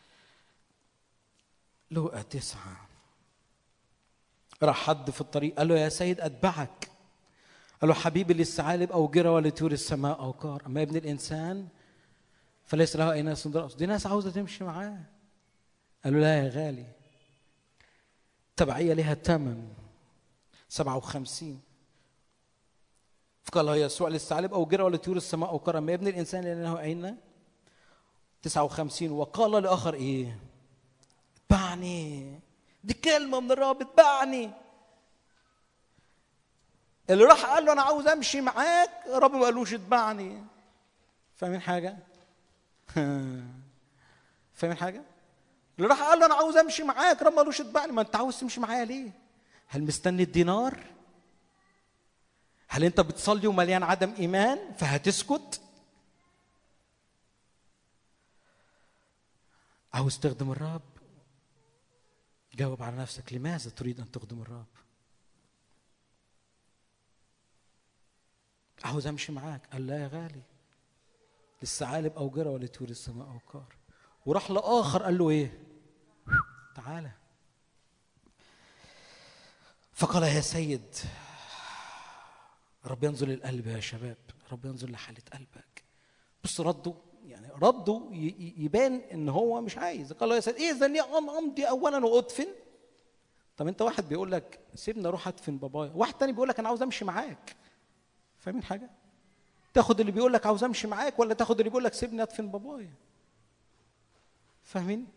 لوقا تسعة. راح حد في الطريق قال له يا سيد أتبعك. قال له حبيبي للثعالب أوجرة ولطيور السماء أوقار، أما ابن الإنسان فليس له أي ناس رأس. دي ناس عاوزة تمشي معاه. قال له لا يا غالي، تبعية لها ثمن سبعة وخمسين. فقال له يسوع للثعالب أوجرة ولطيور السماء أوقار، أما ابن الإنسان له أين تسعة وخمسين. وقال لآخر إيه؟ اتبعني. دي كلمة من الرب، اتبعني. اللي راح قال له أنا عاوز أمشي معاك، الرب ما قالوش اتبعني. فاهمين حاجة؟ فاهمين حاجة؟ اللي راح قال له أنا عاوز أمشي معاك، الرب ما قالوش اتبعني. ما أنت عاوز تمشي معايا ليه؟ هل مستني الدينار؟ هل أنت بتصلي ومليان عدم إيمان فهتسكت؟ عاوز تخدم الرب؟ جاوب على نفسك، لماذا تريد أن تخدم الرب؟ عاوز أمشي معاك. قال لا يا غالي، للثعالب أوجرة ولطيور السماء أوقار. وراح لآخر قال له إيه؟ تعالى. فقال يا سيد، رب ينظر للقلب يا شباب، رب ينظر لحالة قلبك. بص رده، يعني رده يبان ان هو مش عايز. قال له يا سيد اذا لي ان امضي اولا وادفن. طب انت واحد بيقول لك سيبني اروح ادفن بابايا، واحد تاني بيقول لك انا عاوز امشي معاك. فاهمين حاجه؟ تاخد اللي بيقول لك عاوز امشي معاك ولا تاخد اللي بيقول لك سيبني ادفن بابايا؟ فاهمين؟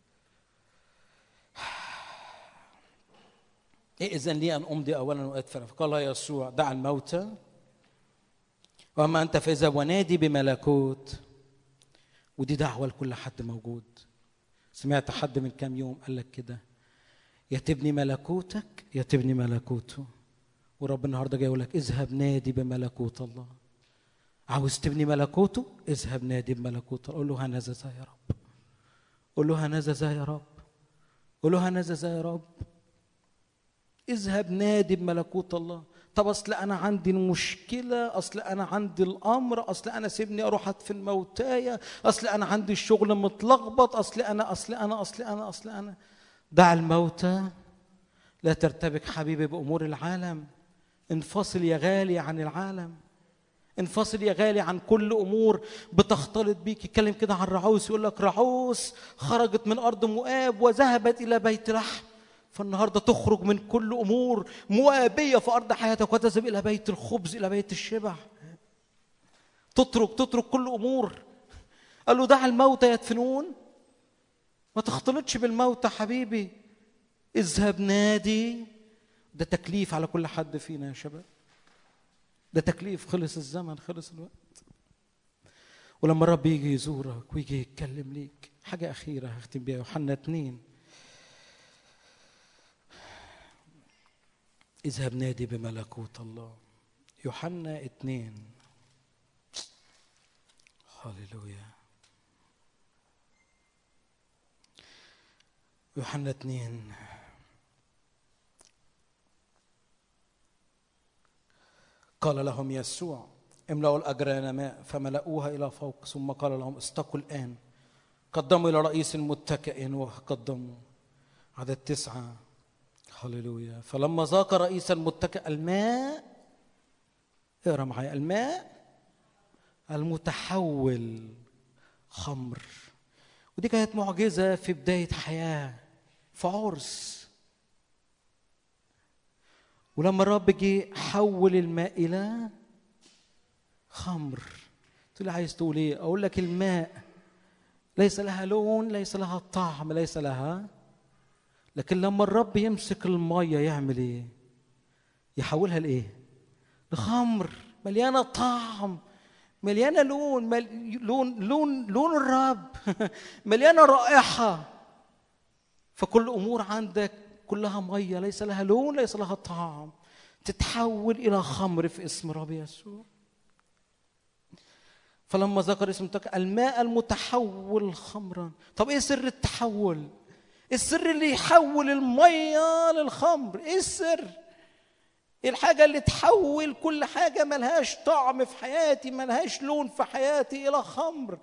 إيه إذن لي أن أمضي أولا وأدفن. فقال يسوع دع الموتى وأما أنت فإذا ونادي بملكوت. ودي دعوة لكل حد موجود. سمعت حد من كام يوم قال لك كده، يا تبني ملكوتك يا تبني ملكوته. ورب النهارده جاي يقول لك اذهب نادي بملكوت الله. عاوز تبني ملكوته؟ اذهب نادي بملكوت الله. قول له هنذا ذا يا رب، قول له هنذا ذا يا رب، قول له هنذا ذا يا رب. اذهب نادي بملكوت الله. طب اصل انا عندي المشكله، اصل انا عندي الامر، اصل انا سيبني اروح ادفن موتايا، اصل انا عندي الشغل متلخبط، اصل انا اصل انا اصل انا اصل انا. دع الموتى، لا ترتبك حبيبي بامور العالم. انفصل يا غالي عن العالم، انفصل يا غالي عن كل امور بتختلط بيك. يتكلم كده عن رعوس، يقول لك رعوس خرجت من ارض مؤاب وذهبت الى بيت لحم. فالنهارده تخرج من كل امور مؤابيه في ارض حياتك وتذهب الى بيت الخبز، الى بيت الشبع. تترك تترك كل امور. قال له دع الموتى يدفنون. ما تختلطش بالموتى حبيبي، اذهب نادي. ده تكليف على كل حد فينا يا شباب، ده تكليف. خلص الزمن، خلص الوقت. ولما الرب يجي يزورك ويجي يتكلم ليك، حاجه اخيره هختم بيها، يوحنا اتنين. اذهب نادي بملكوت الله. يوحنا اتنين. هللويا. يوحنا اتنين فقال لهم يسوع املأوا الأجران ماء، فملأوها إلى فوق، ثم قال لهم استقوا الآن. قدموا إلى رئيس متكئ وقدموا. عدد تسعة. هللويا. فلما ذاق رئيس المتكئ الماء، اقرأ معايا، الماء المتحول خمر. ودي كانت معجزة في بداية حياة، في عرس. ولما الرب جه حول الماء إلى خمر. تقول لي عايز تقول ايه؟ اقول لك الماء ليس لها لون، ليس لها طعم، ليس لها، لكن لما الرب يمسك الميه يعمل ايه؟ يحولها لايه؟ لخمر مليانه طعم، مليانه لون، مل... لون لون لون الرب مليانه رائحه. فكل امور عندك كلها ميه، ليس لها لون، ليس لها طعم، تتحول الى خمر في اسم رب يسوع. فلما ذكر اسم الماء المتحول خمرا. طب ايه سر التحول؟ السر اللي يحول الميه للخمر. ايه السر؟ الحاجه اللي تحول كل حاجه ملهاش طعم في حياتي، ملهاش لون في حياتي، الى خمر.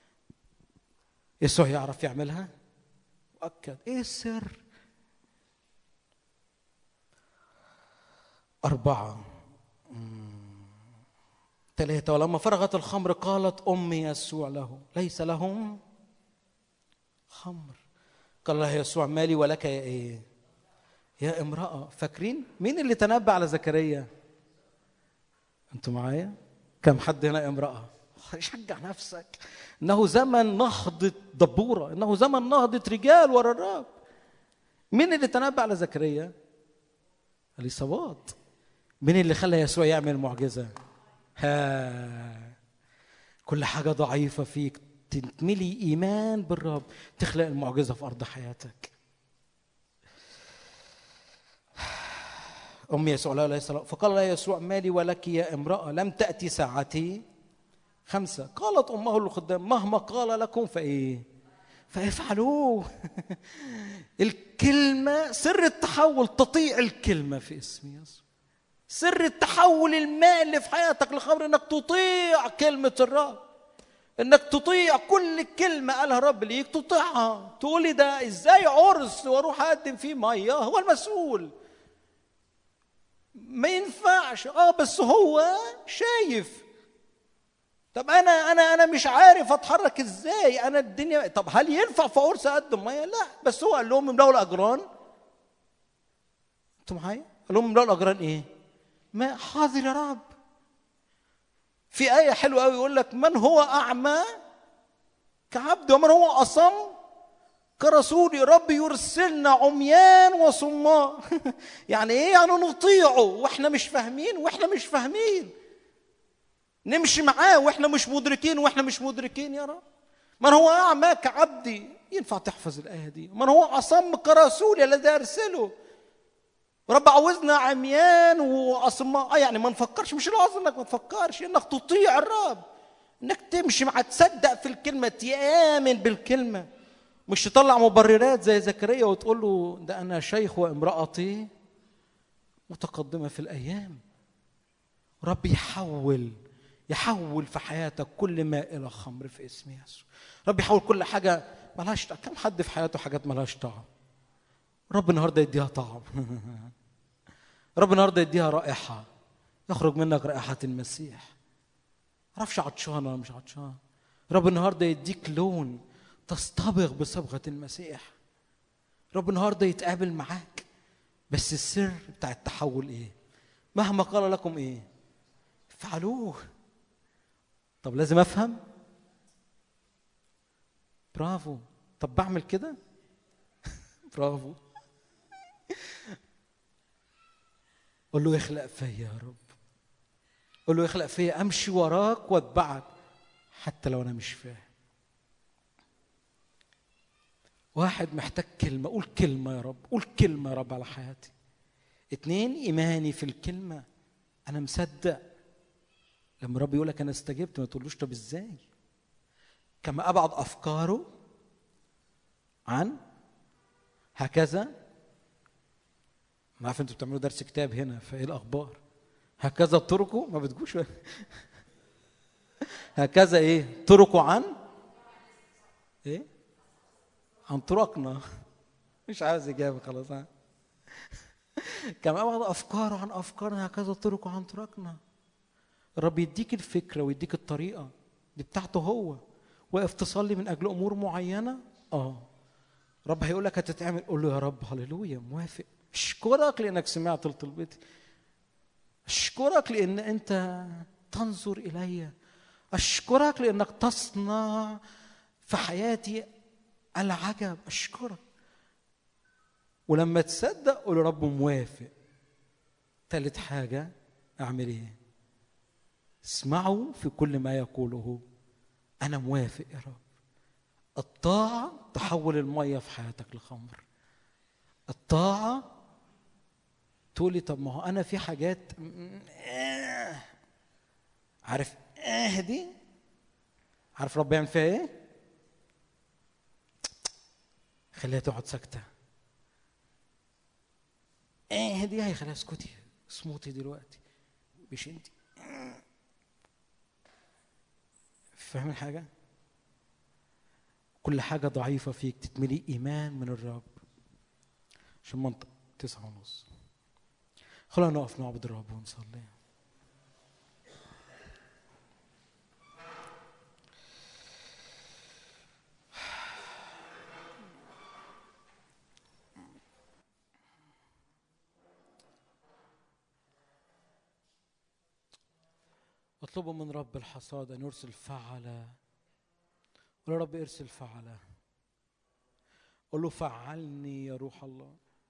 يسوع يعرف يعملها مؤكد. ايه السر؟ أربعة ثلاثة. ولما فرغت الخمر قالت أم يسوع له ليس لهم خمر. قال لها يسوع مالي ولك يا إيه؟ يا امرأة. فاكرين مين اللي تنبأ على زكريا؟ أنتوا معايا؟ كم حد هنا امرأة؟ شجع نفسك. إنه زمن نهضة دبورة، إنه زمن نهضة رجال ورا الرب. مين اللي تنبأ على زكريا؟ اليصابات. مين اللي خلى يسوع يعمل معجزة؟ ها، كل حاجة ضعيفة فيك تتملي إيمان بالرب تخلق المعجزة في أرض حياتك. أم يسوع لا ليس له. فقال لها يسوع مالي ولك يا امرأة، لم تأتي ساعتي. خمسة. قالت أمه للخدام مهما قال لكم فإيه؟ فافعلوه. الكلمة سر التحول، تطيع الكلمة في اسم يسوع. سر التحول الماء اللي في حياتك لخمر انك تطيع كلمة الرب، انك تطيع كل كلمة قالها الرب ليك تطيعها. تقولي ده ازاي عرس واروح اقدم فيه مية؟ هو المسؤول، ما ينفعش. اه بس هو شايف. طب انا انا انا مش عارف اتحرك ازاي، انا الدنيا. طب هل ينفع في عرس اقدم مية؟ لا. بس هو قال لهم املأوا الاجران. انتوا معايا؟ قال لهم املأوا الاجران ايه؟ ما حاضر يا رب. في آية حلوة قوي يقول لك من هو أعمى كعبد ومن هو أصم كرسول. رب يرسلنا عميان وصماء. يعني إيه؟ يعني نطيعه وإحنا مش فاهمين وإحنا مش فاهمين، نمشي معاه وإحنا مش مدركين وإحنا مش مدركين. يا رب من هو أعمى كعبدي. ينفع تحفظ الآية دي؟ من هو أصم كرسول الذي أرسله. رب عاوزنا عميان واصماء. يعني ما نفكرش، مش العذر انك ما تفكرش، انك تطيع الرب، انك تمشي مع، تصدق في الكلمه، تآمن بالكلمه، مش تطلع مبررات زي زكريا وتقول له ده انا شيخ وامرأتي متقدمه في الايام. رب يحول يحول في حياتك كل ماء الى خمر في اسم يسوع. رب يحول كل حاجه ملهاش طعم. كم حد في حياته حاجات ملهاش طعم؟ رب النهارده يديها طعم. رب النهارده يديها رائحه، يخرج منك رائحه المسيح. معرفش عطشان ولا مش عطشان. رب النهارده يديك لون تصطبغ بصبغه المسيح. رب النهارده يتقابل معاك. بس السر بتاع التحول ايه؟ مهما قال لكم ايه؟ فعلوه. طب لازم افهم. برافو. طب بعمل كده. برافو. قول له يخلق فيا يا رب. قول له يخلق فيا امشي وراك واتبعك حتى لو انا مش فاهم. واحد محتاج كلمه، قول كلمه يا رب، قول كلمه يا رب على حياتي. اتنين، ايماني في الكلمه، انا مصدق. لما رب يقول لك انا استجبت ما تقولوش طب ازاي؟ كما ابعد افكاره عن هكذا. ما عارف انتوا بتعملوا درس كتاب هنا، فايه الاخبار؟ هكذا طرقه ما بتجوش هكذا ايه طرقه عن ايه عن طرقنا. مش عاوز اجابه خلاص. ها كما بعض افكاره عن افكارنا هكذا طرقه عن طرقنا. الرب يديك الفكره ويديك الطريقه دي بتاعته هو. واقف تصلي من اجل امور معينه اه رب هيقول لك هتتعمل، قول له يا رب هللويا موافق. اشكرك لانك سمعت طلبتي، اشكرك لان انت تنظر الي، اشكرك لانك تصنع في حياتي العجب، اشكرك. ولما تصدق قول رب موافق. ثالث حاجه اعمل ايه؟ اسمعوا في كل ما يقوله انا موافق يا رب. الطاعه تحول الميه في حياتك لخمر. الطاعه تقولي طب ما هو انا في حاجات عارف اه دي عارف رب يعمل فيها ايه؟ خليها تقعد ساكته. اه دي هيخليها اسكتي صموتي دلوقتي مش انتي. فاهم الحاجه؟ كل حاجه ضعيفه فيك تتملي ايمان من الرب. عشان منطق تسعة ونص خلونا نقف نعبد الرب ونصلي. اطلبوا من رب الحصاد ان يرسل فعلة. قل يا رب ارسل فعلة. قل له فعلني يا روح الله.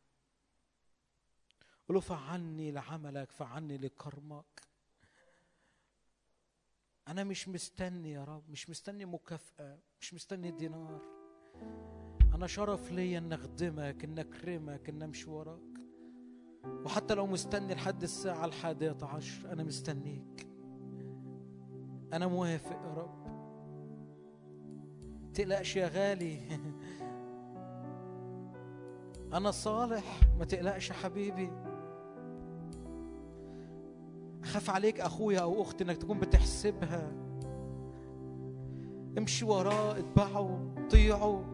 قل له فعلني لعملك، فعلني لكرمك. انا مش مستني يا رب، مش مستني مكافأة، مش مستني دينار. انا شرف ليا ان اخدمك، ان اكرمك، ان امشي وراك. وحتى لو مستني لحد الساعة الحادية عشر انا مستنيك. أنا موافق يا رب. تقلقش يا غالي أنا صالح، ما تقلقش يا حبيبي. أخاف عليك أخويا أو أختي إنك تكون بتحسبها. امشي وراه، اتبعه، طيعه.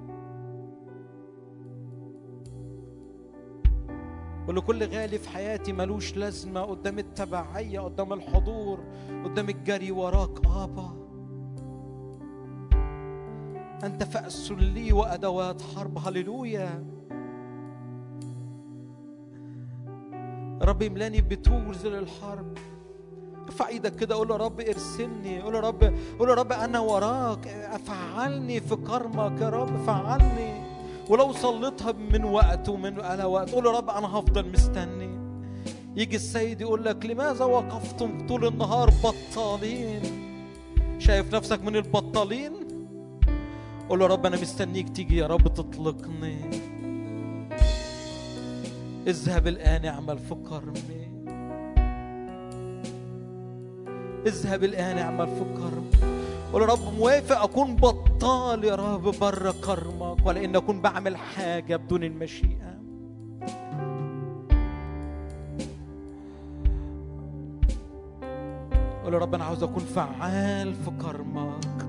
ولكل غالي في حياتي ملوش لازمة قدام التبعية، قدام الحضور، قدام الجري وراك. آبا أنت فأس لي وأدوات حرب. هللويا. رب املاني بتولز للحرب. ارفع ايدك كده قول له رب ارسلني. قول له رب قول له رب أنا وراك، افعلني في كرمك يا رب، فعلني. ولو صليتها من وقت ومن على وقت قول له رب أنا هفضل مستني. يجي السيد يقول لك لماذا وقفتم طول النهار بطالين؟ شايف نفسك من البطالين؟ قول له رب أنا مستنيك تيجي يا رب تطلقني. اذهب الآن اعمل في كرمي. اذهب الآن اعمل في كرمي. قول يا رب موافق أكون بطال يا رب بره كرمك، ولا إن أكون بعمل حاجة بدون المشيئة. قول يا رب أنا عاوز أكون فعال في كرمك.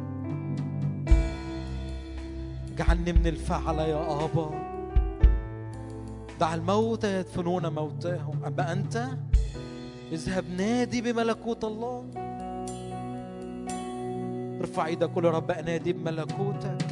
اجعلني من الفعلة يا أبا. دع الموتى يدفنون موتاهم، أما أنت اذهب نادي بملكوت الله. ارفع ايدك قول يا رب انادي بملكوتك.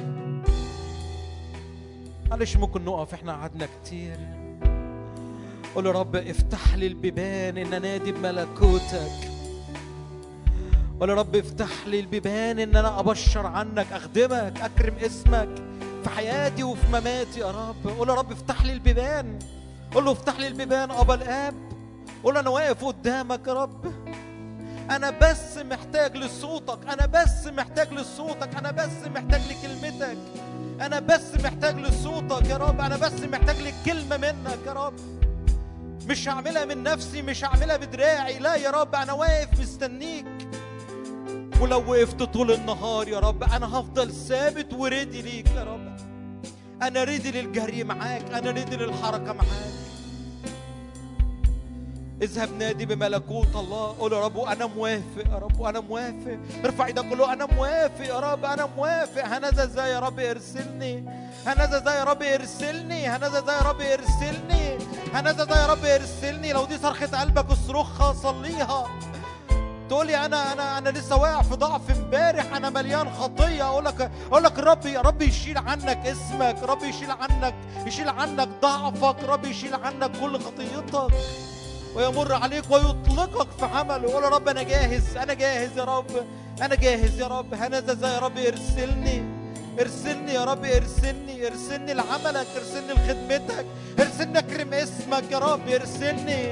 معلش ممكن نقف، احنا قعدنا كتير. قول يا رب افتح لي البيبان ان انادي بملكوتك. قول يا رب افتح لي البيبان ان انا ابشر عنك، اخدمك، اكرم اسمك في حياتي وفي مماتي يا رب. قول يا رب افتح لي البيبان. قول له افتح لي البيبان ابا الاب. قول انا واقف قدامك يا رب، أنا بس محتاج لصوتك، أنا بس محتاج لصوتك، أنا بس محتاج لكلمتك، أنا بس محتاج لصوتك يا رب، أنا بس محتاج لكلمة منك يا رب. مش هعملها من نفسي، مش هعملها بدراعي، لا يا رب أنا واقف مستنيك. ولو وقفت طول النهار يا رب أنا هفضل ثابت وريدي ليك يا رب. أنا ريدي للجري معاك، أنا ريدي للحركة معاك. اذهب نادي بملكوت الله. قول يا رب انا موافق يا رب، وانا موافق. ارفع ايدك قول له انا موافق يا رب، انا موافق. هنذا ازاي يا رب ارسلني، هنذا ازاي يا رب ارسلني، هنذا ازاي يا رب ارسلني، هنذا ازاي يا رب ارسلني. لو دي صرخة قلبك اصرخها صليها. تقولي انا انا انا لسه واقع في ضعف امبارح، انا مليان خطيه. اقول لك اقول لك الرب يا رب يشيل عنك اسمك، رب يشيل عنك يشيل عنك ضعفك، رب يشيل عنك كل خطيتك ويمر عليك ويطلقك في عمله. قول يا رب انا جاهز، انا جاهز يا رب، انا جاهز يا رب. هنذا ازاي يا رب ارسلني، ارسلني يا رب، ارسلني ارسلني لعملك، ارسلني لخدمتك، ارسلني اكرم اسمك يا رب، ارسلني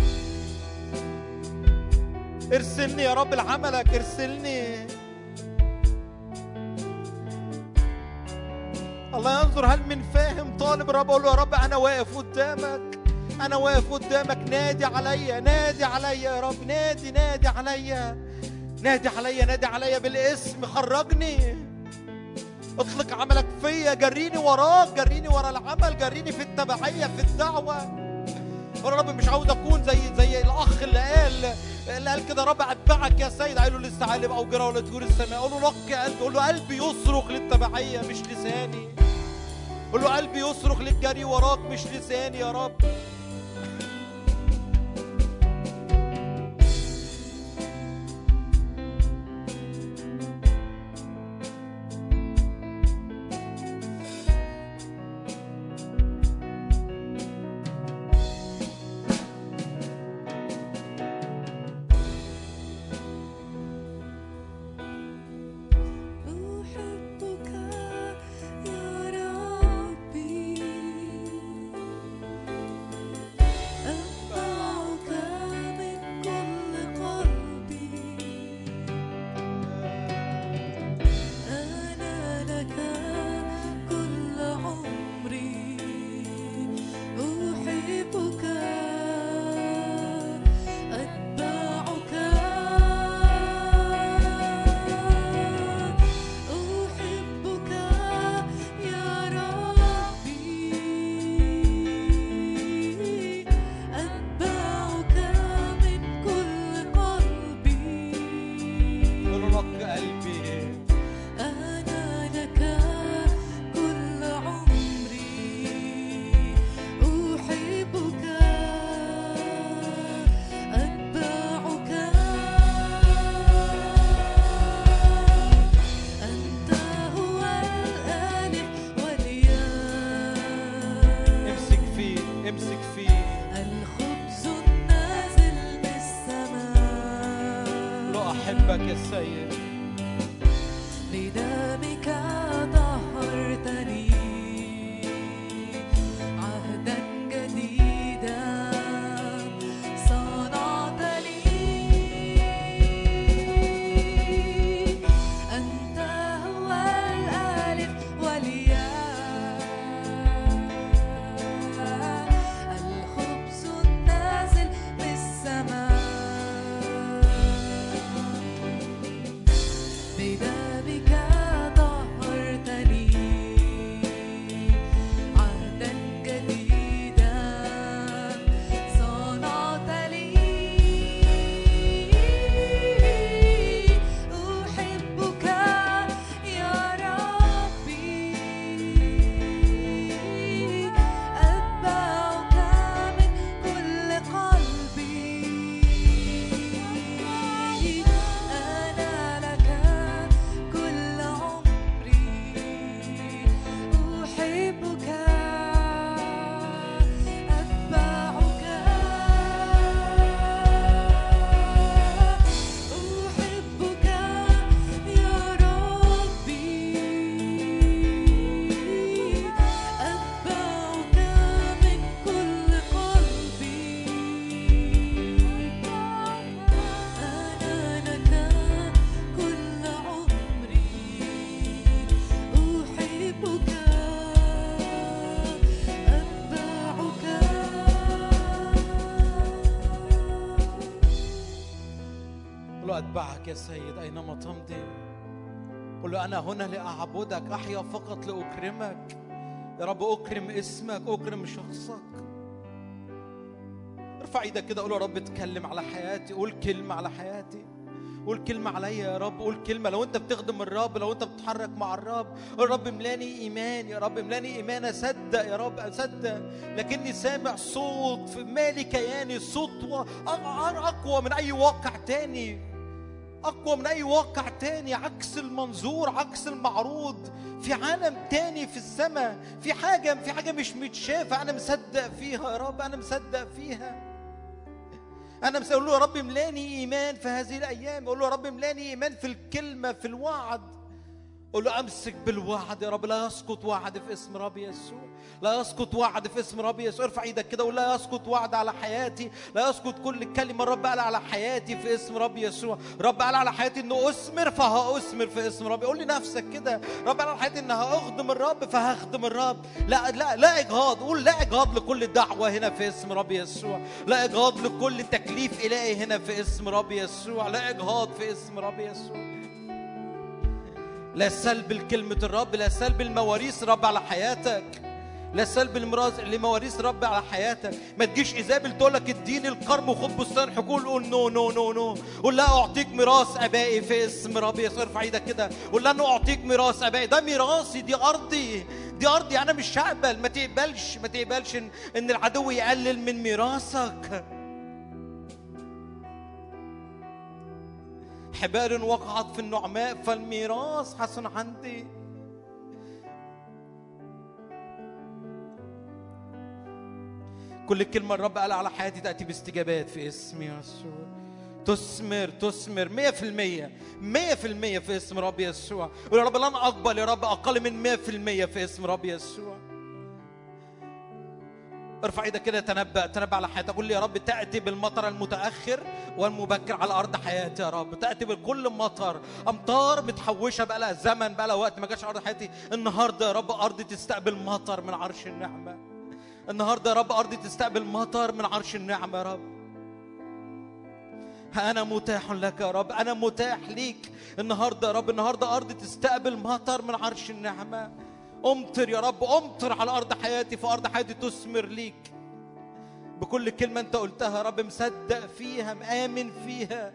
ارسلني يا رب لعملك، ارسلني. الله ينظر هل من فاهم طالب الرب. اقول له يا رب انا واقف قدامك، انا واقف قدامك. نادي عليا، نادي عليا يا رب، نادي نادي عليا، نادي عليا، نادي عليا بالاسم. خرجني، اطلق عملك فيا، جريني وراك، جريني ورا العمل، جريني في التبعية في الدعوة. قول يا رب مش عاوز اكون زي زي الاخ اللي قال اللي قال كده رب اتبعك يا سيد، قال له للثعالب او جرى ولا طيور السماء. قول له نقي قلبي، قول له قلبي يصرخ للتبعية مش لساني. قول له قلبي يصرخ للجري وراك مش لساني يا رب. أتبعك يا سيد أينما تمضي. قل له أنا هنا لأعبدك، أحيا فقط لأكرمك يا رب. أكرم اسمك، أكرم شخصك. ارفع ايدك كده، قول يا رب اتكلم على حياتي، قول كلمة على حياتي، قول كلمة عليا يا رب، قول كلمة. لو انت بتخدم الرب، لو انت بتتحرك مع الرب، قول رب املاني ايمان يا رب، املاني ايمان اصدق يا رب، اصدق لكني سامع صوت في مالي كياني، صوت اقوى من اي واقع تاني، اقوى من اي واقع تاني، عكس المنظور، عكس المعروض، في عالم تاني في السماء، في حاجة في حاجة مش متشافة، انا مصدق فيها يا رب، انا مصدق فيها. أنا بس أقول له يا رب املاني إيمان في هذه الأيام، أقول له يا رب املاني إيمان في الكلمة، في الوعد. أقول له أمسك بالوعد يا رب، لا يسقط وعد في اسم رب يسوع، لا يسقط وعد في اسم رب يسوع. ارفع ايدك كده وقول لا يسقط وعد على حياتي، لا يسقط كل كلمة الرب قال على حياتي في اسم رب يسوع. رب قال على حياتي إنه أثمر فهأثمر في اسم رب. قول لنفسك كده، رب قال على حياتي إن هأخدم الرب فهخدم الرب. لا لا لا إجهاض، قول لا إجهاض لكل دعوة هنا في اسم رب يسوع، لا إجهاض لكل تكليف إلهي هنا في اسم رب يسوع، لا إجهاض في اسم رب يسوع. لا سلب الكلمة الرب، لا سلب المواريث رب على حياتك، لا سلب المراز لمواريث رب على حياتك. ما تجيش إيزابل تقول لك اديني الكرم وخد بستان حقول، قول نو نو نو نو، قول لا أعطيك ميراث آبائي في اسم رب يسوع. ارفع ايدك كده قول لا أنا أعطيك ميراث آبائي، ده ميراثي، دي أرضي، دي أرضي، أنا مش هقبل. ما تقبلش ما تقبلش إن, إن العدو يقلل من ميراثك. حبال وقعت في النعماء فالميراث حسن عندي. كل كلمة الرب قال على حياتي تأتي باستجابات في اسم يسوع. تثمر تثمر مية في المية مية في المية في اسم رب يسوع. ويا رب لن أقبل يا رب أقل من مية في المية في اسم رب يسوع. ارفع ايدك كده، تنبأ تنبأ على حياتك، قول لي يا رب تأتي بالمطر المتأخر والمبكر على أرض حياتي يا رب، تأتي بكل مطر، أمطار متحوشة بقى لها زمن، بقى لها وقت ما جاش على أرض حياتي. النهارده يا رب أرض تستقبل مطر من عرش النعمة، النهارده يا رب أرض تستقبل مطر من عرش النعمة يا رب. أنا متاح لك يا رب، أنا متاح ليك النهارده يا رب، النهارده أرض تستقبل مطر من عرش النعمة. أمطر يا رب، أمطر على أرض حياتي، في أرض حياتي تثمر ليك بكل كلمة أنت قلتها يا رب، مصدق فيها، مآمن فيها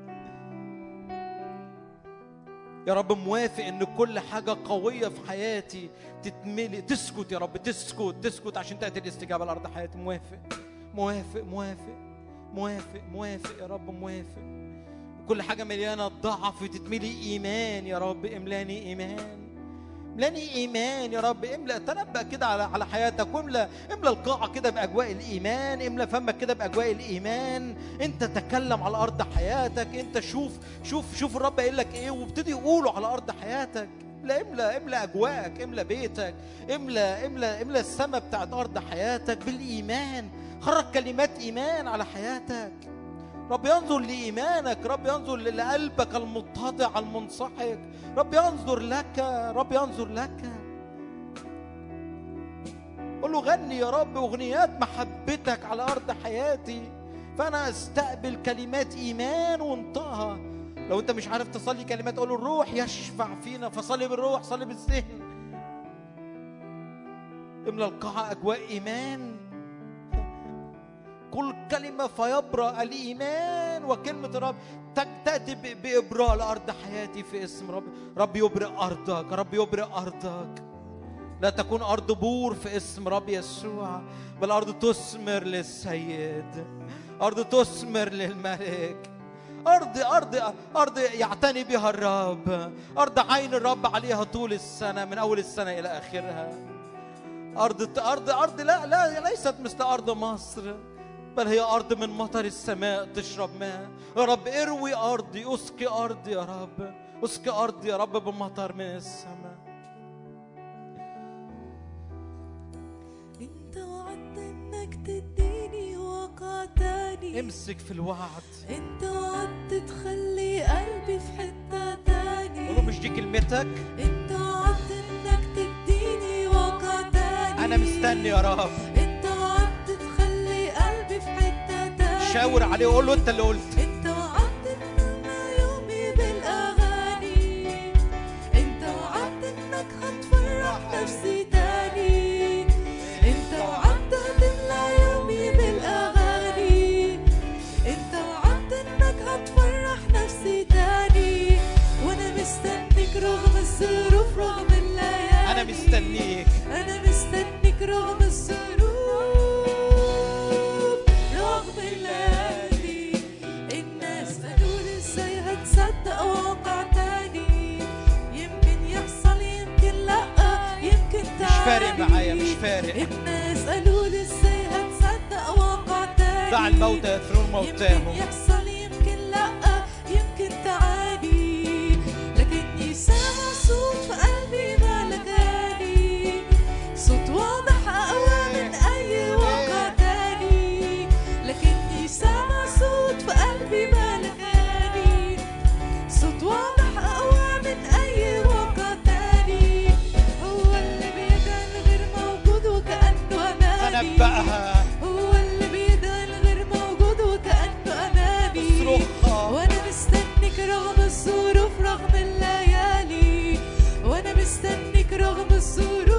يا رب. موافق إن كل حاجة قوية في حياتي تتملي، تسكت يا رب، تسكت تسكت عشان تأتي الاستجابة على أرض حياتي. موافق موافق موافق موافق موافق يا رب، موافق. كل حاجة مليانة ضعف تتملي إيمان يا رب، املاني إيمان، املاني ايمان يا رب. املا تنبأ كده على على حياتك، واملا املا القاعه كده باجواء الايمان، املا فمك كده باجواء الايمان. انت تكلم على ارض حياتك، انت شوف شوف شوف الرب قايل لك ايه وابتدي قوله على ارض حياتك. لا املا املا اجواءك، املا بيتك، املا املا املا السماء بتاعت ارض حياتك بالايمان. خرج كلمات ايمان على حياتك. رب ينظر لإيمانك، رب ينظر لقلبك المتضع المنصحك، رب ينظر لك، رب ينظر لك. قل له غني يا رب أغنيات محبتك على أرض حياتي، فأنا أستقبل كلمات إيمان وانطقها. لو أنت مش عارف تصلي كلمات قل له الروح يشفع فينا، فصلي بالروح، صلي بالذهن. املأ القاعة أجواء إيمان، كل كلمة فيبرأ الإيمان، وكلمة الرب تأتي بإبراء لأرض حياتي في اسم رب. رب يبرئ أرضك، رب يبرئ أرضك، لا تكون أرض بور في اسم رب يسوع، بل أرض تثمر للسيد، أرض تثمر للملك، أرض أرض أرض يعتني بها الرب، أرض عين الرب عليها طول السنة من أول السنة إلى آخرها. أرض أرض أرض لا لا ليست مثل أرض مصر، بل هي أرض من مطر السماء تشرب ماء. يا رب اروي أرضي، أسقي أرضي يا رب، أسقي أرضي يا رب بمطر من السماء. أنت وعدت إنك تديني واقع تاني، امسك في الوعد. أنت وعدت تخلي قلبي في حتة تاني، قولوا مش دي كلمتك؟ أنت وعدت إنك تديني واقع تاني، أنا مستني يا رب. أنت وعدت تخلي قلبي في حتة تاني، شاور عليه وقول له أنت اللي قلت. أنت وعدت إنما يومي بالأغاني، أنت وعدت إنك هتفرح نفسي تاني، أنت وعدت تملى يومي بالأغاني، فارق معايا، مش فارق. الناس قالوا لي ازاي هتصدق واقع تاني، دع الموتى يثرون موتاهم. يمكن يحصل يمكن لأ يمكن تعالي، لكني سامع صوت في قلبي ملكاني، صوت واضح أقوى من أي واقع تاني، لكني سامع صوت في قلبي ملكاني، صوت واضح أقوى من أي واقع تاني، هو اللي بيدعي الغير موجود وكأنه أمامي، تنبأها هو اللي بيدعي الغير موجود وكأنه أمامي، اصرخها وأنا مستنيك رغم الظروف رغم الليالي، وأنا مستنيك رغم الظروف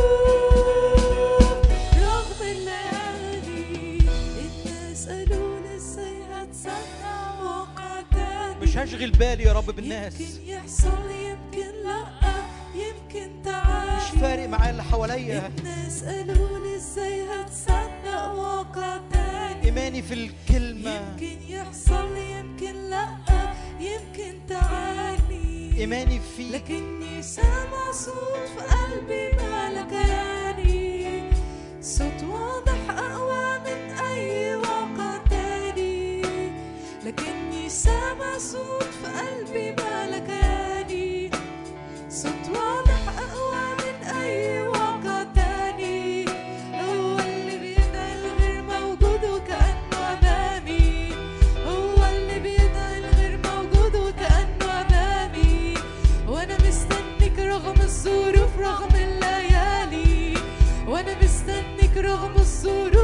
رغم الليالي. الناس قالوا لي ازاي هتصدق واقع تاني، مش هشغل بالي يا رب بالناس، يمكن يحصل يمكن لأ يمكن تعالي، مش فارق معايا اللي حواليا. الناس قالوا لي ازاي هتصدق واقع تاني، إيماني في الكلمة، يمكن يحصل يمكن لأ يمكن تعالي، إيماني فيك. لكني سامع صوت في قلبي ملكاني، صوت واضح أقوى من أي واقع تاني، لكني سامع صوت في قلبي ملكاني، صوت واضح أقوى من أي واقع تاني، هو اللي بيدعي الغير موجود وكأنه أمامي، هو اللي بيدعي الغير موجود وكأنه أمامي، وأنا مستنيك رغم الظروف رغم الليالي، وأنا مستنيك رغم الظروف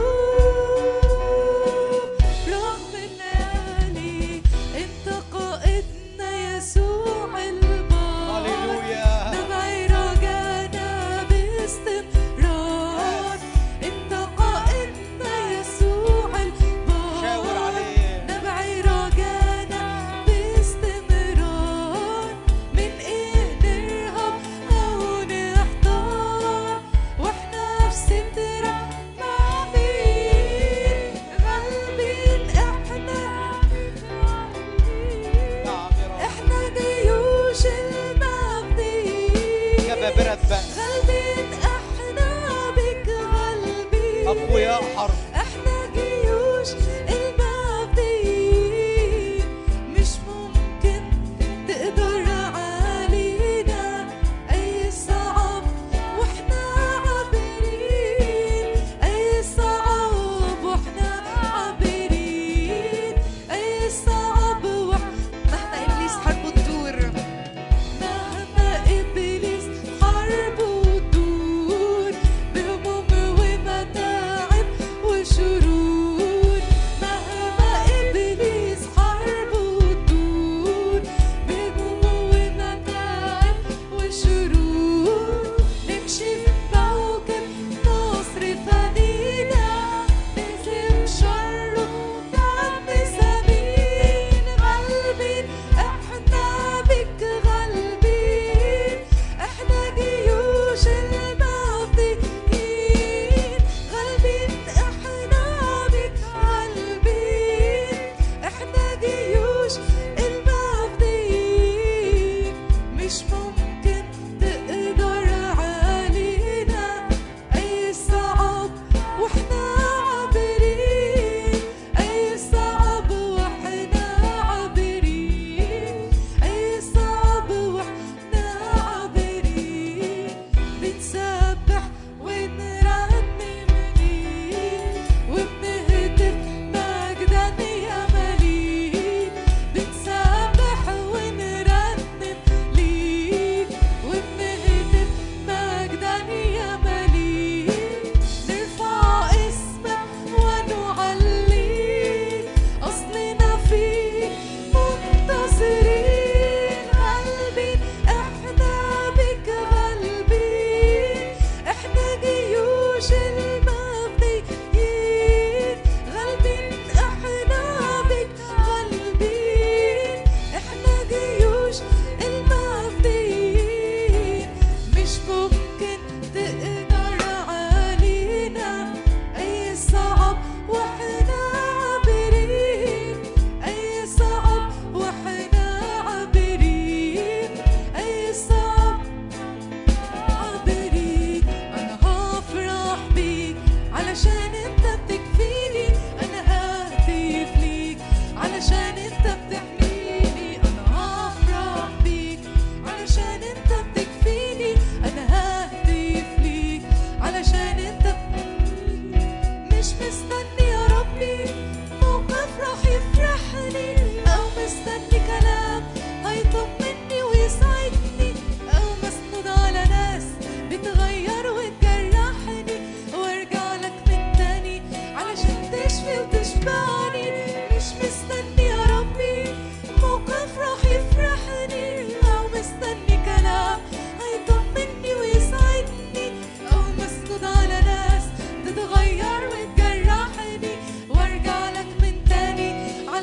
رغم الليالي. أنت قائدنا يسوع البار، هللويا. نبعي رجانا باستمرار، أنت قائدنا يسوع شاور البار، عليه. نبعي رجانا باستمرار، من إيه نرهب أو نحتار، وإحنا في سترك معبين غالبين، إحنا نعم يا رب. إحنا جيوش المجدين، جبابرة بأس، غالبين إحنا بك غالبين، أقوياء حرب. إحنا جيوش المجدين، مش ممكن تقدر علينا أي صعب وإحنا عابرين، أي صعب وإحنا عابرين، أي صعب وإحنا مهما إبليس حربه تدور، مهما إبليس حربه تدور، بهموم ومتاعب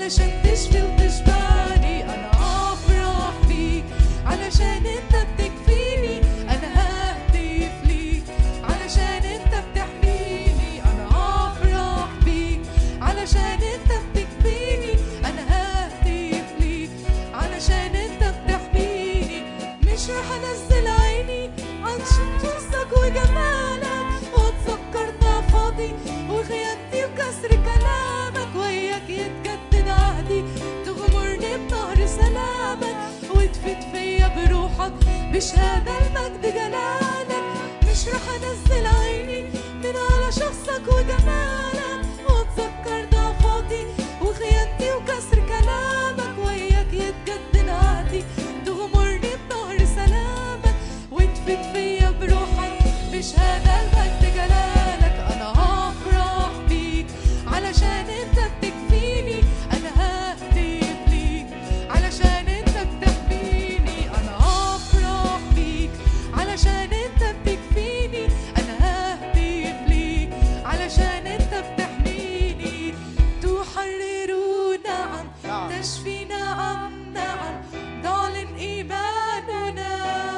علشان تشفي وتشبعني. أنا هفرح بيك علشان أنت بتكفيني. أنا ههتف ليك علشان أنت بتحميني. أنا هفرح بيك علشان أنت بتكفيني. أنا ههتف ليك علشان أنت بتحميني. مش رح أنزل عيني عن شموسك وجمالك وأتذكر ضعفاتي وخيانتي وكسر كلامك. وياك يتجدد عهدي تغمرني بنهر سلامك وتفيد فيا بروحك بشهادة المجد جلالك. مش رح أنزل عيني من على شخصك وجمالك وأتذكر ضعفاتي وخيانتي وكسر كلامك. وياك يتجدد عهدي تغمرني بنهر سلامك وتفيد فيا بروحك بشهادة المجد جلالك. أنا هفرح بيك علشان أنت بتكفيني. أنا ههتف ليك علشان أنت بتحميني. أنا هفرح بيك علشان أنت بتكفيني. أنا ههتف ليك علشان أنت بتحميني. تحرر نعم تشفي نعم نعم تعلن إيماننا.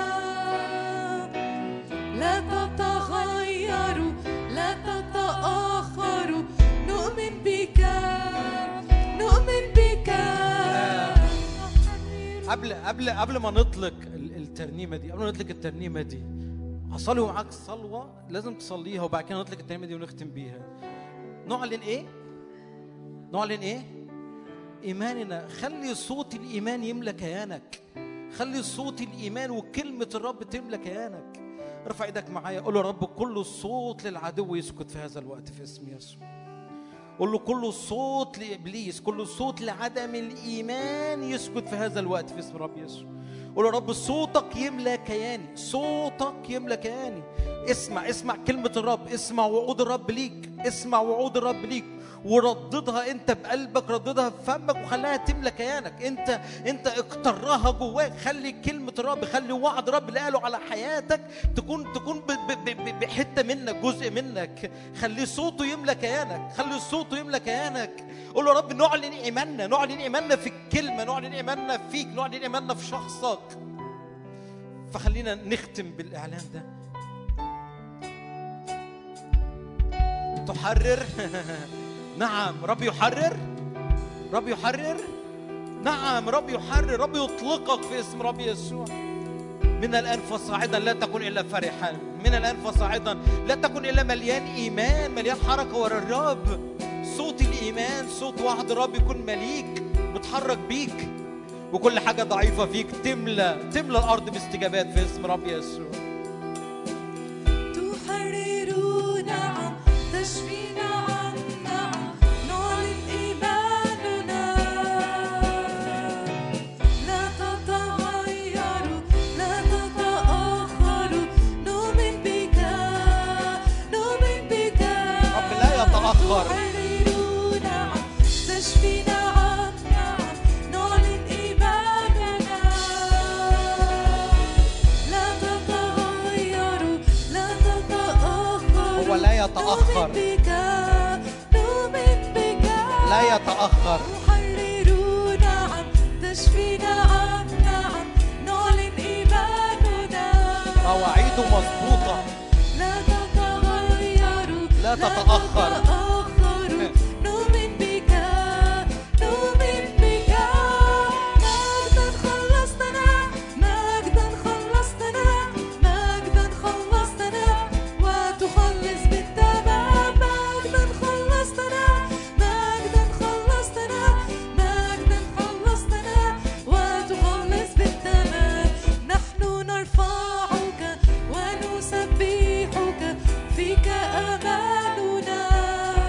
لا تتغير لا تتأخر نؤمن بك نؤمن بك. قبل قبل قبل ما نطلق ال- الترنيمه دي، قبل ما نطلق الترنيمه دي هصلي معاك صلوه لازم تصليها، وبعد كده نطلق الترنيمه دي ونختم بيها. نعلن ايه؟ نعلن ايه؟ ايماننا. خلي صوت الايمان يملى كيانك. خلي صوت الايمان وكلمه الرب تملى كيانك. ارفع ايدك معايا، قول له يا رب كل صوت للعدو يسكت في هذا الوقت في اسم يسوع. قول له كل صوت لابليس، كل صوت لعدم الايمان يسكت في هذا الوقت في اسم الرب يسوع. قول له يا رب صوتك يملى كياني، صوتك يملى كياني. اسمع اسمع كلمه الرب، اسمع وعود الرب ليك، اسمع وعود الرب ليك ورددها انت بقلبك، رددها بفمك وخليها تملى كيانك. انت انت اقترها جواك. خلي كلمه الرب، خلي وعد الرب اللي قاله على حياتك تكون تكون ب- ب- ب- بحته منك، جزء منك. خلي صوته يملى كيانك، خلي صوته يملى كيانك. قول له يا رب نعلن ايماننا، نعلن ايماننا في الكلمه، نعلن ايماننا فيك، نعلن ايماننا في شخصك. فخلينا نختم بالاعلان ده. تحرر نعم رب يحرر، رب يحرر، نعم رب يحرر، رب يطلقك في اسم رب يسوع. من الآن فصاعدا لا تكن إلا فرحا، من الآن فصاعدا لا تكن إلا مليان إيمان، مليان حركة ورا الرب. صوت الإيمان، صوت وعد الرب يكون مليك متحرك بيك، وكل حاجة ضعيفة فيك تملى تملى الأرض باستجابات في اسم رب يسوع. تحرر نعم تشفي نعم نعم نعلن إيماننا. لا تتغير لا تتأخر نؤمن بك نؤمن بك. رب لا يتأخر. تحرر نعم تشفي نعم نعم نعلن إيماننا. لا تتغير لا تتأخر هو لا يتأخر. نؤمن بك نؤمن بك. لا يتأخر. تحرر نعم تشفي نعم نعم نعلن إيماننا. مواعيده مظبوطة، لا تتغير لا تتأخر. نؤمن بك نؤمن بك. مجدا خلصتنا مجدا خلصتنا مجدا خلصتنا وتخلص بالتمام. مجدا خلصتنا مجدا خلصتنا مجدا خلصتنا وتخلص بالتمام. نحن نرفعك ونسبحك فيك أماننا.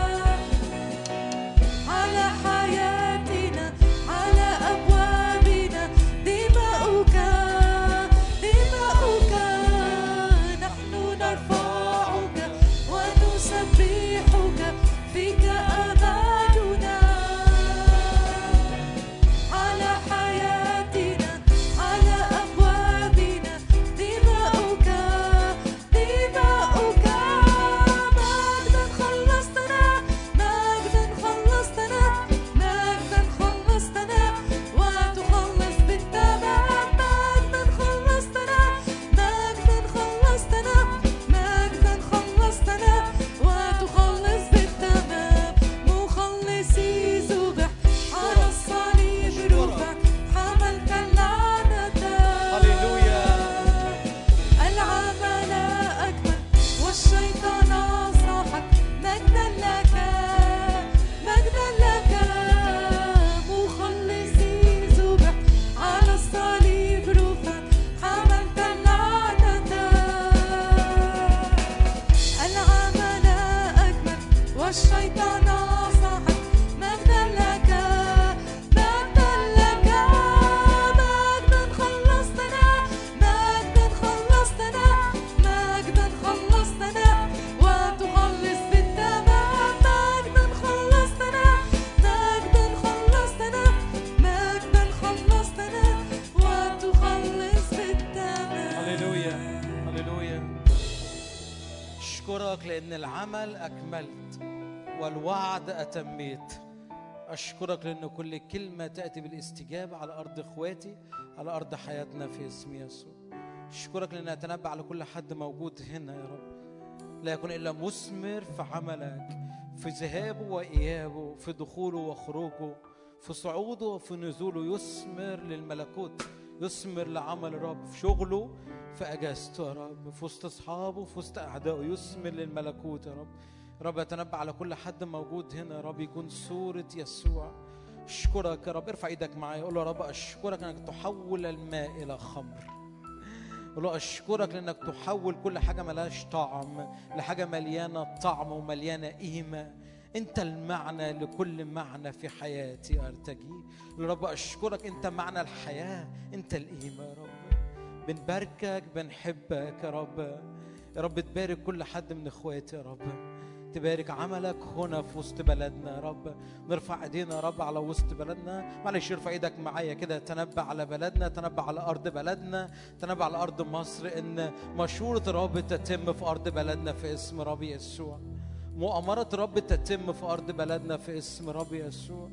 أشكرك لأن العمل أكملت والوعد أتميت. أشكرك لأن كل كلمة تأتي بالاستجابة على أرض إخواتي، على أرض حياتنا في اسم يسوع. أشكرك لأن أتنبأ على كل حد موجود هنا يا رب، لا يكون إلا مثمر في عملك، في ذهابه وإيابه، في دخوله وخروجه، في صعوده وفي نزوله، يثمر للملكوت، يثمر لعمل الرب في شغله، في أجازته يا رب، في وسط أصحابه، في وسط أعدائه، يثمر للملكوت يا رب. رب أتنبأ على كل حد موجود هنا يا رب يكون صورة يسوع. أشكرك يا رب. ارفع ايدك معايا قول له يا رب أشكرك أنك تحول الماء إلى خمر. قول له أشكرك لأنك تحول كل حاجة ملهاش طعم لحاجة مليانة طعم ومليانة قيمة. أنت المعنى لكل معنى في حياتي أرتجي. يا رب أشكرك أنت معنى الحياة، أنت القيمة يا رب. بنباركك بنحبك يا رب. يا رب تبارك كل حد من إخواتي يا رب، تبارك عملك هنا في وسط بلدنا يا رب. نرفع ايدينا يا رب على وسط بلدنا. معلش ارفع ايدك معايا كده. تنبأ على بلدنا، تنبأ على ارض بلدنا، تنبأ على ارض مصر ان مشورة الرب تتم في ارض بلدنا في اسم رب يسوع. مؤامرة الرب تتم في ارض بلدنا في اسم رب يسوع.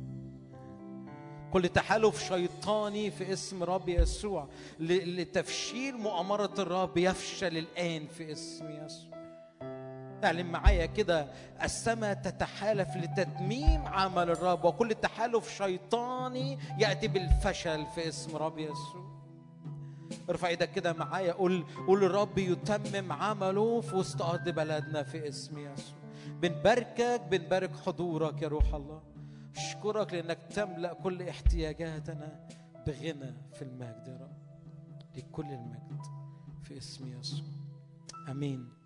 كل تحالف شيطاني في اسم رب يسوع لتفشيل مؤامرة الرب يفشل الآن في اسم يسوع. اعلن معايا كده. السماء تتحالف لتتميم عمل الرب، وكل تحالف شيطاني يأتي بالفشل في اسم رب يسوع. ارفع ايدك كده معايا قول قول الرب يتمم عمله في وسط أرض بلدنا في اسم يسوع. بنباركك، بنبارك حضورك يا روح الله. اشكرك لأنك تملأ كل احتياجاتنا بغنى في المجد يا رب. لكل المجد في اسم يسوع. امين.